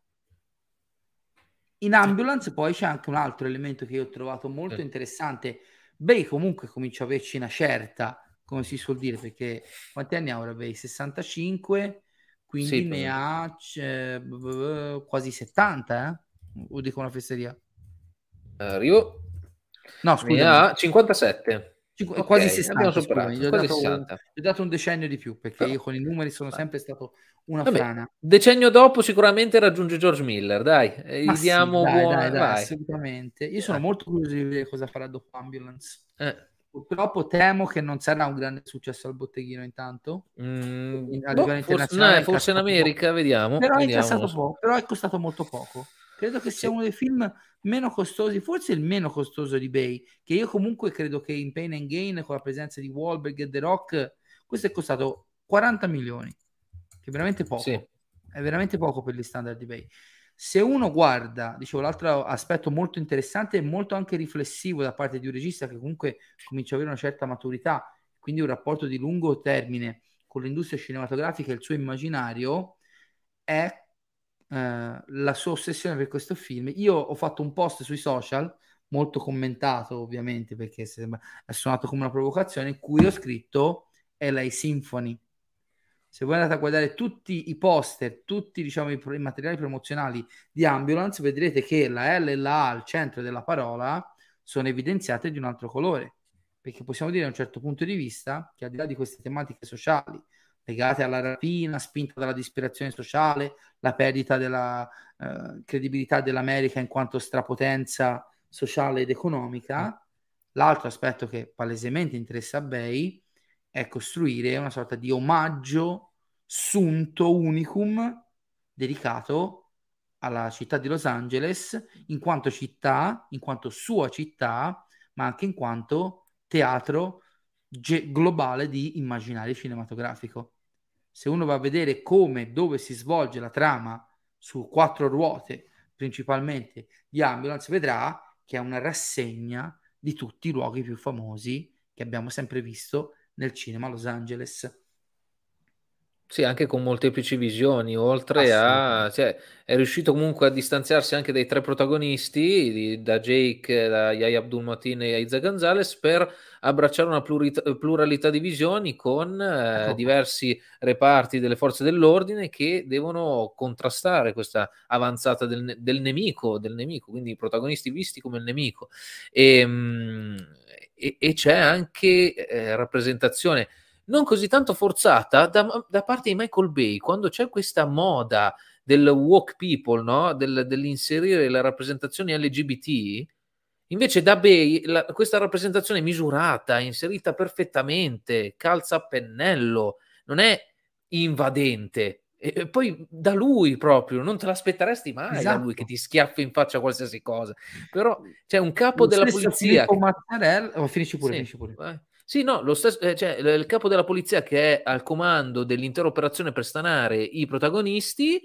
C: In Ambulance poi c'è anche un altro elemento che io ho trovato molto interessante. Bay comunque comincia a averci una certa, come si suol dire, perché quanti anni ha ora Bay? 65, quindi
D: Sì,
C: ne ha quasi 70, o dico una fesseria?
D: Arrivo.
C: No,
D: Ne
C: scusami,
D: ha 57.
C: quasi
D: Ok, abbiamo
C: 60, scusami,
D: superato, quasi
C: gli
D: 60.
C: ho dato un decennio di più, perché
D: Però,
C: io con i numeri sono sempre stato una
D: vabbè,
C: frana.
D: decennio dopo sicuramente raggiunge George Miller, dai,
C: Ma
D: gli
C: sì,
D: diamo buona...
C: dai,
D: Vai.
C: assolutamente. Io sono
D: Vai.
C: molto curioso di vedere cosa farà dopo Ambulance.
D: Eh.
C: Purtroppo temo che non sarà un grande successo al botteghino intanto. A livello
D: Forse,
C: internazionale è
D: forse in
C: incassato poco.
D: America, vediamo,
C: Però è
D: vediamo, non
C: incassato
D: so.
C: poco, però è costato molto poco. Credo che sia
D: Sì.
C: uno dei film meno costosi, forse il meno costoso di Bay, che io comunque credo che in Pain and Gain, con la presenza di Wahlberg e The Rock, questo è costato 40 milioni, che è veramente poco.
D: Sì.
C: È veramente poco per gli standard di Bay. Se uno guarda, dicevo, l'altro aspetto molto interessante e molto anche riflessivo da parte di un regista che comunque comincia ad avere una certa maturità, quindi un rapporto di lungo termine con l'industria cinematografica e il suo immaginario, è la sua ossessione per questo film. Io ho fatto un post sui social, molto commentato ovviamente, perché è suonato come una provocazione, in cui ho scritto LA Symphony. Se voi andate a guardare tutti i poster, tutti diciamo i materiali promozionali di Ambulance, vedrete che la L e la A al centro della parola sono evidenziate di un altro colore, perché possiamo dire da un certo punto di vista che al di là di queste tematiche sociali legate alla rapina, spinta dalla disperazione sociale, la perdita della credibilità dell'America in quanto strapotenza sociale ed economica, l'altro aspetto che palesemente interessa a Bay è costruire una sorta di omaggio sunto unicum dedicato alla città di Los Angeles in quanto città, in quanto sua città, ma anche in quanto teatro globale di immaginario cinematografico. Se uno va a vedere come, dove si svolge la trama su quattro ruote, principalmente di Ambulance, vedrà che è una rassegna di tutti i luoghi più famosi che abbiamo sempre visto nel cinema a Los Angeles.
D: Sì, anche con molteplici visioni, oltre a... Cioè, è riuscito comunque a distanziarsi anche dai tre protagonisti, da Jake, da Yahya Abdul-Mateen e Aiza Gonzalez, per abbracciare una pluralità di visioni con diversi reparti delle forze dell'ordine che devono contrastare questa avanzata del nemico, quindi i protagonisti visti come il nemico. E c'è anche rappresentazione non così tanto forzata da parte di Michael Bay, quando c'è questa moda del woke people, no? Dell'inserire le rappresentazioni LGBT, invece da Bay questa rappresentazione misurata, inserita perfettamente, calza a pennello, non è invadente. E poi da lui proprio, non te l'aspetteresti mai da lui che ti schiaffa in faccia qualsiasi cosa. Però c'è un capo della polizia.
C: Filippo Mattarella, finisci pure,
D: Sì,
C: finisci pure.
D: Sì, no, lo stesso, cioè, il capo della polizia che è al comando dell'intera operazione per stanare i protagonisti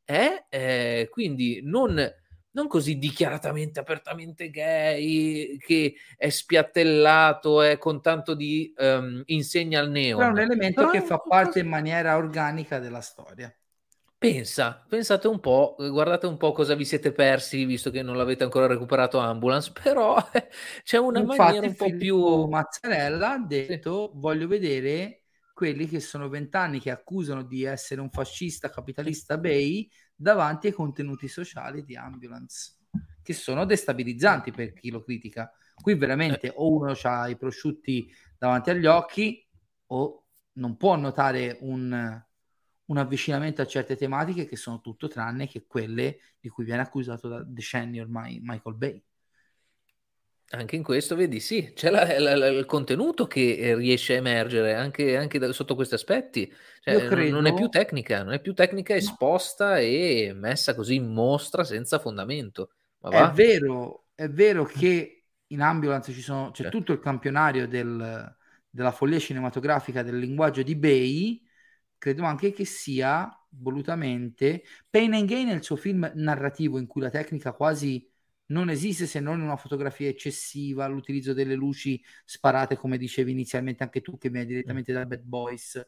D: è quindi non così dichiaratamente, apertamente gay, che è spiattellato, è con tanto di insegna al
C: Però è un
D: neon.
C: elemento
D: Però
C: che
D: è
C: fa parte in maniera organica della storia.
D: Pensate un po', guardate un po' cosa vi siete persi, visto che non l'avete ancora recuperato Ambulance, però c'è una maniera
C: Infatti
D: un po'
C: Filippo
D: più...
C: Mazzarella ha
D: Sì.
C: detto voglio vedere quelli che sono 20 anni che accusano di essere un fascista capitalista Bay davanti ai contenuti sociali di Ambulance, che sono destabilizzanti per chi lo critica. Qui veramente o uno ha i prosciutti davanti agli occhi o non può notare un avvicinamento a certe tematiche che sono tutto tranne che quelle di cui viene accusato da decenni ormai Michael Bay.
D: Anche in questo, vedi, sì, c'è il contenuto che riesce a emergere anche sotto questi aspetti.
C: Io
D: Cioè, non è più
C: credo,
D: tecnica, non è più tecnica
C: no,
D: esposta e messa così in mostra senza fondamento. Ma va?
C: è vero che in Ambulance c'è
D: Cioè,
C: tutto il campionario della follia cinematografica del linguaggio di Bay, credo anche che sia volutamente Pain and Gain è il suo film narrativo in cui la tecnica quasi non esiste se non in una fotografia eccessiva, l'utilizzo delle luci sparate come dicevi inizialmente anche tu che viene direttamente da Bad Boys,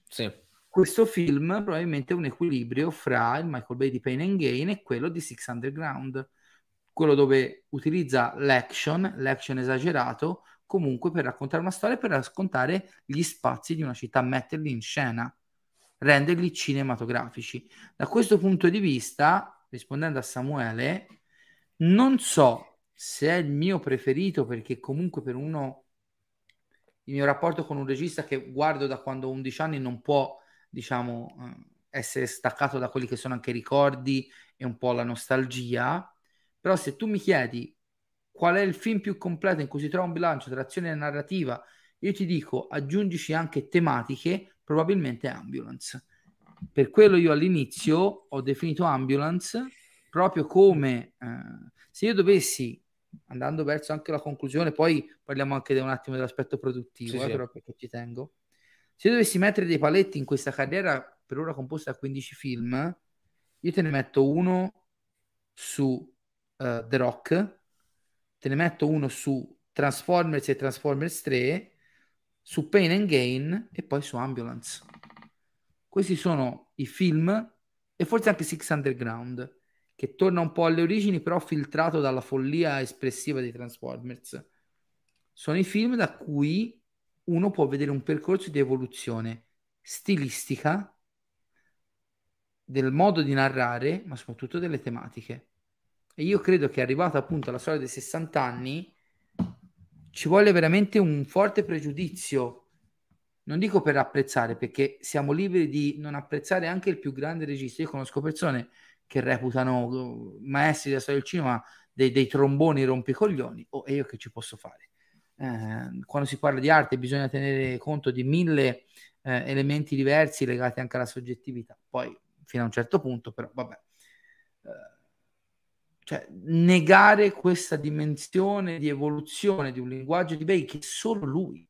D: Sì.
C: Questo film probabilmente è un equilibrio fra il Michael Bay di Pain and Gain e quello di Six Underground, quello dove utilizza l'action esagerato, comunque per raccontare una storia, per raccontare gli spazi di una città, metterli in scena, renderli cinematografici. Da questo punto di vista, rispondendo a Samuele, non so se è il mio preferito, perché comunque per uno, il mio rapporto con un regista che guardo da quando ho 11 anni non può, diciamo, essere staccato da quelli che sono anche i ricordi e un po' la nostalgia. Però se tu mi chiedi qual è il film più completo in cui si trova un bilancio tra azione e narrativa, io ti dico aggiungici anche tematiche, probabilmente Ambulance. Per quello io all'inizio ho definito Ambulance proprio come se io dovessi, andando verso anche la conclusione, poi parliamo anche un attimo dell'aspetto produttivo,
D: Sì.
C: però perché ci tengo. Se io dovessi mettere dei paletti in questa carriera per ora composta da 15 film, io te ne metto uno su The Rock, te ne metto uno su Transformers e Transformers 3, su Pain and Gain e poi su Ambulance. Questi sono i film e forse anche Six Underground, che torna un po' alle origini, però filtrato dalla follia espressiva dei Transformers. Sono i film da cui uno può vedere un percorso di evoluzione stilistica, del modo di narrare, ma soprattutto delle tematiche. E io credo che arrivato appunto alla storia dei 60 anni ci vuole veramente un forte pregiudizio. Non dico per apprezzare, perché siamo liberi di non apprezzare anche il più grande regista. Io conosco persone che reputano maestri della storia del cinema dei tromboni rompicoglioni, e io che ci posso fare? Quando si parla di arte bisogna tenere conto di mille elementi diversi legati anche alla soggettività. Poi, fino a un certo punto, però, vabbè. Cioè, negare questa dimensione di evoluzione di un linguaggio di Bay che solo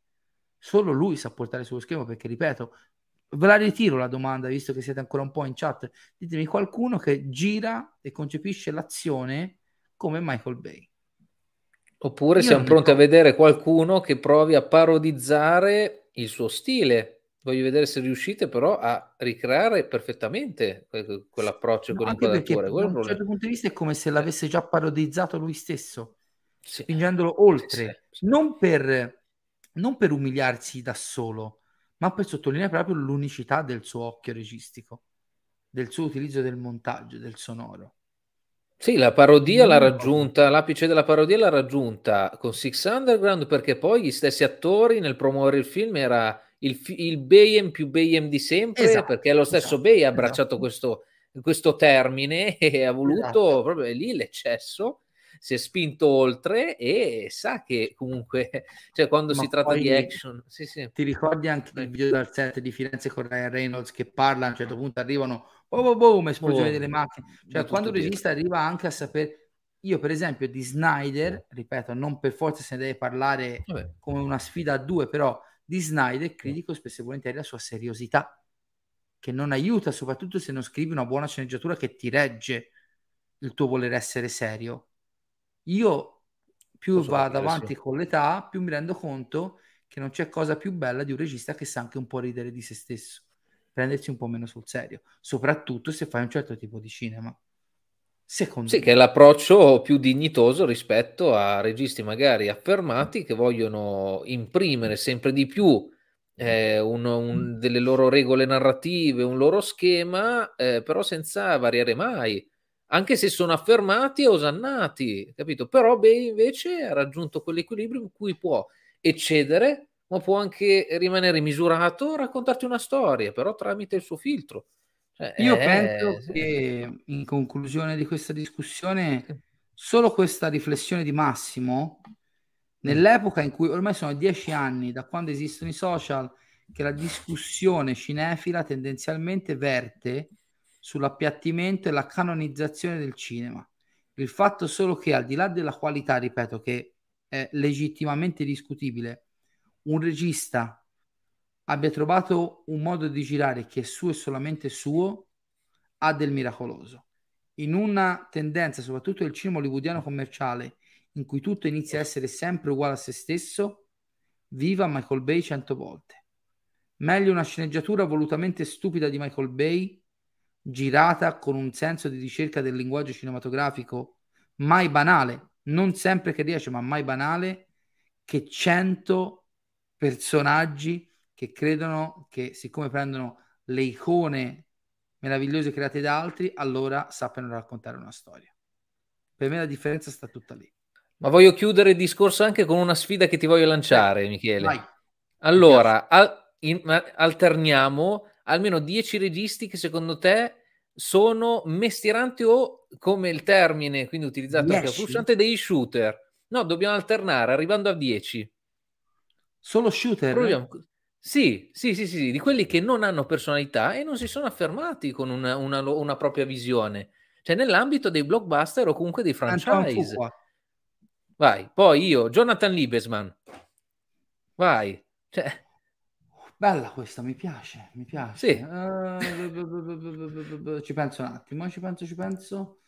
C: lui sa portare sullo schermo, perché ripeto, ve la ritiro la domanda, visto che siete ancora un po' in chat, ditemi qualcuno che gira e concepisce l'azione come Michael Bay.
D: Oppure
C: Io
D: siamo
C: non ne
D: pronti a
C: so.
D: vedere qualcuno che provi a parodizzare il suo stile. Voglio vedere se riuscite però a ricreare perfettamente quell'approccio,
C: No, anche perché
D: quell'inquadratura.
C: da
D: Quello è il
C: un certo
D: problema.
C: punto di vista è come se l'avesse già parodizzato lui stesso,
D: Sì,
C: spingendolo
D: sì, sì,
C: oltre,
D: sì.
C: non per umiliarsi da solo, ma per sottolineare proprio l'unicità del suo occhio registico, del suo utilizzo del montaggio, del sonoro.
D: Sì, la parodia
C: Non
D: l'ha
C: mi ricordo.
D: raggiunta, l'apice della parodia l'ha raggiunta con Six Underground, perché poi gli stessi attori nel promuovere il film era il Bayhem più Bayhem di sempre, perché lo stesso Bay ha abbracciato
C: Esatto,
D: questo termine e ha voluto
C: esatto.
D: proprio è lì l'eccesso, si è spinto oltre e sa che comunque, cioè quando
C: Ma
D: si tratta di
C: poi
D: action, sì, sì,
C: ti ricordi anche il
D: vai.
C: video dal set di Firenze con Ryan Reynolds che parla, a un certo punto arrivano, boom, boom, esplosione delle
D: Boom,
C: macchine.
D: di
C: Cioè, quando
D: tutto
C: un
D: dietro.
C: regista arriva anche a sapere, io per esempio di Snyder, ripeto, non per forza se ne deve parlare
D: Vabbè.
C: come una sfida a due, però di Snyder critico spesso e volentieri la sua seriosità, che non aiuta, soprattutto se non scrivi una buona sceneggiatura che ti regge il tuo voler essere serio. Io più
D: Posso
C: vado
D: capire, sì.
C: avanti con l'età, più mi rendo conto che non c'è cosa più bella di un regista che sa anche un po' ridere di se stesso, prendersi un po' meno sul serio, soprattutto se fai un certo tipo di cinema, secondo
D: Sì, che è
C: me.
D: l'approccio più dignitoso rispetto a registi magari affermati che vogliono imprimere sempre di più delle loro regole narrative, un loro schema, però senza variare mai, anche se sono affermati e osannati, capito? Però Bay invece ha raggiunto quell'equilibrio in cui può eccedere, ma può anche rimanere misurato, raccontarti una storia, però tramite il suo filtro.
C: Io penso
D: Sì,
C: che in conclusione di questa discussione,
D: sì.
C: solo questa riflessione di Massimo,
D: Mm.
C: nell'epoca in cui ormai sono 10 anni da quando esistono i social, che la discussione cinefila tendenzialmente verte sull'appiattimento e la canonizzazione del cinema. Il fatto solo che al di là della qualità, ripeto, che è legittimamente discutibile, un regista abbia trovato un modo di girare che è suo e solamente suo, ha del miracoloso. In una tendenza, soprattutto del cinema hollywoodiano commerciale, in cui tutto inizia a essere sempre uguale a se stesso, viva Michael Bay 100 volte. Meglio una sceneggiatura volutamente stupida di Michael Bay, girata con un senso di ricerca del linguaggio cinematografico, mai banale, non sempre che riesce, ma mai banale, che 100 personaggi che credono che siccome prendono le icone meravigliose create da altri, allora sappiano raccontare una storia. Per me la differenza sta tutta lì.
D: Ma voglio chiudere il discorso anche con una sfida che ti voglio lanciare, Michele.
C: Vai.
D: Allora, alterniamo almeno 10 registi che secondo te sono mestieranti o, come il termine quindi utilizzato anche a
C: 10?
D: Frusciante, dei shooter. No, dobbiamo alternare arrivando a 10.
C: Solo shooter?
D: Proviamo. Sì, di quelli che non hanno personalità e non si sono affermati con una propria visione. Cioè nell'ambito dei blockbuster o comunque dei
C: Antoine
D: franchise.
C: Fuqua.
D: Vai, poi io, Jonathan Liebesman. Vai. Cioè,
C: Bella questa, mi piace.
D: sì.
C: Ci penso un attimo, ci penso.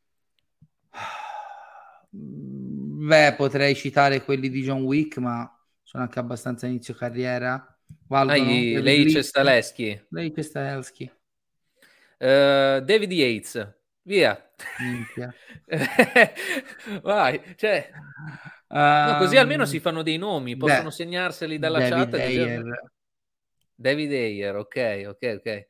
C: Beh, potrei citare quelli di John Wick, ma sono anche abbastanza inizio carriera. Valgono?
D: Leic Staleschi.
C: Leic Staleschi.
D: David Yates. Via.
C: Minchia.
D: Vai, cioè... No, così almeno si fanno dei nomi, possono segnarseli dalla
C: David
D: chat.
C: Ayer.
D: David Ayer, ok.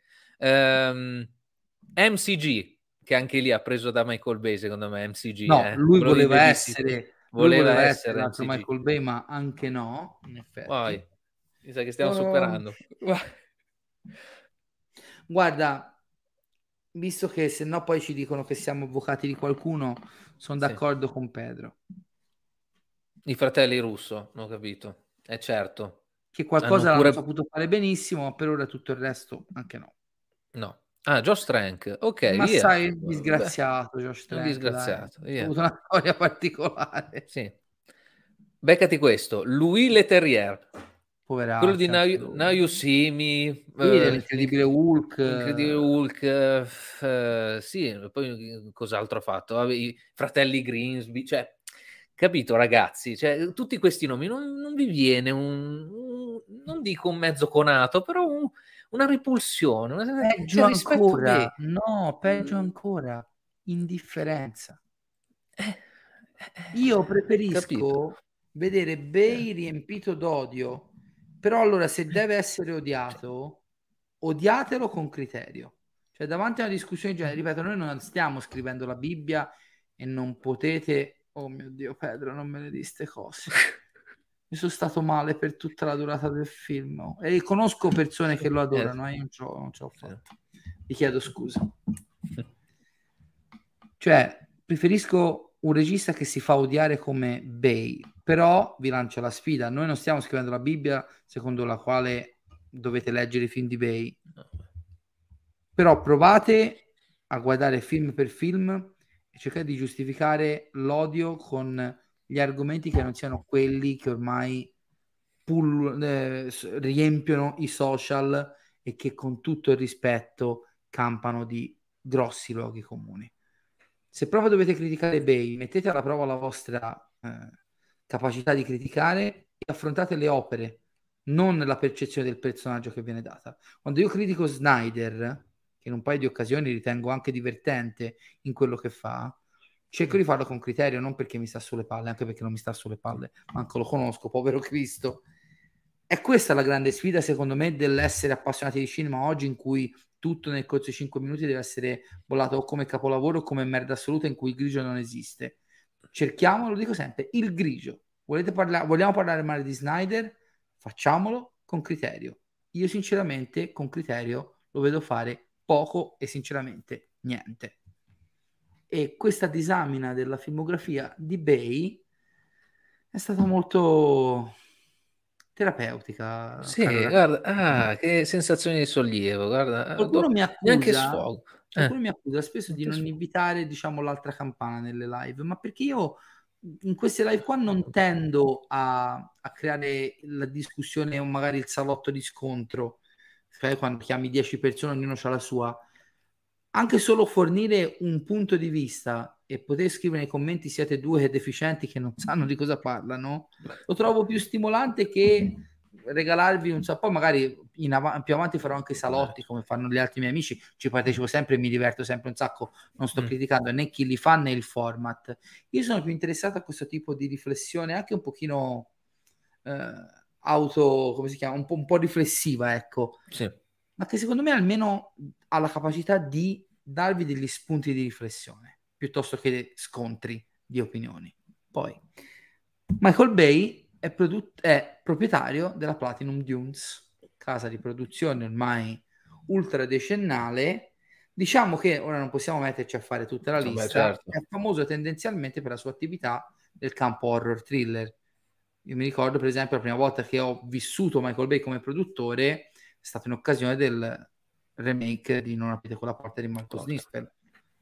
D: MCG, che anche lì ha preso da Michael Bay, secondo me, MCG.
C: No, lui
D: Quello di
C: voleva
D: Babysitter.
C: essere l'altro
D: MCG.
C: Michael Bay, ma anche no, in effetti.
D: Vai, mi sa che stiamo superando.
C: Guarda, visto che se no poi ci dicono che siamo avvocati di qualcuno, sono d'accordo con Pedro.
D: I fratelli Russo, non ho capito. Certo.
C: Che qualcosa l'hanno saputo fare benissimo, ma per ora tutto il resto anche no.
D: No. Josh Trank, ok,
C: ma
D: via.
C: sai, disgraziato Josh Trank,
D: disgraziato,
C: ha avuto una storia particolare.
D: Sì. Beccati questo, Louis Leterrier.
C: Poveraccio.
D: Quello di Now You See Me,
C: l'Incredibile Hulk.
D: Incredibile Hulk, sì, poi cos'altro ha fatto? I fratelli Greensby, cioè, capito ragazzi, cioè, tutti questi nomi non vi viene non dico un mezzo conato, però una repulsione.
C: Peggio ancora, no, peggio ancora, indifferenza. Io preferisco vedere Bay riempito d'odio, però allora se deve essere odiato, odiatelo con criterio. Cioè davanti a una discussione di genere, ripeto, noi non stiamo scrivendo la Bibbia e non potete, oh mio Dio Pedro, non me ne di ste cose. Mi sono stato male per tutta la durata del film e conosco persone che lo adorano, io non ce l'ho fatto. Vi chiedo scusa. Cioè, preferisco un regista che si fa odiare come Bay, però vi lancio la sfida. Noi non stiamo scrivendo la Bibbia secondo la quale dovete leggere i film di Bay, però provate a guardare film per film e cercate di giustificare l'odio con gli argomenti che non siano quelli che ormai riempiono i social e che con tutto il rispetto campano di grossi luoghi comuni. Se proprio dovete criticare Bay, mettete alla prova la vostra capacità di criticare e affrontate le opere, non la percezione del personaggio che viene data. Quando io critico Snyder, che in un paio di occasioni ritengo anche divertente in quello che fa, cerco di farlo con criterio, non perché mi sta sulle palle, anche perché non mi sta sulle palle, manco lo conosco, povero Cristo. È questa la grande sfida, secondo me, dell'essere appassionati di cinema oggi, in cui tutto nel corso di 5 minuti deve essere bollato o come capolavoro o come merda assoluta in cui il grigio non esiste. Cerchiamo, lo dico sempre, il grigio. Vogliamo parlare male di Snyder? Facciamolo con criterio. Io sinceramente con criterio lo vedo fare poco e sinceramente niente. E questa disamina della filmografia di Bay è stata molto terapeutica.
D: Sì, guarda, che sensazione di sollievo, guarda,
C: Qualcuno mi accusa,
D: neanche sfogo.
C: mi accusa spesso di non invitare, diciamo, l'altra campana nelle live, ma perché io in queste live qua non tendo a creare la discussione o magari il salotto di scontro, cioè quando chiami 10 persone ognuno ha la sua, anche solo fornire un punto di vista e poter scrivere nei commenti siete due deficienti che non sanno di cosa parlano, lo trovo più stimolante che regalarvi un poi magari più avanti farò anche i salotti come fanno gli altri miei amici, ci partecipo sempre e mi diverto sempre un sacco, non sto criticando né chi li fa né il format. Io sono più interessato a questo tipo di riflessione anche un pochino come si chiama, un po' riflessiva, ecco,
D: sì,
C: ma che secondo me almeno ha la capacità di darvi degli spunti di riflessione piuttosto che scontri di opinioni. Poi Michael Bay è proprietario della Platinum Dunes, casa di produzione ormai ultra decennale. Diciamo che ora non possiamo metterci a fare tutta la lista.
D: certo.
C: È famoso tendenzialmente per la sua attività nel campo horror thriller. Io mi ricordo per esempio la prima volta che ho vissuto Michael Bay come produttore è stata in occasione del remake di Non aprite quella porta di Marcus Nispel.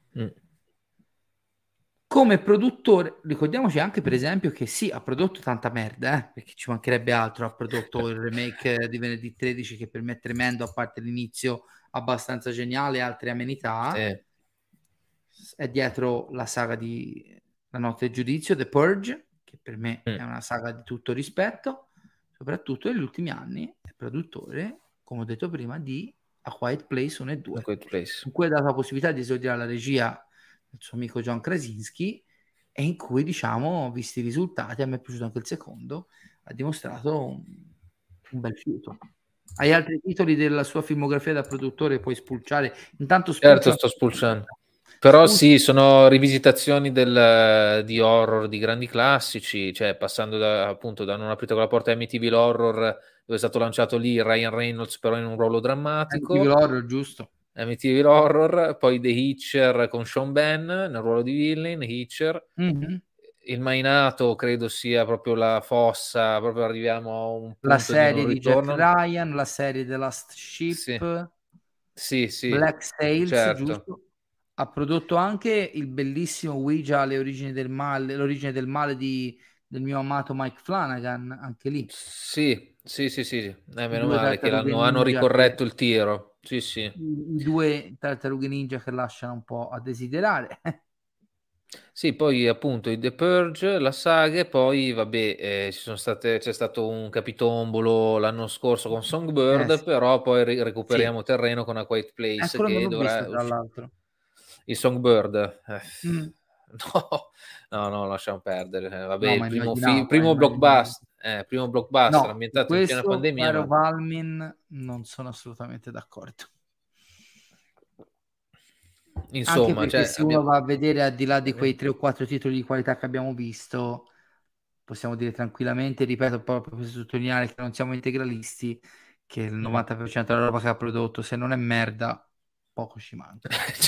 C: Come produttore, ricordiamoci anche per esempio che sì, ha prodotto tanta merda, perché ci mancherebbe altro, ha prodotto il remake di Venerdì 13 che per me è tremendo, a parte l'inizio abbastanza geniale, altre amenità. È dietro la saga di La notte del giudizio, The Purge, che per me è una saga di tutto rispetto, soprattutto negli ultimi anni è produttore, come ho detto prima, di A Quiet Place 1 e 2, in cui ha dato la possibilità di esordire la regia il suo amico John Krasinski, e in cui, diciamo, visti i risultati, a me è piaciuto anche il secondo, ha dimostrato un bel fiuto. Hai altri titoli della sua filmografia da produttore puoi spulciare? Intanto
D: certo, sto spulciando. Però sì, sono rivisitazioni di horror di grandi classici, cioè passando appunto da Non aprite quella porta Amityville Horror, dove è stato lanciato lì Ryan Reynolds però in un ruolo drammatico.
C: Amityville Horror, giusto.
D: Amityville Horror, poi The Hitcher con Sean Penn nel ruolo di villain, Hitcher. Il Mainato credo sia proprio la fossa, proprio arriviamo a un punto
C: la serie di Jack
D: ritorno.
C: Ryan, la serie The Last Ship,
D: sì,
C: Black Sails,
D: certo.
C: giusto? Ha prodotto anche il bellissimo Ouija, l'origine del male del mio amato Mike Flanagan, anche lì.
D: Sì. Meno male che hanno ricorretto il tiro. Sì.
C: I due tartarughe ninja che lasciano un po' a desiderare.
D: Sì, poi appunto i The Purge, la saga, e poi vabbè, c'è stato un capitombolo l'anno scorso con Songbird,
C: Sì.
D: però poi recuperiamo terreno con A Quiet Place che dovrà
C: visto, tra l'altro.
D: Il Songbird. No, lasciamo perdere. Vabbè, il primo blockbuster ambientato in piena pandemia.
C: Caro Valmin, non sono assolutamente d'accordo.
D: Insomma,
C: anche perché se uno va a vedere al di là di quei 3 o 4 titoli di qualità che abbiamo visto, possiamo dire tranquillamente, ripeto, proprio per sottolineare che non siamo integralisti, che il 90% della roba che ha prodotto, se non è merda, poco ci manca.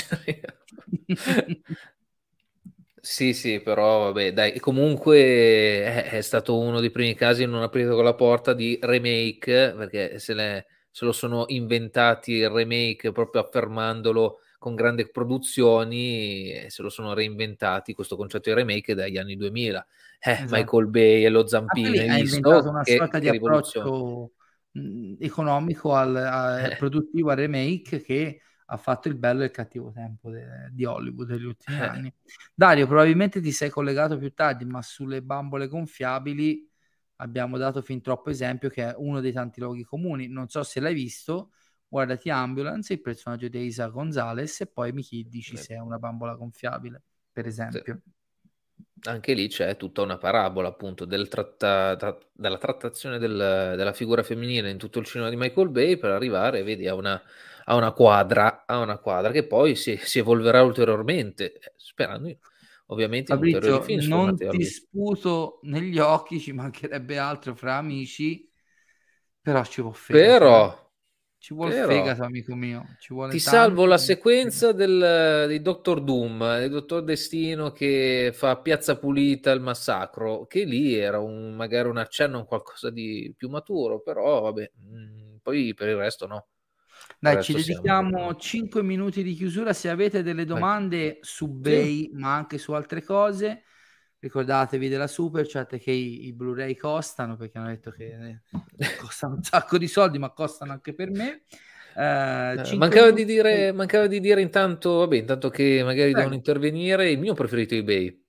D: Sì, però vabbè, dai, comunque è stato uno dei primi casi, Non aprite con la porta, di remake, perché se lo sono inventati il remake proprio affermandolo con grandi produzioni, e se lo sono reinventati questo concetto di remake dagli anni 2000. Esatto. Michael Bay e lo zampino, hai visto?
C: Inventato una sorta di approccio economico produttivo al remake che ha fatto il bello e il cattivo tempo di Hollywood negli ultimi anni. Dario, probabilmente ti sei collegato più tardi, ma sulle bambole gonfiabili abbiamo dato fin troppo esempio, che è uno dei tanti luoghi comuni. Non so se l'hai visto, guardati Ambulance, il personaggio di Isa Gonzalez, e poi mi dici se è una bambola gonfiabile, per esempio.
D: Anche lì c'è tutta una parabola appunto della trattazione della figura femminile in tutto il cinema di Michael Bay, per arrivare, vedi, a una quadra che poi si evolverà ulteriormente, sperando ovviamente in ulteriori film.
C: Non ti sputo negli occhi, ci mancherebbe altro fra amici, però ci può fegato. Ci vuole fegato, amico mio.
D: Ti salvo la sequenza di Dottor Doom, il Dottor Destino che fa Piazza Pulita, il massacro, che lì era magari un accenno a qualcosa di più maturo, però vabbè, poi per il resto no.
C: Dai, ci dedichiamo 5 minuti di chiusura. Se avete delle domande su Bay, ma anche su altre cose, ricordatevi della super chat, che i Blu-ray costano, perché hanno detto che costano un sacco di soldi, ma costano anche per me.
D: Mancava di dire intanto che magari devono intervenire, il mio preferito eBay.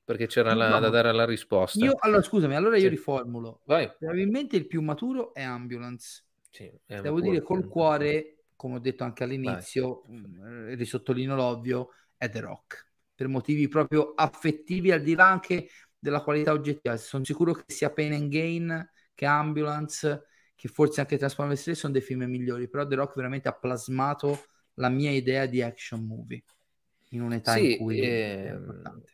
D: perché c'era
C: No,
D: da dare la risposta.
C: allora scusami, allora io
D: Sì.
C: riformulo.
D: Vai.
C: Probabilmente il più maturo è Ambulance.
D: Sì, è
C: Devo
D: maturo.
C: dire col cuore, come ho detto anche
D: Vai.
C: all'inizio, risottolineo l'ovvio, è The Rock. Per motivi proprio affettivi, al di là anche della qualità oggettiva. Sono sicuro che sia Pain and Gain che Ambulance, che forse anche Transformers 3 sono dei film migliori, però The Rock veramente ha plasmato la mia idea di action movie in un'età in
D: Sì,
C: cui era importante.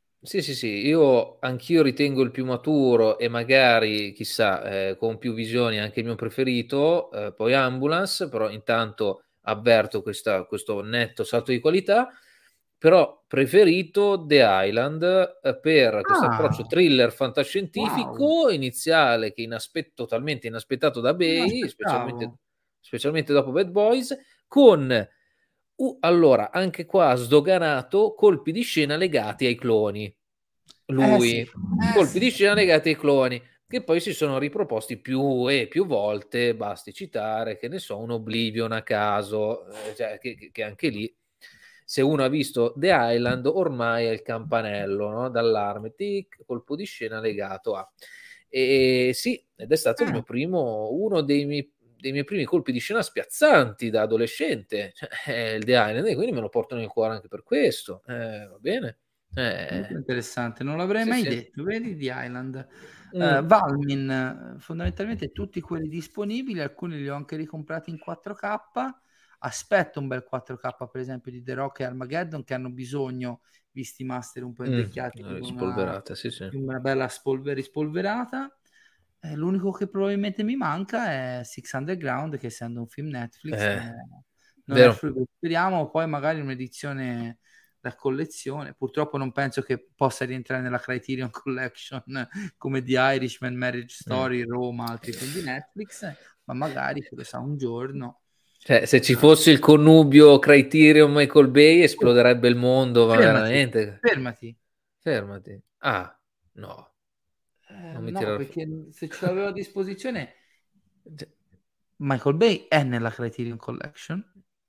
D: sì, anch'io ritengo il più maturo e magari, chissà, con più visioni anche il mio preferito, poi Ambulance, però intanto avverto questo netto salto di qualità, però preferito The Island per questo approccio thriller fantascientifico
C: Wow,
D: iniziale che totalmente inaspettato da
C: non me
D: Bay,
C: l'aspettavo.
D: specialmente dopo Bad Boys, con allora, anche qua sdoganato, colpi di scena legati ai cloni.
C: Sì,
D: Lui, colpi
C: sì.
D: di scena legati ai cloni, che poi si sono riproposti più e più volte, basti citare, che ne so, un Oblivion a caso, cioè, che anche lì, se uno ha visto The Island, ormai è il campanello, no? D'allarme, tic, colpo di scena legato a... E sì, ed è stato il mio primo, uno dei miei primi colpi di scena spiazzanti da adolescente, cioè, il The Island, e quindi me lo porto nel cuore anche per questo. Va bene.
C: Molto interessante, non l'avrei
D: Sì,
C: mai
D: sì.
C: detto. Vedi The Island.
D: Mm.
C: Valmin, fondamentalmente tutti quelli disponibili, alcuni li ho anche ricomprati in 4K. Aspetto un bel 4K, per esempio, di The Rock e Armageddon, che hanno bisogno, visti i master un po' invecchiati,
D: Spolverata, sì, sì.
C: di una bella rispolverata. L'unico che probabilmente mi manca è Six Underground, che essendo un film Netflix non è
D: Vero.
C: fruibile. Speriamo poi magari un'edizione da collezione. Purtroppo non penso che possa rientrare nella Criterion Collection come The Irishman, Marriage Story, Roma, altri film di Netflix, ma magari, chi lo sa, un giorno.
D: Cioè, se ci fosse il connubio Criterion Michael Bay, esploderebbe il mondo, ma veramente. Fermati. Ah, no. Non mi
C: No,
D: tirare
C: perché se ce l'avevo a disposizione,
D: Cioè,
C: Michael Bay è nella Criterion Collection.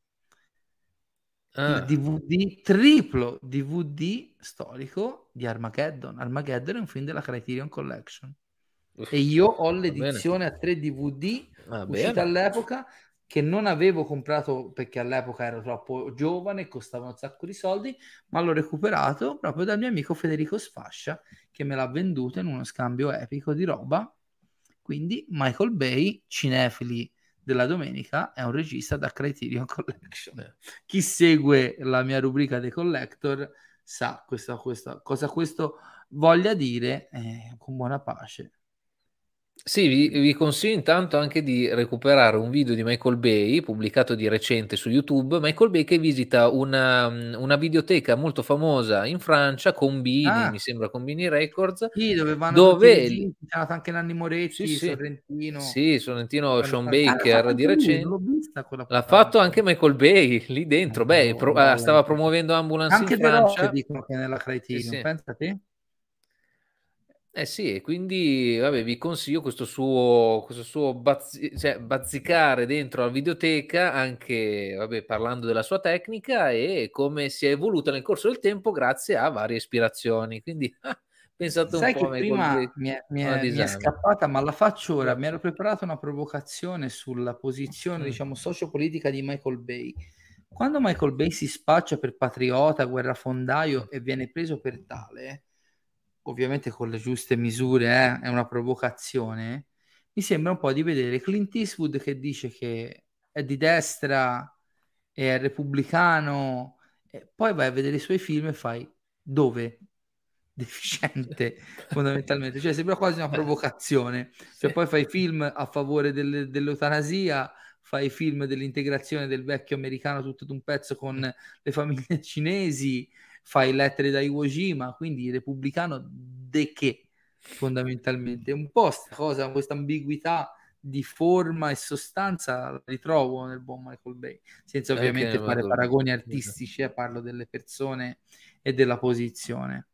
C: Il DVD, triplo DVD storico di Armageddon. Armageddon è un film della Criterion Collection. E io ho l'edizione a 3 DVD
D: Va
C: uscita
D: bene.
C: all'epoca, che non avevo comprato perché all'epoca ero troppo giovane e costava un sacco di soldi, ma l'ho recuperato proprio dal mio amico Federico Sfascia, che me l'ha venduto in uno scambio epico di roba. Quindi Michael Bay, cinefili della domenica, è un regista da Criterion Collection. Chi segue la mia rubrica dei collector sa cosa questo voglia dire, con buona pace.
D: Sì, vi consiglio intanto anche di recuperare un video di Michael Bay pubblicato di recente su YouTube. Michael Bay che visita una videoteca molto famosa in Francia, Combini, mi sembra Combini Records,
C: Sì, dove vanno tutti i
D: dove
C: registi, c'è anche Nanni
D: sì,
C: Moretti,
D: sì,
C: Sorrentino.
D: sì, Sorrentino, Sean
C: L'ha fatto
D: Baker di
C: anche lui, non
D: recente.
C: l'ho vista quella
D: L'ha
C: puntata.
D: fatto anche Michael Bay lì dentro. Beh, stava promuovendo Ambulance in
C: Anche The Rock
D: Francia.
C: dicono che è nella
D: Sì,
C: Criterion,
D: sì.
C: pensa te.
D: Eh sì, e quindi vabbè, vi consiglio questo suo bazzicare dentro la videoteca, anche vabbè, parlando della sua tecnica e come si è evoluta nel corso del tempo grazie a varie ispirazioni. Quindi pensate un
C: Sai
D: po' a
C: che
D: Michael
C: prima
D: Bay, una
C: mi è
D: disamina.
C: scappata, ma la faccio ora.
D: Vai.
C: Mi ero preparato una provocazione sulla posizione,
D: Mm.
C: diciamo, sociopolitica di Michael Bay. Quando Michael Bay si spaccia per patriota, guerrafondaio e viene preso per tale, ovviamente con le giuste misure, è una provocazione, mi sembra un po' di vedere Clint Eastwood che dice che è di destra, è repubblicano, e poi vai a vedere i suoi film e fai dove? Deficiente fondamentalmente, cioè sembra quasi una provocazione, cioè
D: Sì.
C: poi fai film a favore dell'eutanasia, fai film dell'integrazione del vecchio americano tutto d'un pezzo con le famiglie cinesi, fai lettere da Iwo Jima, quindi repubblicano de che fondamentalmente un po' questa ambiguità di forma e sostanza la ritrovo nel buon Michael Bay, senza
D: Anche
C: ovviamente
D: nel
C: fare
D: Michael Bay.
C: paragoni artistici, parlo delle persone e della posizione.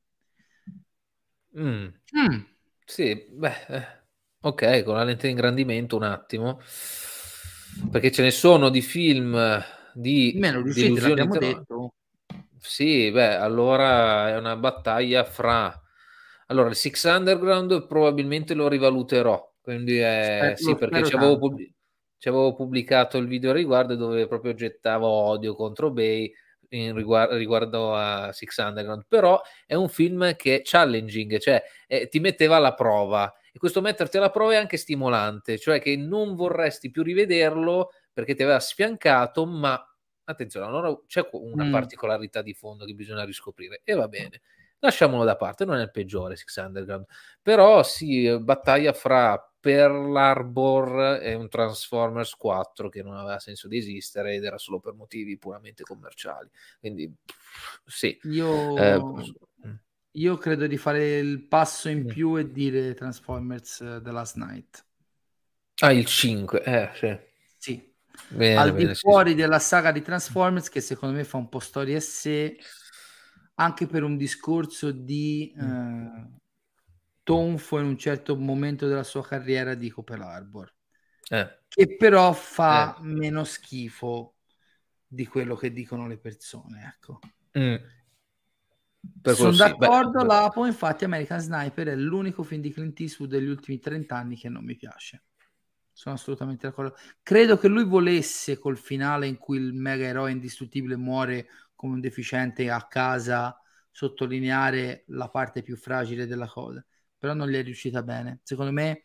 D: Mm.
C: Mm.
D: Sì, beh, ok, con la lente di ingrandimento un attimo, perché ce ne sono di film di
C: Meno riuscite,
D: delusioni.
C: l'abbiamo detto.
D: Sì, beh, allora è una battaglia fra... Allora, il Six Underground probabilmente lo rivaluterò, quindi
C: Lo
D: sì, perché
C: spero tanto.
D: ci avevo pubblicato il video a riguardo dove proprio gettavo odio contro Bay riguardo a Six Underground, però è un film che è challenging, cioè ti metteva alla prova, e questo metterti alla prova è anche stimolante, cioè che non vorresti più rivederlo perché ti aveva sfiancato, ma attenzione, allora c'è una
C: Mm.
D: particolarità di fondo che bisogna riscoprire e va bene. Lasciamolo da parte, non è il peggiore Six Underground, però sì, battaglia fra Pearl Harbor e un Transformers 4 che non aveva senso di esistere ed era solo per motivi puramente commerciali. Quindi sì. Eh,
C: Io, io credo di fare il passo in più e dire Transformers The Last Night.
D: il 5, sì.
C: Sì,
D: Bene,
C: al di
D: bene, sì, sì.
C: fuori della saga di Transformers, che secondo me fa un po' storia a sé, anche per un discorso di tonfo in un certo momento della sua carriera, dico Pearl Harbor,
D: Eh,
C: che però
D: eh.
C: fa meno schifo di quello che dicono le persone, ecco.
D: Mm. Per quello
C: Sono
D: sì. Beh,
C: d'accordo, Lapo, infatti American Sniper è l'unico film di Clint Eastwood degli ultimi 30 anni che non mi piace. Sono assolutamente d'accordo. Credo che lui volesse col finale in cui il mega eroe indistruttibile muore come un deficiente a casa sottolineare la parte più fragile della cosa, però non gli è riuscita bene. Secondo me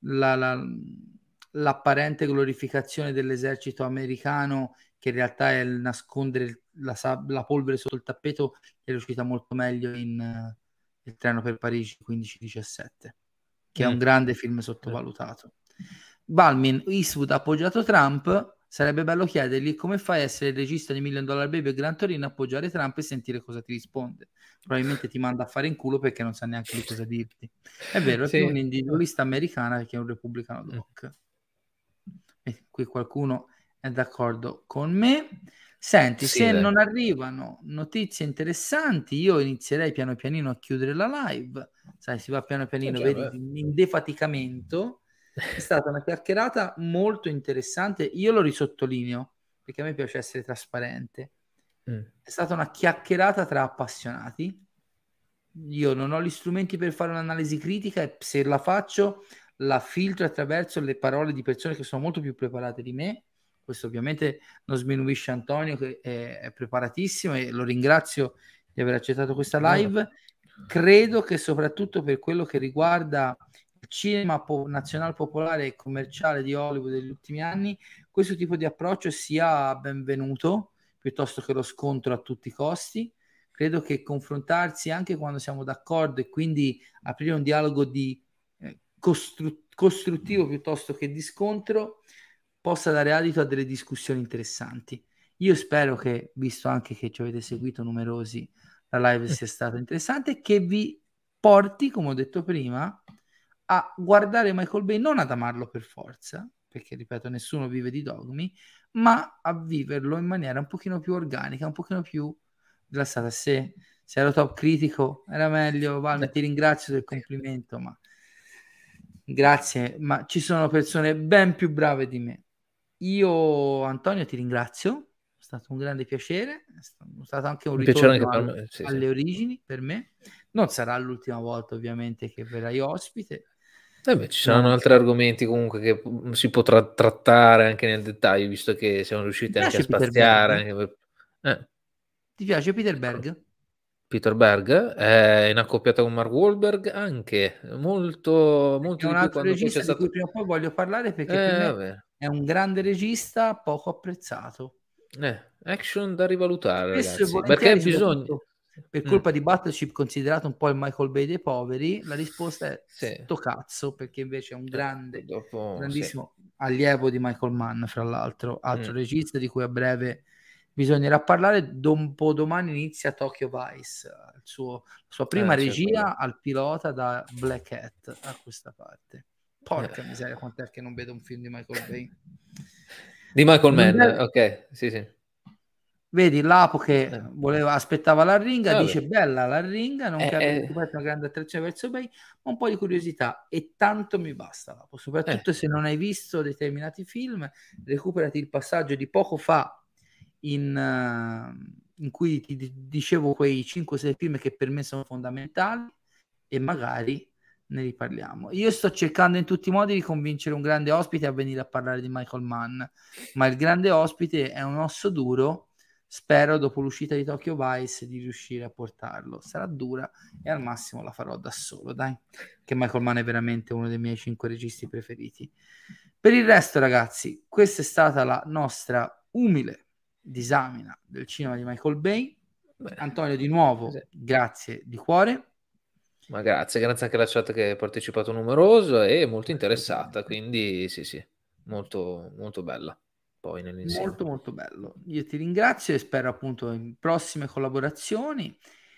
C: l'apparente glorificazione dell'esercito americano, che in realtà è il nascondere la polvere sotto il tappeto, è riuscita molto meglio in Il treno per Parigi 15-17, che è un grande film sottovalutato. Balmin, Eastwood ha appoggiato Trump, sarebbe bello chiedergli come fai a essere il regista di Million Dollar Baby e Gran Torino, appoggiare Trump e sentire cosa ti risponde. Probabilmente ti manda a fare in culo perché non sa neanche lui cosa dirti. È vero, è più
D: sì.
C: un'individualista americana che un repubblicano doc. E qui qualcuno è d'accordo con me. Senti,
D: Sì,
C: se
D: dai.
C: non arrivano notizie interessanti, io inizierei piano pianino a chiudere la live. Sai, si va piano pianino,
D: Già,
C: vedi,
D: beh.
C: in defaticamento. È stata una chiacchierata molto interessante. Io lo risottolineo perché a me piace essere trasparente.
D: Mm.
C: È stata una chiacchierata tra appassionati. Io non ho gli strumenti per fare un'analisi critica e se la faccio la filtro attraverso le parole di persone che sono molto più preparate di me. Questo ovviamente non sminuisce Antonio che è preparatissimo e lo ringrazio di aver accettato questa
D: No.
C: live. Credo che soprattutto per quello che riguarda il cinema nazionale popolare e commerciale di Hollywood degli ultimi anni, questo tipo di approccio sia benvenuto piuttosto che lo scontro a tutti i costi. Credo che confrontarsi anche quando siamo d'accordo e quindi aprire un dialogo di costruttivo piuttosto che di scontro possa dare adito a delle discussioni interessanti. Io spero che, visto anche che ci avete seguito numerosi, la live sia stata interessante e che vi porti, come ho detto prima, a guardare Michael Bay, non ad amarlo per forza, perché ripeto, nessuno vive di dogmi, ma a viverlo in maniera un pochino più organica, un pochino più rilassata. Se ero top critico era meglio, Valmi, ti ringrazio del complimento, ma grazie, ma ci sono persone ben più brave di me. Io, Antonio, ti ringrazio, è stato un grande piacere, è stato anche un
D: Un piacere anche
C: ritorno
D: per me. Sì, sì.
C: alle origini per me. Non sarà l'ultima volta, ovviamente, che verrai ospite.
D: Beh, ci saranno altri argomenti comunque che si potrà trattare anche nel dettaglio, visto che siamo
C: Ti
D: riusciti anche a
C: piace Peter
D: spaziare.
C: Berg?
D: Anche
C: Ti piace Peter
D: ecco.
C: Berg?
D: Peter Berg è in accoppiata con Mark Wahlberg anche, molto,
C: È
D: molto
C: un
D: di più
C: altro
D: quando poi c'è
C: regista di cui
D: stato...
C: prima o poi voglio parlare perché per me
D: Vabbè.
C: è un grande regista poco apprezzato.
D: Action da rivalutare,
C: Spesso e
D: ragazzi, perché
C: volentieri,
D: bisogna...
C: soprattutto per
D: Mm,
C: colpa di Battleship, considerato un po' il Michael Bay dei poveri, la risposta è
D: sì,
C: sto cazzo, perché invece è un
D: dopo sì.
C: grandissimo allievo di Michael Mann, fra l'altro, altro
D: Mm,
C: regista di cui a breve bisognerà parlare. Dopodomani inizia Tokyo Vice, la sua prima
D: c'è quello.
C: regia al pilota da Black Hat a questa parte.
D: Eh.
C: Porca miseria, quant'è che non vedo un film di Michael Bay.
D: Di Michael
C: Non
D: Mann,
C: deve-
D: ok, sì, sì.
C: Vedi, Lapo che
D: Eh,
C: aspettava la ringa,
D: vabbè.
C: dice bella la ringa, non che abbia
D: Eh,
C: scoperto una grande attrazione verso Bay, ma un po' di curiosità e tanto mi basta, Lapo.
D: eh,
C: Soprattutto se non hai visto determinati film, recuperati il passaggio di poco fa in, in cui ti dicevo quei 5-6 film che per me sono fondamentali e magari ne riparliamo. Io sto cercando in tutti i modi di convincere un grande ospite a venire a parlare di Michael Mann, ma il grande ospite è un osso duro. Spero dopo l'uscita di Tokyo Vice di riuscire a portarlo. Sarà dura e al massimo la farò da solo, dai, che Michael Mann è veramente uno dei miei 5 registi preferiti. Per il resto, ragazzi, questa è stata la nostra umile disamina del cinema di Michael Bay. Antonio, di nuovo, grazie di cuore.
D: Ma grazie anche alla chat che ha partecipato numeroso e molto interessata, quindi sì, molto, molto bella. Poi nell'insieme.
C: Molto molto bello. Io ti ringrazio e spero appunto in prossime collaborazioni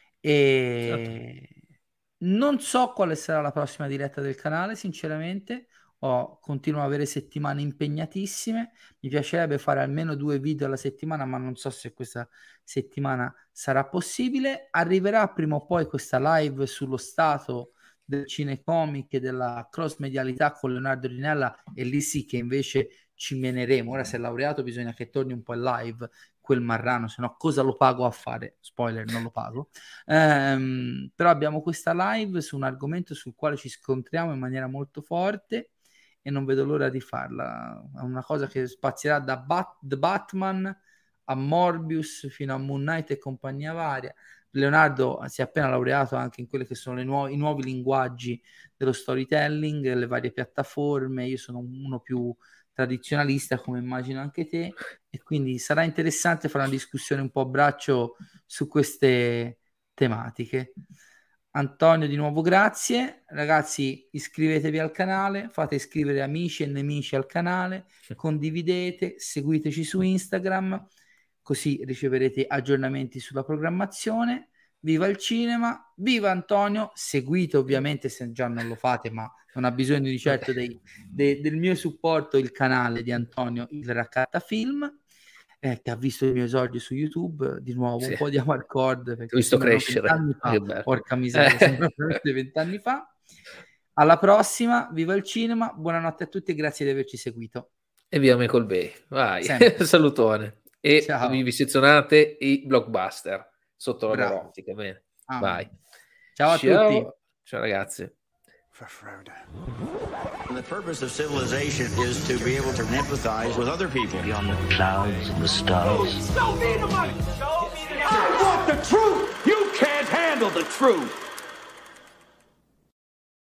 C: e non so quale sarà la prossima diretta del canale, sinceramente. Continuo ad avere settimane impegnatissime, mi piacerebbe fare almeno 2 video alla settimana, ma non so se questa settimana sarà possibile. Arriverà prima o poi questa live sullo stato del cinecomic e della cross medialità con Leonardo Rinella, e lì sì che invece ci meneremo. Ora si è laureato, bisogna che torni un po' in live quel marrano, se no cosa lo pago a fare? Spoiler, non lo pago. Però abbiamo questa live su un argomento sul quale ci scontriamo in maniera molto forte e non vedo l'ora di farla. È una cosa che spazierà da The Batman a Morbius fino a Moon Knight e compagnia varia. Leonardo si è appena laureato anche in quelle che sono i nuovi linguaggi dello storytelling, le varie piattaforme. Io sono uno più tradizionalista, come immagino anche te, e quindi sarà interessante fare una discussione un po' a braccio su queste tematiche. Antonio, di nuovo grazie. Ragazzi, iscrivetevi al canale, fate iscrivere amici e nemici al canale, condividete, seguiteci su Instagram, così riceverete aggiornamenti sulla programmazione. Viva il cinema, viva Antonio, seguite ovviamente, se già non lo fate, ma non ha bisogno di certo del mio supporto, il canale di Antonio, il Raccatta Film, che ha visto il mio esordio su YouTube, di nuovo un po' di Amarcord, perché
D: ho visto crescere,
C: porca miseria, sembra 20 anni fa. Alla prossima, viva il cinema, buonanotte a tutti e grazie di averci seguito.
D: E via Michael Bay, vai, salutone. E vi visizionate i blockbuster sotto la loro ottica, bene. Vai.
C: Ciao a tutti.
D: Ciao ragazzi.
A: The purpose of civilization is to be able to empathize with other people beyond the clouds and the stars.
B: Show me the money. I want the truth. You can't handle the truth.